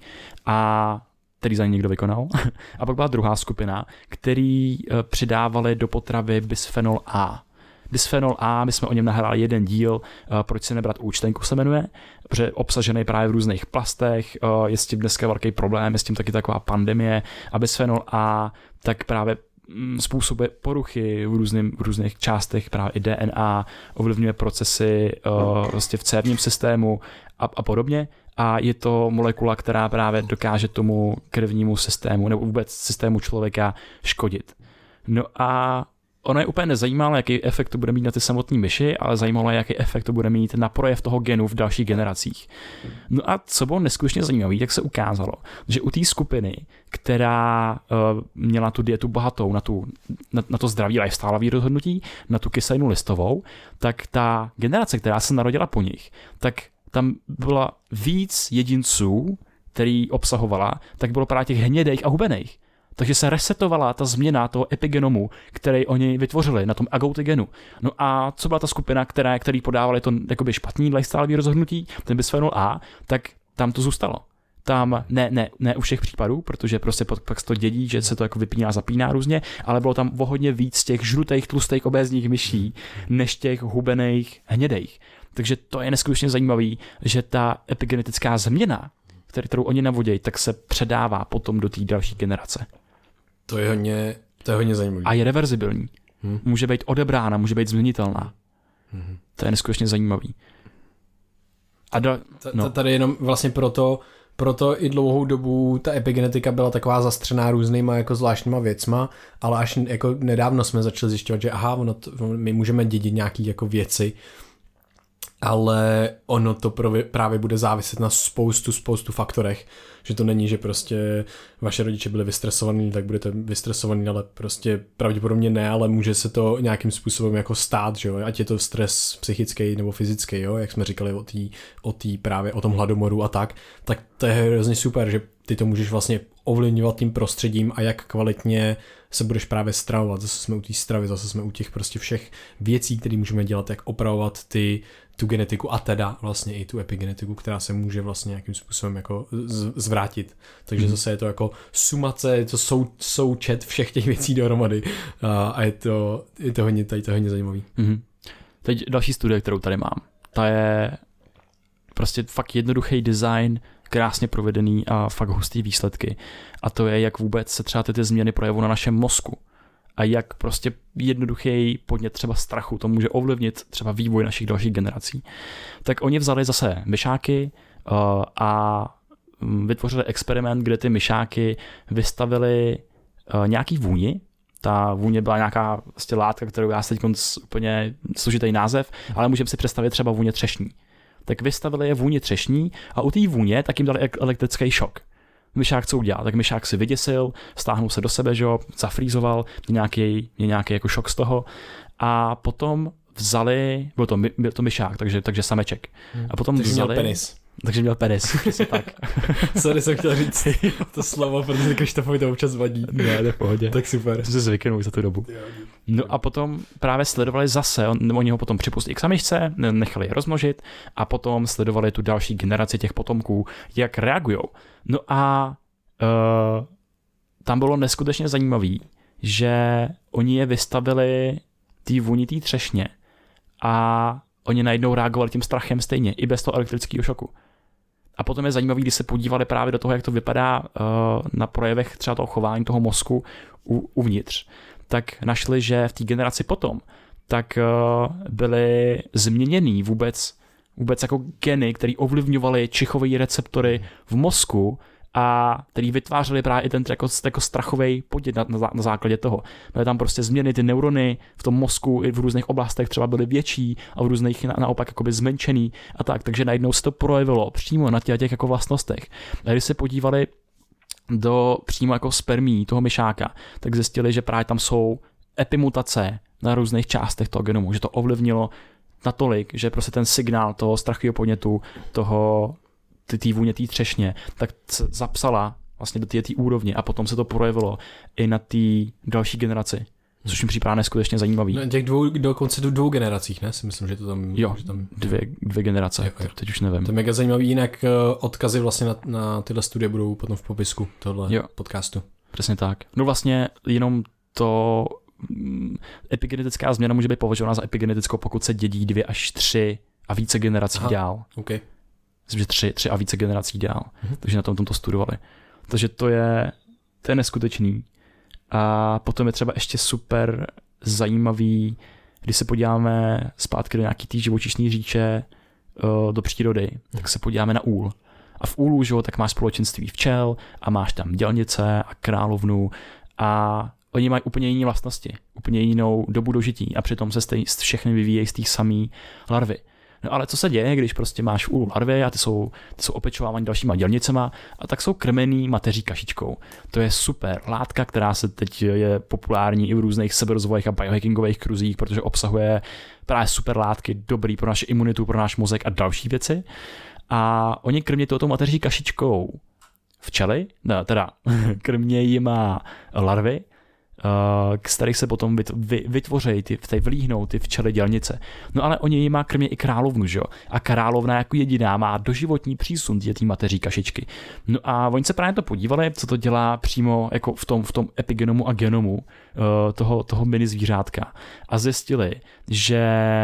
a který za ně někdo vykonal. A pak byla druhá skupina, který přidávali do potravy bisfenol A. Bisfenol A, my jsme o něm nahráli jeden díl, proč si nebrat účtenku se jmenuje, protože obsažený právě v různých plastech, je s tím dneska velký problém, je s tím taky taková pandemie a bisfenol A tak právě způsobuje poruchy v různých částech, právě i DNA, ovlivňuje procesy vlastně v cévním systému a podobně. A je to molekula, která právě dokáže tomu krevnímu systému nebo vůbec systému člověka škodit. No a ono je úplně nezajímalo, jaký efekt to bude mít na ty samotné myši, ale zajímalo je, jaký efekt to bude mít na projev toho genu v dalších generacích. No a co bylo neskutečně zajímavé, tak se ukázalo, že u té skupiny, která měla tu dietu bohatou na to zdravý lifestyleový rozhodnutí, na tu kyselinu listovou, tak ta generace, která se narodila po nich, tak tam byla víc jedinců, který obsahovala, tak bylo právě těch hnědejch a hubených. Takže se resetovala ta změna toho epigenomu, který oni vytvořili na tom agouti genu. No a co byla ta skupina, který podávali to jakoby špatný lifestyleový rozhodnutí, ten bisfenol A, tak tam to zůstalo. Tam ne u všech případů, protože prostě pak se to dědí, že se to jako vypíná, zapíná různě, ale bylo tam o hodně víc těch žlutých, tlustých, obézních myší, než těch hubených, hnědejch. Takže to je neskutečně zajímavý, že ta epigenetická změna, kterou oni navodějí, tak se předává potom do té další generace. To je hodně zajímavé. A je reverzibilní. Může být odebrána, může být změnitelná. To je neskutečně zajímavý. Tady jenom vlastně proto i dlouhou dobu ta epigenetika byla taková zastřená různýma jako zvláštníma věcma, ale až jako nedávno jsme začali zjišťovat, že my můžeme dědit nějaký jako věci, ale ono to právě bude záviset na spoustu faktorech, že to není, že prostě vaše rodiče byli vystresovaní, tak budete vystresovaní, ale prostě pravděpodobně ne, ale může se to nějakým způsobem jako stát, že jo, ať je to stres psychický nebo fyzický, jo, jak jsme říkali právě o tom hladomoru a tak to je hrozně super, že ty to můžeš vlastně ovlivňovat tím prostředím a jak kvalitně se budeš právě stravovat. Zase jsme u té stravy, zase jsme u těch prostě všech věcí, které můžeme dělat, jak opravovat tu genetiku a teda vlastně i tu epigenetiku, která se může vlastně nějakým způsobem jako zvrátit. Takže zase je to jako sumace, je to součet všech těch věcí dohromady a je to hodně zajímavý. Teď další studie, kterou tady mám, ta je prostě fakt jednoduchý design, krásně provedený a fakt hustý výsledky. A to je, jak vůbec se třeba ty změny projevují na našem mozku. A jak prostě jednoduchý podnět třeba strachu to může ovlivnit třeba vývoj našich dalších generací. Tak oni vzali zase myšáky a vytvořili experiment, kde ty myšáky vystavili nějaký vůni. Ta vůně byla nějaká vlastně látka, kterou já si teď úplně složitý název, ale můžeme si představit třeba vůně třešní. Tak vystavili je vůni třešní a u té vůně tak jim dali elektrický šok. Myšák co udělal? Tak myšák si vyděsil, stáhnul se do sebe, že jo, zafrýzoval, nějaký jako šok z toho a potom vzali, byl to myšák, takže sameček. A potom takže vzali... měl penis. Takže měl penis, přesně tak. Sorry, jsem chtěl říct to slovo, protože Krištofovi to občas vadí. Ne, to je v pohodě. Tak super. Jsem se zvyknul za tu dobu. No a potom právě sledovali zase, oni ho potom připustili k samičce, nechali je rozmnožit a potom sledovali tu další generaci těch potomků, jak reagujou. No a tam bylo neskutečně zajímavý, že oni je vystavili té vůni té třešně a oni najednou reagovali tím strachem stejně, i bez toho elektrického šoku. A potom je zajímavý, když se podívali právě do toho, jak to vypadá na projevech třeba toho chování toho mozku uvnitř, tak našli, že v té generaci potom tak byly změněný vůbec jako geny, které ovlivňovaly čichové receptory v mozku a který vytvářeli právě i ten jako strachový podnět na základě toho. Byly tam prostě změny, ty neurony v tom mozku i v různých oblastech třeba byly větší a v různých naopak jakoby zmenšený a tak, takže najednou se to projevilo přímo na těch jako vlastnostech. A když se podívali do přímo jako spermí toho myšáka, tak zjistili, že právě tam jsou epimutace na různých částech toho genomu, že to ovlivnilo natolik, že prostě ten signál toho strachového podnětu, toho té vůně, té třešně, tak zapsala vlastně do té úrovně a potom se to projevilo i na té další generaci, což mi připadá neskutečně zajímavý. No, těch dokonce dvou generacích, ne? Si myslím, že to tam... Jo, že tam... dvě generace, jo. Teď už nevím. To je mega zajímavý, jinak odkazy vlastně na tyhle studie budou potom v popisku tohle podcastu. Přesně tak. No vlastně jenom to epigenetická změna může být považována za epigenetickou, pokud se dědí 2 až 3 a více generací dál. Okay. Myslím, že 3 a více generací dál. Takže na tom to studovali. Takže to je neskutečný. A potom je třeba ještě super zajímavý, když se podíváme zpátky do nějaký té živočišné říče do přírody, tak se podíváme na úl. A v úlu, že jo, tak máš společenství včel a máš tam dělnice a královnu a oni mají úplně jiné vlastnosti, úplně jinou dobu dožití a přitom se všechny vyvíjejí z té samé larvy. No ale co se děje, když prostě máš v úlu larvy a ty jsou opečovávány dalšíma dělnicema a tak jsou krmený mateří kašičkou. To je super látka, která se teď je populární i v různých seberozvojích a biohackingových kruzích, protože obsahuje právě super látky, dobrý pro naši imunitu, pro náš mozek a další věci. A oni krmě touto mateří kašičkou včely, ne, teda krmějí jima larvy, z kterých se potom vytvořejí, vlíhnou ty včely dělnice. No ale oni jima krmě i královnu, že jo? A královna jako jediná má doživotní přísun té mateří kašičky. No a oni se právě to podívali, co to dělá přímo jako v tom epigenomu a genomu toho mini zvířátka. A zjistili, že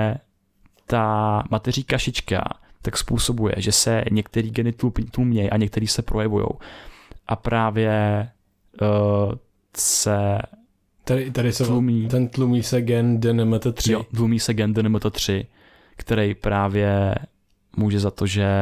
ta mateří kašička tak způsobuje, že se některý geny tlumnějí a některý se projevujou. A právě se Tady se tlumí se gen DNMT3. Jo, tlumí se gen DNMT3, který právě může za to, že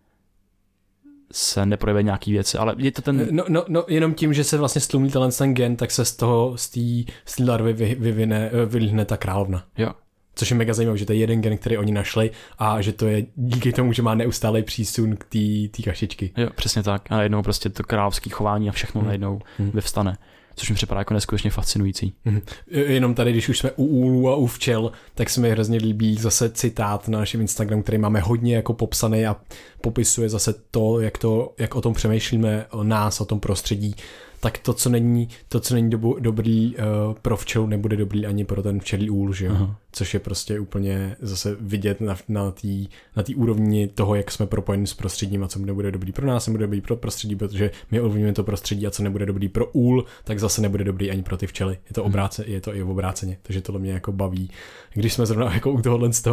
se neprojeví nějaký věci, ale je to ten... No, jenom tím, že se vlastně stlumí ten gen, tak se z té larvy vylíhne ta královna. Jo. Což je mega zajímavé, že to je jeden gen, který oni našli a že to je díky tomu, že má neustálý přísun k té kašičky. Jo, přesně tak. A najednou prostě to královské chování a všechno najednou vyvstane. Což mi připadá jako neskutečně fascinující. Jenom tady, když už jsme u úlů a u včel, tak se mi hrozně líbí zase citát na našem Instagramu, který máme hodně jako popsaný a popisuje zase to, jak o tom přemýšlíme, o nás, o tom prostředí. Tak to, co není dobrý pro včelu, nebude dobrý ani pro ten včelí úl, že jo? Aha. Což je prostě úplně zase vidět na té úrovni toho, jak jsme propojeni s prostředím a co nebude dobrý pro nás, nebude dobrý pro prostředí, protože my ovlivňujeme to prostředí a co nebude dobrý pro úl, tak zase nebude dobrý ani pro ty včely. Je to i obráceně, takže tohle mě jako baví, když jsme zrovna jako u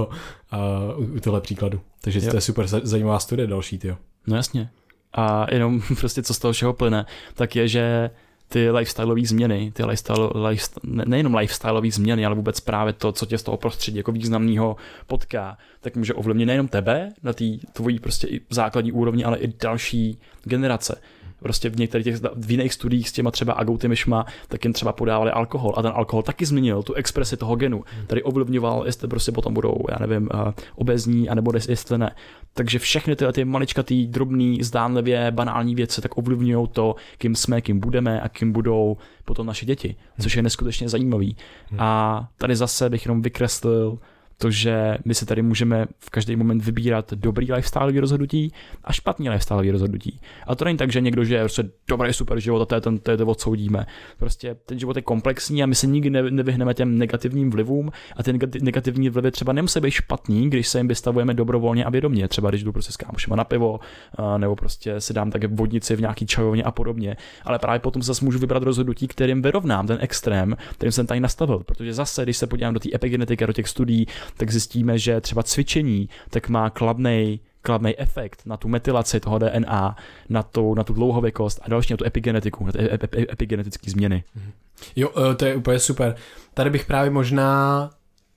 tohle příkladu. Takže to je super zajímavá studie další, tyjo. No jasně. A jenom prostě co z toho všeho plyne, tak je, že ty lifestyleové změny, nejenom lifestyleové změny, ale vůbec právě to, co tě z toho prostředí jako významného potká, tak může ovlivnit nejenom tebe na té tvojí prostě i základní úrovni, ale i další generace. Prostě v jiných studiích s těma třeba agoutimyšma, tak jim třeba podávali alkohol a ten alkohol taky změnil tu expresi toho genu, který ovlivňoval, jestli prostě potom budou, já nevím, obézní, anebo jestli ne. Takže všechny ty maličkatý, drobný, zdánlivě banální věci tak ovlivňují to, kým jsme, kým budeme a kým budou potom naše děti, což je neskutečně zajímavý. A tady zase bych jenom vykreslil to, že my si tady můžeme v každý moment vybírat dobrý lifestyleový rozhodnutí a špatný lifestyleový rozhodnutí. A to není tak, že někdo žije prostě dobrý super život a to je odsoudíme. Prostě ten život je komplexní a my se nikdy nevyhneme těm negativním vlivům a ty negativní vlivy třeba nemusí být špatný, když se jim vystavujeme dobrovolně a vědomě. Třeba když jdu prostě s kámošema na pivo nebo prostě si dám také vodnici v nějaký čajovně a podobně. Ale právě potom zase můžu vybrat rozhodnutí, kterým vyrovnám ten extrém, kterým jsem tady nastavil. Protože zase, když se podívám do té epigenetiky, do těch studií, tak zjistíme, že třeba cvičení tak má kladný efekt na tu metylaci toho DNA, na tu dlouhověkost a další na tu epigenetiku, na ty epigenetické změny. Jo, to je úplně super. Tady bych právě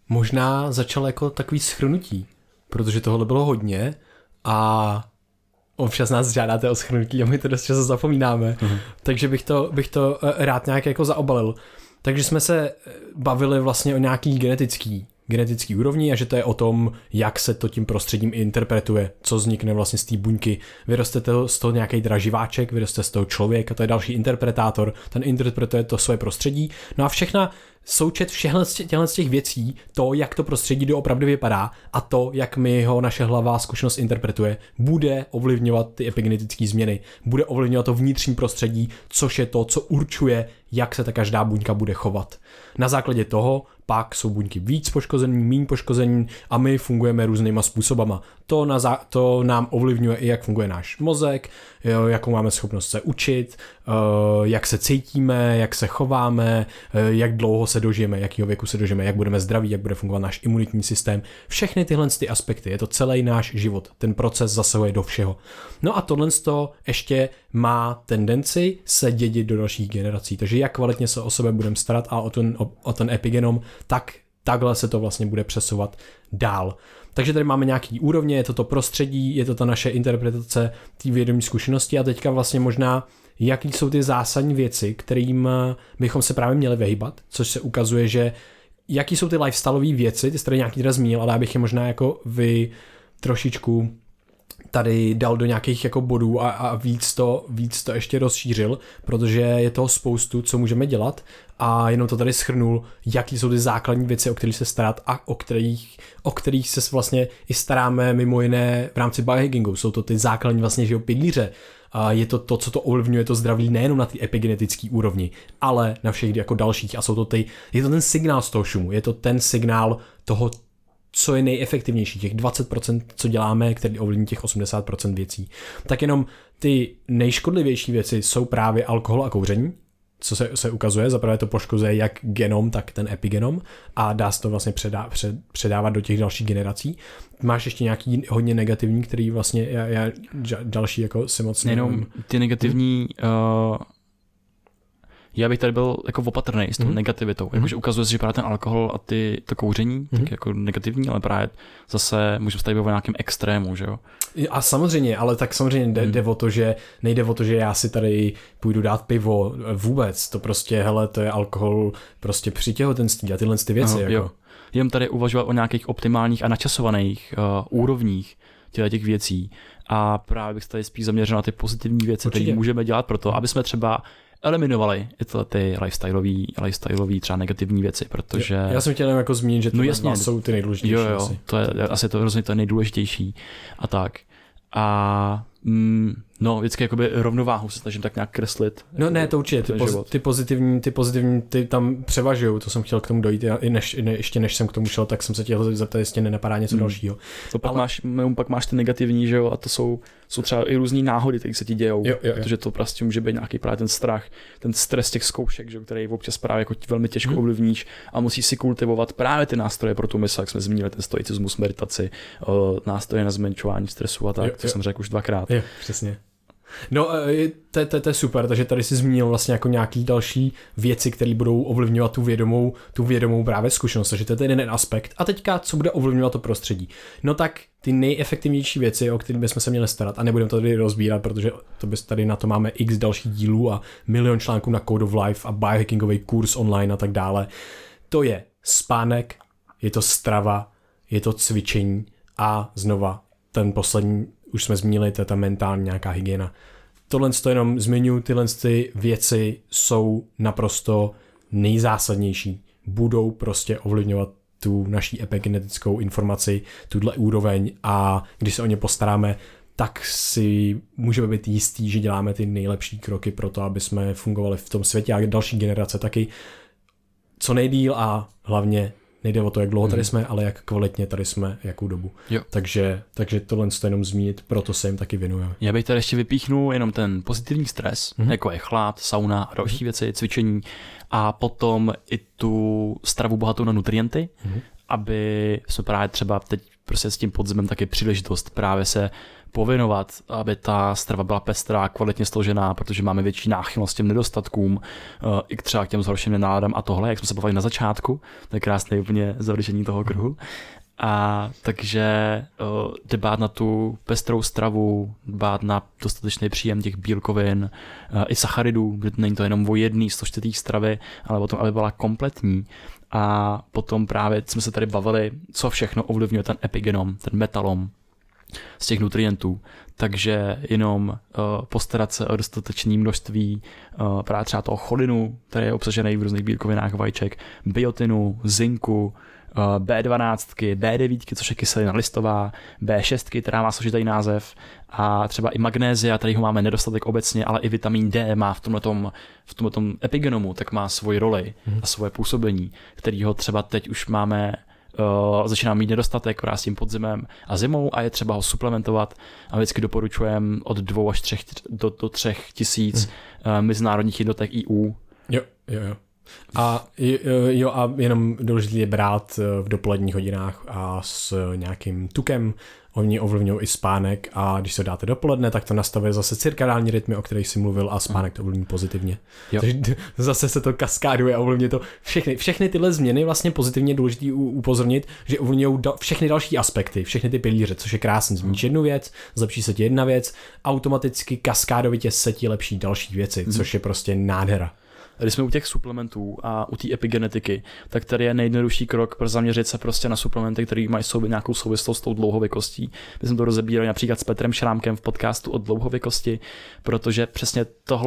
možná začal jako takový shrnutí, protože tohle bylo hodně a občas nás žádáte o shrnutí a my to dost často zapomínáme, takže bych to rád nějak jako zaobalil. Takže jsme se bavili vlastně o nějaký genetický úrovni a že to je o tom, jak se to tím prostředím interpretuje, co vznikne vlastně z té buňky. Vyroste z toho nějaký živáček, vyroste z toho člověk a to je další interpretátor, ten interpretuje to svoje prostředí. No a všechna součet z těch věcí, to, jak to prostředí doopravdy vypadá a to, jak mi ho naše hlava zkušenost interpretuje, bude ovlivňovat ty epigenetické změny, bude ovlivňovat to vnitřní prostředí, což je to, co určuje, jak se ta každá buňka bude chovat. Na základě toho pak jsou buňky víc poškozený, méně poškozený a my fungujeme různýma způsobama. To nám ovlivňuje i jak funguje náš mozek, jakou máme schopnost se učit, jak se cítíme, jak se chováme, jak dlouho se dožijeme, jakýho věku se dožijeme, jak budeme zdraví, jak bude fungovat náš imunitní systém. Všechny tyhle ty aspekty, je to celý náš život. Ten proces zasahuje do všeho. No a tohle ještě má tendenci se dědit do dalších generací. Takže jak kvalitně se o sebe budeme starat a o ten epigenom, takhle se to vlastně bude přesouvat dál. Takže tady máme nějaký úrovně, je to prostředí, je to ta naše interpretace té vědomí zkušenosti a teďka vlastně možná, jaký jsou ty zásadní věci, kterým bychom se právě měli vyhýbat, což se ukazuje, že jaký jsou ty lifestyleové věci, ty jsi tady nějaký zmínil, ale já bych je možná jako trošičku tady dal do nějakých jako bodů a víc to ještě rozšířil, protože je toho spoustu, co můžeme dělat a jenom to tady shrnul, jaký jsou ty základní věci, o kterých se starat a o kterých se vlastně i staráme mimo jiné v rámci biohackingu. Jsou to ty základní vlastně pilíře. A je to, co to ovlivňuje to zdraví nejenom na té epigenetické úrovni, ale na všech jako dalších a je to ten signál z toho šumu, je to ten signál toho, co je nejefektivnější, těch 20%, co děláme, který ovlivní těch 80% věcí. Tak jenom ty nejškodlivější věci jsou právě alkohol a kouření, co se ukazuje, zaprvé to poškozuje jak genom, tak ten epigenom a dá se to vlastně předávat do těch dalších generací. Máš ještě nějaký hodně negativní, který vlastně já další jako si moc jenom ty negativní já bych tady byl jako opatrný s tou negativitou. Jakože ukazuje se, že právě ten alkohol a to kouření, tak jako negativní, ale právě zase můžeme se tady bavit o nějakém extrému, že jo? A samozřejmě, ale tak samozřejmě nejde o to, že já si tady půjdu dát pivo vůbec. To prostě, hele, to je alkohol prostě při těhotenství a tyhle ty věci. Jako. Jo. Jen tady uvažovat o nějakých optimálních a načasovaných úrovních těch věcí. A právě bych se tady spíš zaměřil na ty pozitivní věci, které můžeme dělat pro to, aby jsme třeba eliminovali ty lifestyleový třeba negativní věci, protože... Já jsem chtěl jako zmínit, že jsou ty nejdůležitější. Jo, to je asi to hrozně to nejdůležitější a tak. A vždycky jakoby rovnováhu se snažím tak nějak kreslit. No ne, to určitě, ty pozitivní, ty tam převažují, to jsem chtěl k tomu dojít, ještě než jsem k tomu šel, tak jsem se chtěl zeptat, jestli nenapadá něco dalšího. To pak máš ty negativní, že jo, a to jsou třeba i různý náhody, které se ti dějou, protože to prostě může být nějaký právě ten strach, ten stres těch zkoušek, že, který občas právě jako velmi těžko ovlivníš a musíš si kultivovat právě ty nástroje pro tu mysl, jak jsme zmínili, ten stoicismus, meditaci, nástroje na zmenšování stresu a tak, to jsem řekl už 2krát. Jo, přesně. No, to je super, takže tady si zmínil vlastně jako nějaký další věci, které budou ovlivňovat tu vědomou právě zkušenost, takže to je ten jeden aspekt. A teďka, co bude ovlivňovat to prostředí? No tak ty nejefektivnější věci, o kterých bychom se měli starat, a nebudeme to tady rozbírat, protože tady na to máme x dalších dílů a milion článků na Code of Life a biohackingový kurz online a tak dále. To je spánek, je to strava, je to cvičení a znova ten poslední už jsme zmínili, to je ta mentální nějaká hygiena. Tohle to jenom zmiňuji, tyhle ty věci jsou naprosto nejzásadnější. Budou prostě ovlivňovat tu naší epigenetickou informaci, tuhle úroveň a když se o ně postaráme, tak si můžeme být jistí, že děláme ty nejlepší kroky pro to, aby jsme fungovali v tom světě a další generace taky co nejdýl a hlavně nejde o to, jak dlouho tady jsme, ale jak kvalitně tady jsme, jakou dobu. Jo. Takže tohle to jenom zmínit, proto se jim taky věnujeme. Já bych tady ještě vypíchnul jenom ten pozitivní stres, jako je chlad, sauna a další věci, cvičení a potom i tu stravu bohatou na nutrienty, aby jsme právě třeba teď prostě s tím podzemem taky příležitost právě se povinovat, aby ta strava byla pestrá, kvalitně složená, protože máme větší náchylnost těm nedostatkům, i třeba k těm zhoršeným náladám a tohle, jak jsme se bavili na začátku, to je krásné úplně završení toho kruhu. A takže dbát na tu pestrou stravu, dbát na dostatečný příjem těch bílkovin i sacharidů, kde není to jenom o jedný složitý stravy, ale o tom, aby byla kompletní. A potom právě jsme se tady bavili, co všechno ovlivňuje ten epigenom, ten metalom z těch nutrientů. Takže jenom postarat se o dostatečné množství právě třeba toho cholinu, který je obsažený v různých bílkovinách vajíček, biotinu, zinku, B12, B9, což je kyselina listová, B6, která má složitý název, a třeba i magnézia, tady ho máme nedostatek obecně, ale i vitamin D má v tomhletom epigenomu, tak má svoji roli a svoje působení, kterýho třeba teď už máme, začíná mít nedostatek právě s tím podzimem a zimou a je třeba ho suplementovat a vždycky doporučujeme od 2 až 3 do 3 tisíc mezinárodních jednotek EU. Jo. A jenom důležité je brát v dopoledních hodinách a s nějakým tukem. Oni ovlivňují i spánek a když se dáte dopoledne, tak to nastavuje zase cirkadiální rytmy, o kterých jsi mluvil, a spánek to ovlivní pozitivně. Jo. Takže zase se to kaskáduje a ovlivňuje to všechny tyhle změny. Vlastně pozitivně důležité upozornit, že ovlivňují všechny další aspekty, všechny ty pilíře, což je krásný. Změníš jednu věc, zlepší se ti jedna věc, automaticky kaskádovitě se ti lepší další věci, což je prostě nádhera. Když jsme u těch suplementů a u té epigenetiky, tak tady je nejjednodušší krok pro zaměřit se prostě na suplementy, které mají nějakou souvislost s tou dlouhověkostí. My jsme to rozebírali například s Petrem Šrámkem v podcastu o dlouhověkosti, protože přesně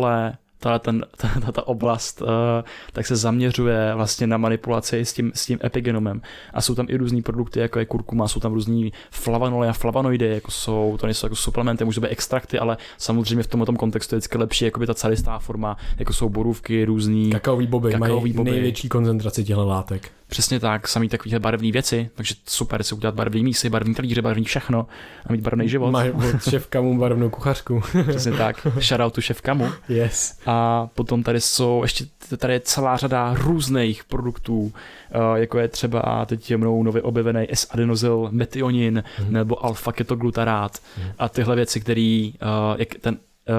ta oblast tak se zaměřuje vlastně na manipulaci s tím epigenomem. A jsou tam i různý produkty, jako je kurkuma, jsou tam různý flavonoly a flavonoidy, to nejsou jako suplementy, můžou být extrakty, ale samozřejmě v tomto kontextu je vždycky lepší jakoby ta celistá forma, jako jsou borůvky, různý kakaový boby mají největší koncentraci těchto látek. Přesně tak, samý takovýhle barevné věci, takže super si udělat barevný mísy, barevný talíře, barevný všechno a mít barevný život. Máš od šéf Kamu barevnou kuchařku. Přesně tak, shoutoutu šéf Kamu. Yes. A potom tady je celá řada různých produktů, jako je třeba teď mnou nově objevený S-adenosyl metionin nebo alfa-ketoglutarát a tyhle věci, který jak ten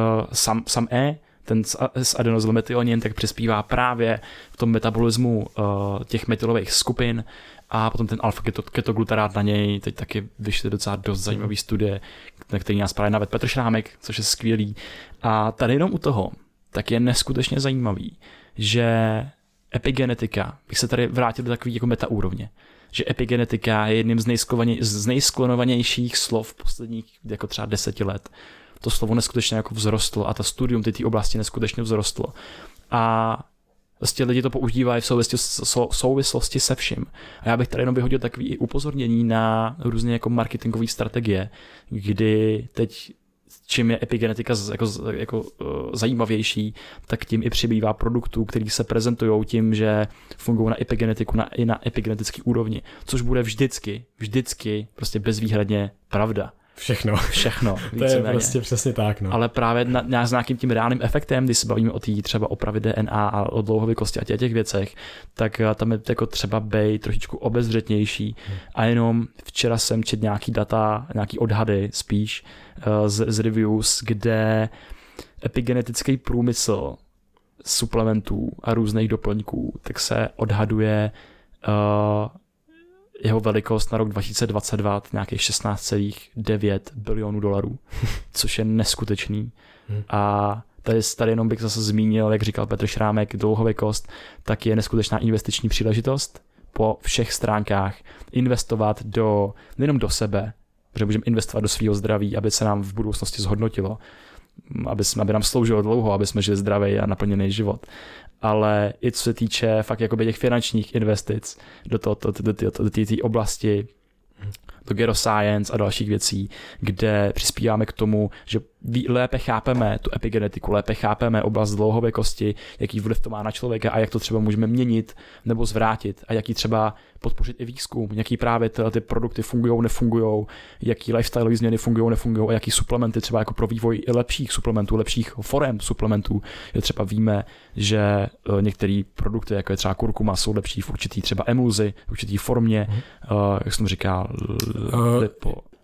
ten S-adenosyl metionin tak přispívá právě v tom metabolismu těch metylových skupin a potom ten alfa-ketoglutarát na něj, teď taky vyšly docela dost zajímavý studie, na který nás právě navedl Petr Šrámek, což je skvělý. A tady jenom u toho tak je neskutečně zajímavý, že epigenetika, bych se tady vrátil do takový jako metaúrovně, že epigenetika je jedním z nejsklonovanějších slov posledních jako třeba 10 let. To slovo neskutečně jako vzrostlo a ta studium té oblasti neskutečně vzrostlo. A vlastně lidi to používají v souvislosti se vším. A já bych tady jenom vyhodil takový i upozornění na různé jako marketingové strategie, kdy teď čím je epigenetika jako zajímavější, tak tím i přibývá produktů, který se prezentují tím, že fungují na epigenetiku, i na epigenetický úrovni, což bude vždycky prostě bezvýhradně pravda. Všechno. To je prostě přesně tak. No. Ale právě s nějakým tím reálným efektem, když se bavíme o té třeba opravy DNA a o dlouhověkosti a těch věcech, tak tam je jako třeba být trošičku obezřetnější. A jenom včera jsem četl nějaký data, nějaký odhady spíš z reviews, kde epigenetický průmysl suplementů a různých doplňků, tak se odhaduje jeho velikost na rok 2022 nějakých 16,9 bilionů dolarů, což je neskutečný. A tady jenom bych zase zmínil, jak říkal Petr Šrámek, dlouhověkost, tak je neskutečná investiční příležitost po všech stránkách investovat nejenom do sebe, protože můžeme investovat do svého zdraví, aby se nám v budoucnosti zhodnotilo, aby nám sloužilo dlouho, aby jsme žili zdravý a naplněný život. Ale i co se týče fakt jakoby těch finančních investic do té oblasti, do geroscience a dalších věcí, kde přispíváme k tomu, že lépe chápeme tu epigenetiku, lépe chápeme oblast dlouhověkosti, jaký vliv to má na člověka a jak to třeba můžeme měnit nebo zvrátit a jaký třeba podpořit i výzkum, jaký právě ty produkty fungují, nefungují, jaký lifestyle změny fungují, nefungují a jaký suplementy třeba jako pro vývoj i lepších suplementů, lepších forem suplementů. Je třeba víme, že některé produkty, jako je třeba kurkuma, jsou lepší v určitý třeba emulzi, v určitý formě, jak jsem říkal,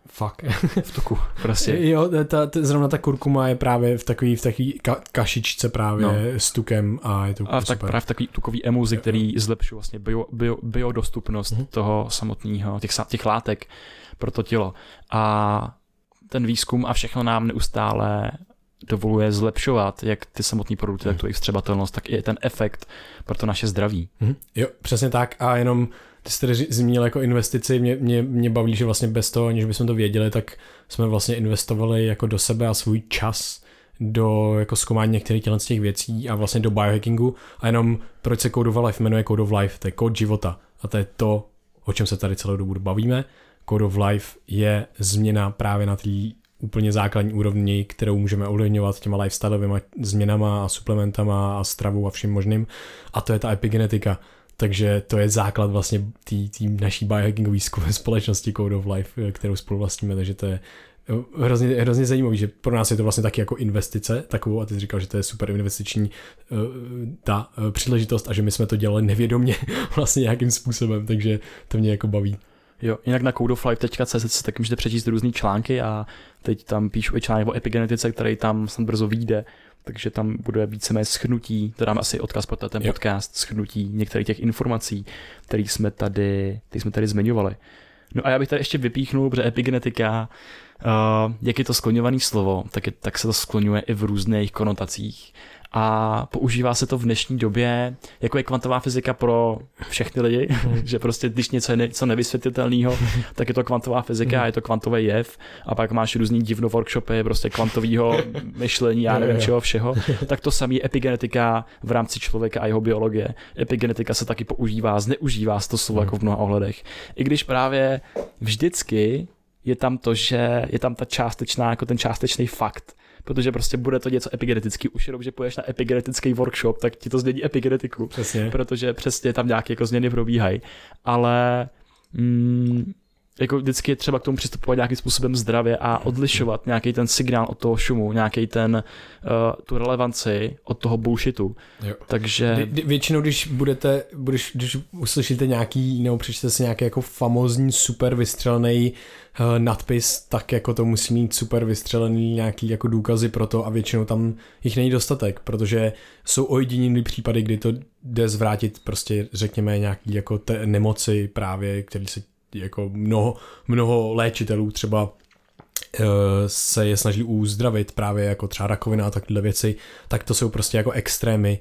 Fakt. v tuku. Prostě. Jo, zrovna ta kurkuma je právě v takový kašičce právě s tukem a je to a tak super. právě v takový tukový emulzi, který zlepšuje vlastně biodostupnost toho samotného, těch látek pro to tělo. A ten výzkum a všechno nám neustále dovoluje zlepšovat jak ty samotné produkty, tak tu jejich vstřebatelnost, tak i ten efekt pro to naše zdraví. Jo, přesně tak a jenom ty jsi tady zmínil jako investici, mě baví, že vlastně bez toho, aniž bychom to věděli, tak jsme vlastně investovali jako do sebe a svůj čas do jako zkoumání některých z těch věcí a vlastně do biohackingu a jenom proč se Code of Life jmenuje Code of Life, to je kód života a to je to, o čem se tady celou dobu bavíme. Code of Life je změna právě na té úplně základní úrovni, kterou můžeme ovlivňovat těma lifestyleovými změnama a suplementama a stravou a vším možným a to je ta epigenetika. Takže to je základ vlastně té naší biohackingové společnosti Code of Life, kterou spolu vlastníme, takže to je hrozně zajímavý, že pro nás je to vlastně taky jako investice takovou a ty jsi říkal, že to je super investiční ta příležitost a že my jsme to dělali nevědomě vlastně nějakým způsobem, takže to mě jako baví. Jo, jinak na codeoflife.cz se taky můžete přečíst různý články a teď tam píšu i článek o epigenetice, který tam snad brzo vyjde, takže tam bude víceméně shrnutí, to dám asi odkaz pro ten podcast, shrnutí některých těch informací, které jsme tady zmiňovali. No a já bych tady ještě vypíchnul, protože epigenetika, jak je to skloňované slovo, tak se to skloňuje i v různých konotacích. A používá se to v dnešní době, jako je kvantová fyzika pro všechny lidi, že prostě když něco je něco nevysvětlitelného, tak je to kvantová fyzika a je to kvantový jev a pak máš různý divno workshopy, prostě kvantového myšlení, já nevím čeho všeho, tak to samé epigenetika v rámci člověka a jeho biologie. Epigenetika se taky používá, zneužívá se to slovo jako v mnoha ohledech. I když právě vždycky je tam to, že je tam ta částečná, jako ten částečný fakt, protože prostě bude to něco epigenetický. Už jenom, že půjdeš na epigenetický workshop, tak ti to změní epigenetiku. Přesně. Protože přesně tam nějaké jako změny probíhají. Ale jako vždycky je třeba k tomu přistupovat nějakým způsobem zdravě a odlišovat nějaký ten signál od toho šumu, nějaký ten tu relevanci od toho bullshitu. Jo. Takže většinou, když uslyšíte nějaký, nebo přečtete si nějaký jako famózní super vystřelený nadpis, tak jako to musí mít super vystřelený nějaký jako důkazy pro to a většinou tam jich není dostatek, protože jsou ojedinělý případy, kdy to jde zvrátit prostě řekněme nějaký jako nemoci právě, které se jako mnoho léčitelů třeba se je snaží uzdravit právě jako třeba rakovina a takové věci, tak to jsou prostě jako extrémy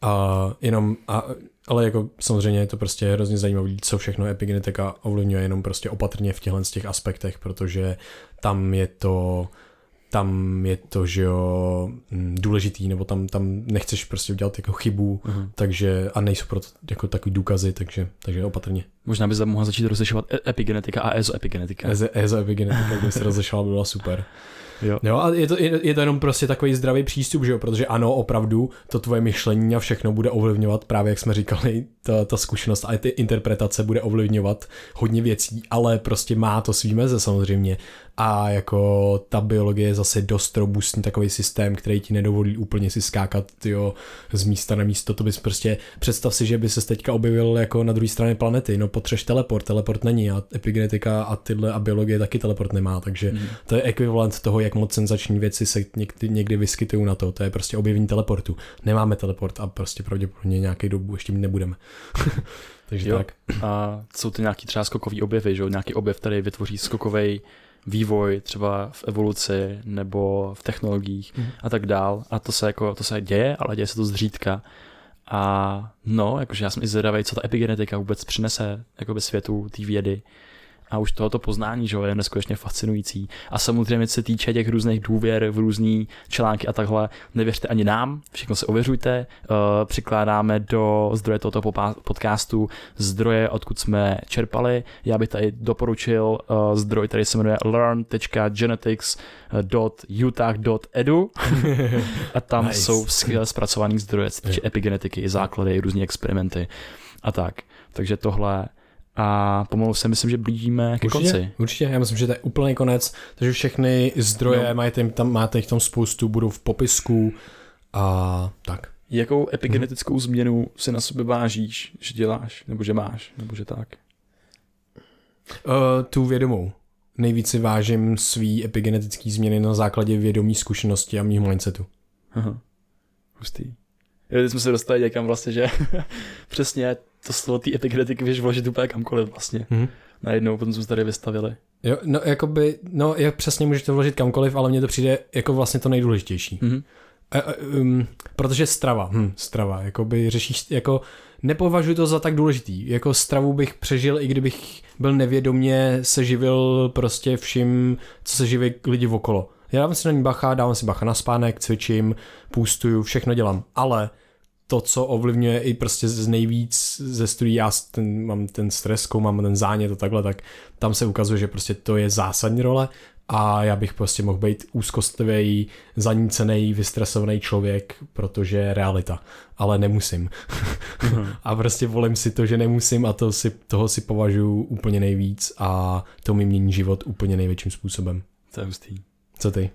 ale jako samozřejmě je to prostě hrozně zajímavý, co všechno epigenetika ovlivňuje, jenom prostě opatrně v těchto z těch aspektech, protože tam je to, že jo, důležitý, nebo tam nechceš prostě udělat jako chybu, takže a nejsou proto jako takový důkazy, takže opatrně. Možná by se mohla začít rozlišovat epigenetika a ezoepigenetika. Ezoepigenetika, kdyby se rozlišovala, by byla super. Jo, a je to jenom prostě takový zdravý přístup, že jo, protože ano, opravdu to tvoje myšlení a všechno bude ovlivňovat, právě jak jsme říkali, ta zkušenost a ty interpretace bude ovlivňovat hodně věcí, ale prostě má to svý meze samozřejmě a jako ta biologie je zase dost robustní takový systém, který ti nedovolí úplně si skákat z místa na místo, to bys prostě, představ si, že by ses teďka objevil jako na druhé straně planety, no potřeš teleport není a epigenetika a biologie taky teleport nemá, takže to je ekvivalent toho, jak moc senzační věci se někdy vyskytují na to je prostě objevení teleportu. Nemáme teleport a prostě pravděpodobně nějaký dobu ještě mít nebudeme. Takže jo. tak. A jsou to nějaký třeba skokový objevy, že jo? Nějaký objev, který vytvoří skokový vývoj třeba v evoluci nebo v technologiích a tak dál. A to se děje, ale děje se to zřídka. A no, jakože já jsem i zvědavý, co ta epigenetika vůbec přinese jakoby světu té vědy. A už tohoto poznání, že je neskutečně fascinující. A samozřejmě se týče těch různých důvěr v různý články a takhle, nevěřte ani nám, všechno se ověřujte. Přikládáme do zdroje tohoto podcastu zdroje, odkud jsme čerpali. Já bych tady doporučil zdroj, který se jmenuje learn.genetics.utah.edu a tam jsou skvěle zpracovaný zdroje, co týče epigenetiky, základy, různý experimenty a tak. Takže tohle a pomalu se myslím, že blížíme ke konci. Určitě, já myslím, že to je úplný konec, takže všechny zdroje máte jich tam spoustu, budou v popisku a tak. Jakou epigenetickou změnu si na sobě vážíš, že děláš, nebo že máš, nebo že tak? Tu vědomou. nejvíc si vážím svý epigenetický změny na základě vědomí, zkušenosti a mýho mindsetu. Aha. Hustý. Teď jsme se dostali někam vlastně, že přesně to slovo té epigenetiky můžeš vložit úplně kamkoliv vlastně. Najednou, potom jsme se tady vystavili. Jo, jak přesně můžeš to vložit kamkoliv, ale mně to přijde jako vlastně to nejdůležitější. Protože strava, jakoby řešíš, jako nepovažuji to za tak důležitý, jako stravu bych přežil, i kdybych byl nevědomě se živil prostě vším, co se živí lidi okolo. Já dávám si na ní bacha, dávám si bacha na spánek, cvičím, půstuju, všechno dělám, ale to, co ovlivňuje i prostě nejvíc ze studií, já mám ten stres, mám ten zánět a takhle, tak tam se ukazuje, že prostě to je zásadní role a já bych prostě mohl být úzkostlivý, zanícený, vystresovaný člověk, protože je realita, ale nemusím. A prostě volím si to, že nemusím a toho si považuji úplně nejvíc a to mi mění život úplně největším způsobem. To je hustý. Co ty?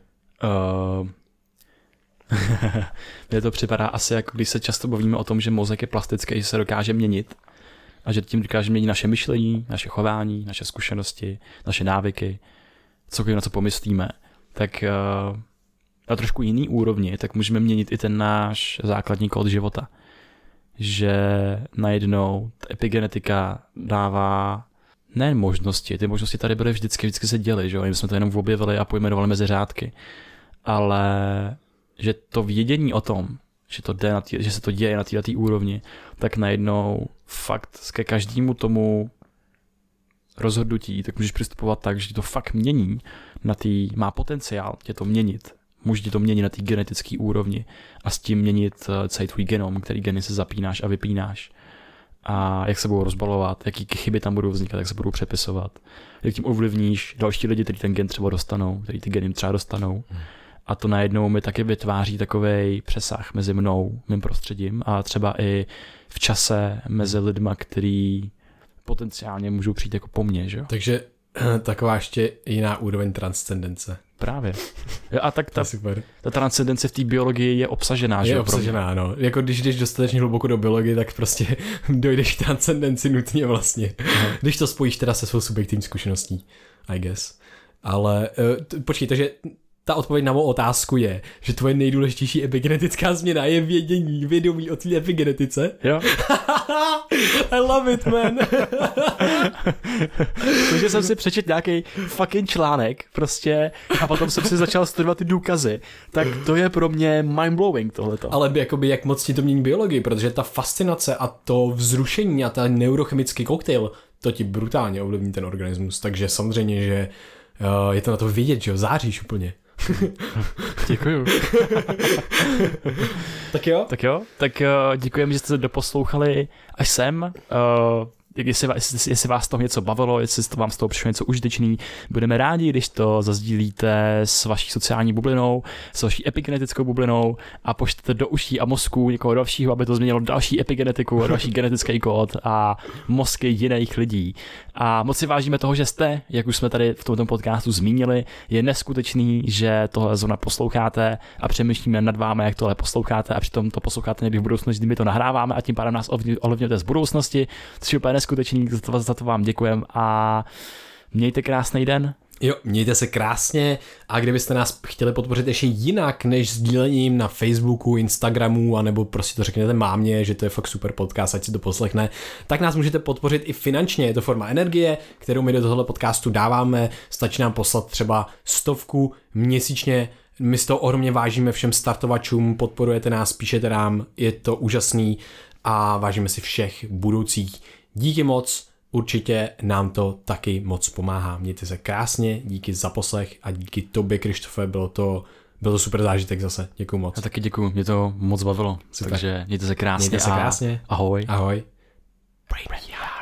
Mně to připadá asi jako když se často bavíme o tom, že mozek je plastický, že se dokáže měnit a že tím dokáže měnit naše myšlení, naše chování, naše zkušenosti, naše návyky, cokoliv na co pomyslíme, tak na trošku jiný úrovni, tak můžeme měnit i ten náš základní kód života. Že najednou ta epigenetika dává ne možnosti, ty možnosti tady byly vždycky se děly, že jo, my jsme to jenom objevili a pojmenovali mezi řádky, ale že to vědění o tom, že se to děje na této úrovni, tak najednou fakt ke každému tomu rozhodnutí, tak můžeš přistupovat tak, že to fakt mění, má potenciál tě to měnit. Může ti to měnit na té genetické úrovni a s tím měnit celý tvůj genom, který geny se zapínáš a vypínáš. A jak se budou rozbalovat, jaký chyby tam budou vznikat, jak se budou přepisovat. Jak tím ovlivníš další lidi, kteří ten gen třeba dostanou, kteří ty geny třeba dostanou. A to najednou mi taky vytváří takovej přesah mezi mnou, mým prostředím a třeba i v čase mezi lidma, který potenciálně můžou přijít jako po mně, že jo? Takže taková ještě jiná úroveň transcendence. Právě. A tak ta transcendence v té biologii je obsažená, že jo? Je obsažená, ano. Jako když jdeš dostatečně hluboko do biologie, tak prostě dojdeš k transcendenci nutně vlastně. Když to spojíš teda se svou subjektivní zkušeností, I guess. Ale počkej, takže ta odpověď na mou otázku je, že tvoje nejdůležitější epigenetická změna je vědomí o tvý epigenetice. Jo. I love it, man. Takže jsem si přečet nějaký fucking článek prostě a potom jsem si začal studovat ty důkazy. Tak to je pro mě mindblowing tohleto. Ale jakoby jak moc ti to mění biologii, protože ta fascinace a to vzrušení a ten neurochemický koktejl, to ti brutálně ovlivní ten organismus. Takže samozřejmě, že je to na to vidět, že jo, záříš úplně. Děkuju. Tak jo? Tak děkujeme, že jste se doposlouchali až sem. Jestli vás to něco bavilo, jestli to vám z toho přišlo něco užitečný, budeme rádi, když to zazdílíte s vaší sociální bublinou, s vaší epigenetickou bublinou a pošlete do uší a mozku někoho dalšího, aby to změnilo další epigenetiku a další genetický kód a mozky jiných lidí. A moc si vážíme toho, že jste, jak už jsme tady v tomto podcastu zmínili, je neskutečný, že tohle zóna posloucháte a přemýšlíme nad vámi, jak tohle posloucháte a přitom to posloucháte někdy v budoucnosti, kdy my to nahráváme a tím pádem nás ovlivňujete z budoucnosti, což je úplně neskutečný, za to vám děkujem a mějte krásný den. Jo, mějte se krásně a kdybyste nás chtěli podpořit ještě jinak než sdílením na Facebooku, Instagramu, anebo prostě to řekněte mámě, že to je fakt super podcast, ať si to poslechne, tak nás můžete podpořit i finančně. Je to forma energie, kterou my do tohoto podcastu dáváme, stačí nám poslat třeba 100 měsíčně. My z toho ohromně vážíme všem startovačům, podporujete nás, píšete nám, je to úžasný a vážíme si všech budoucích. Díky moc, určitě nám to taky moc pomáhá. Mějte se krásně, díky za poslech a díky tobě, Krištofe, byl to super zážitek zase. Děkuju moc. A taky děkuju, mě to moc bavilo. Super. Takže mějte se krásně. Mějte se krásně. Ahoj. Ahoj. Brain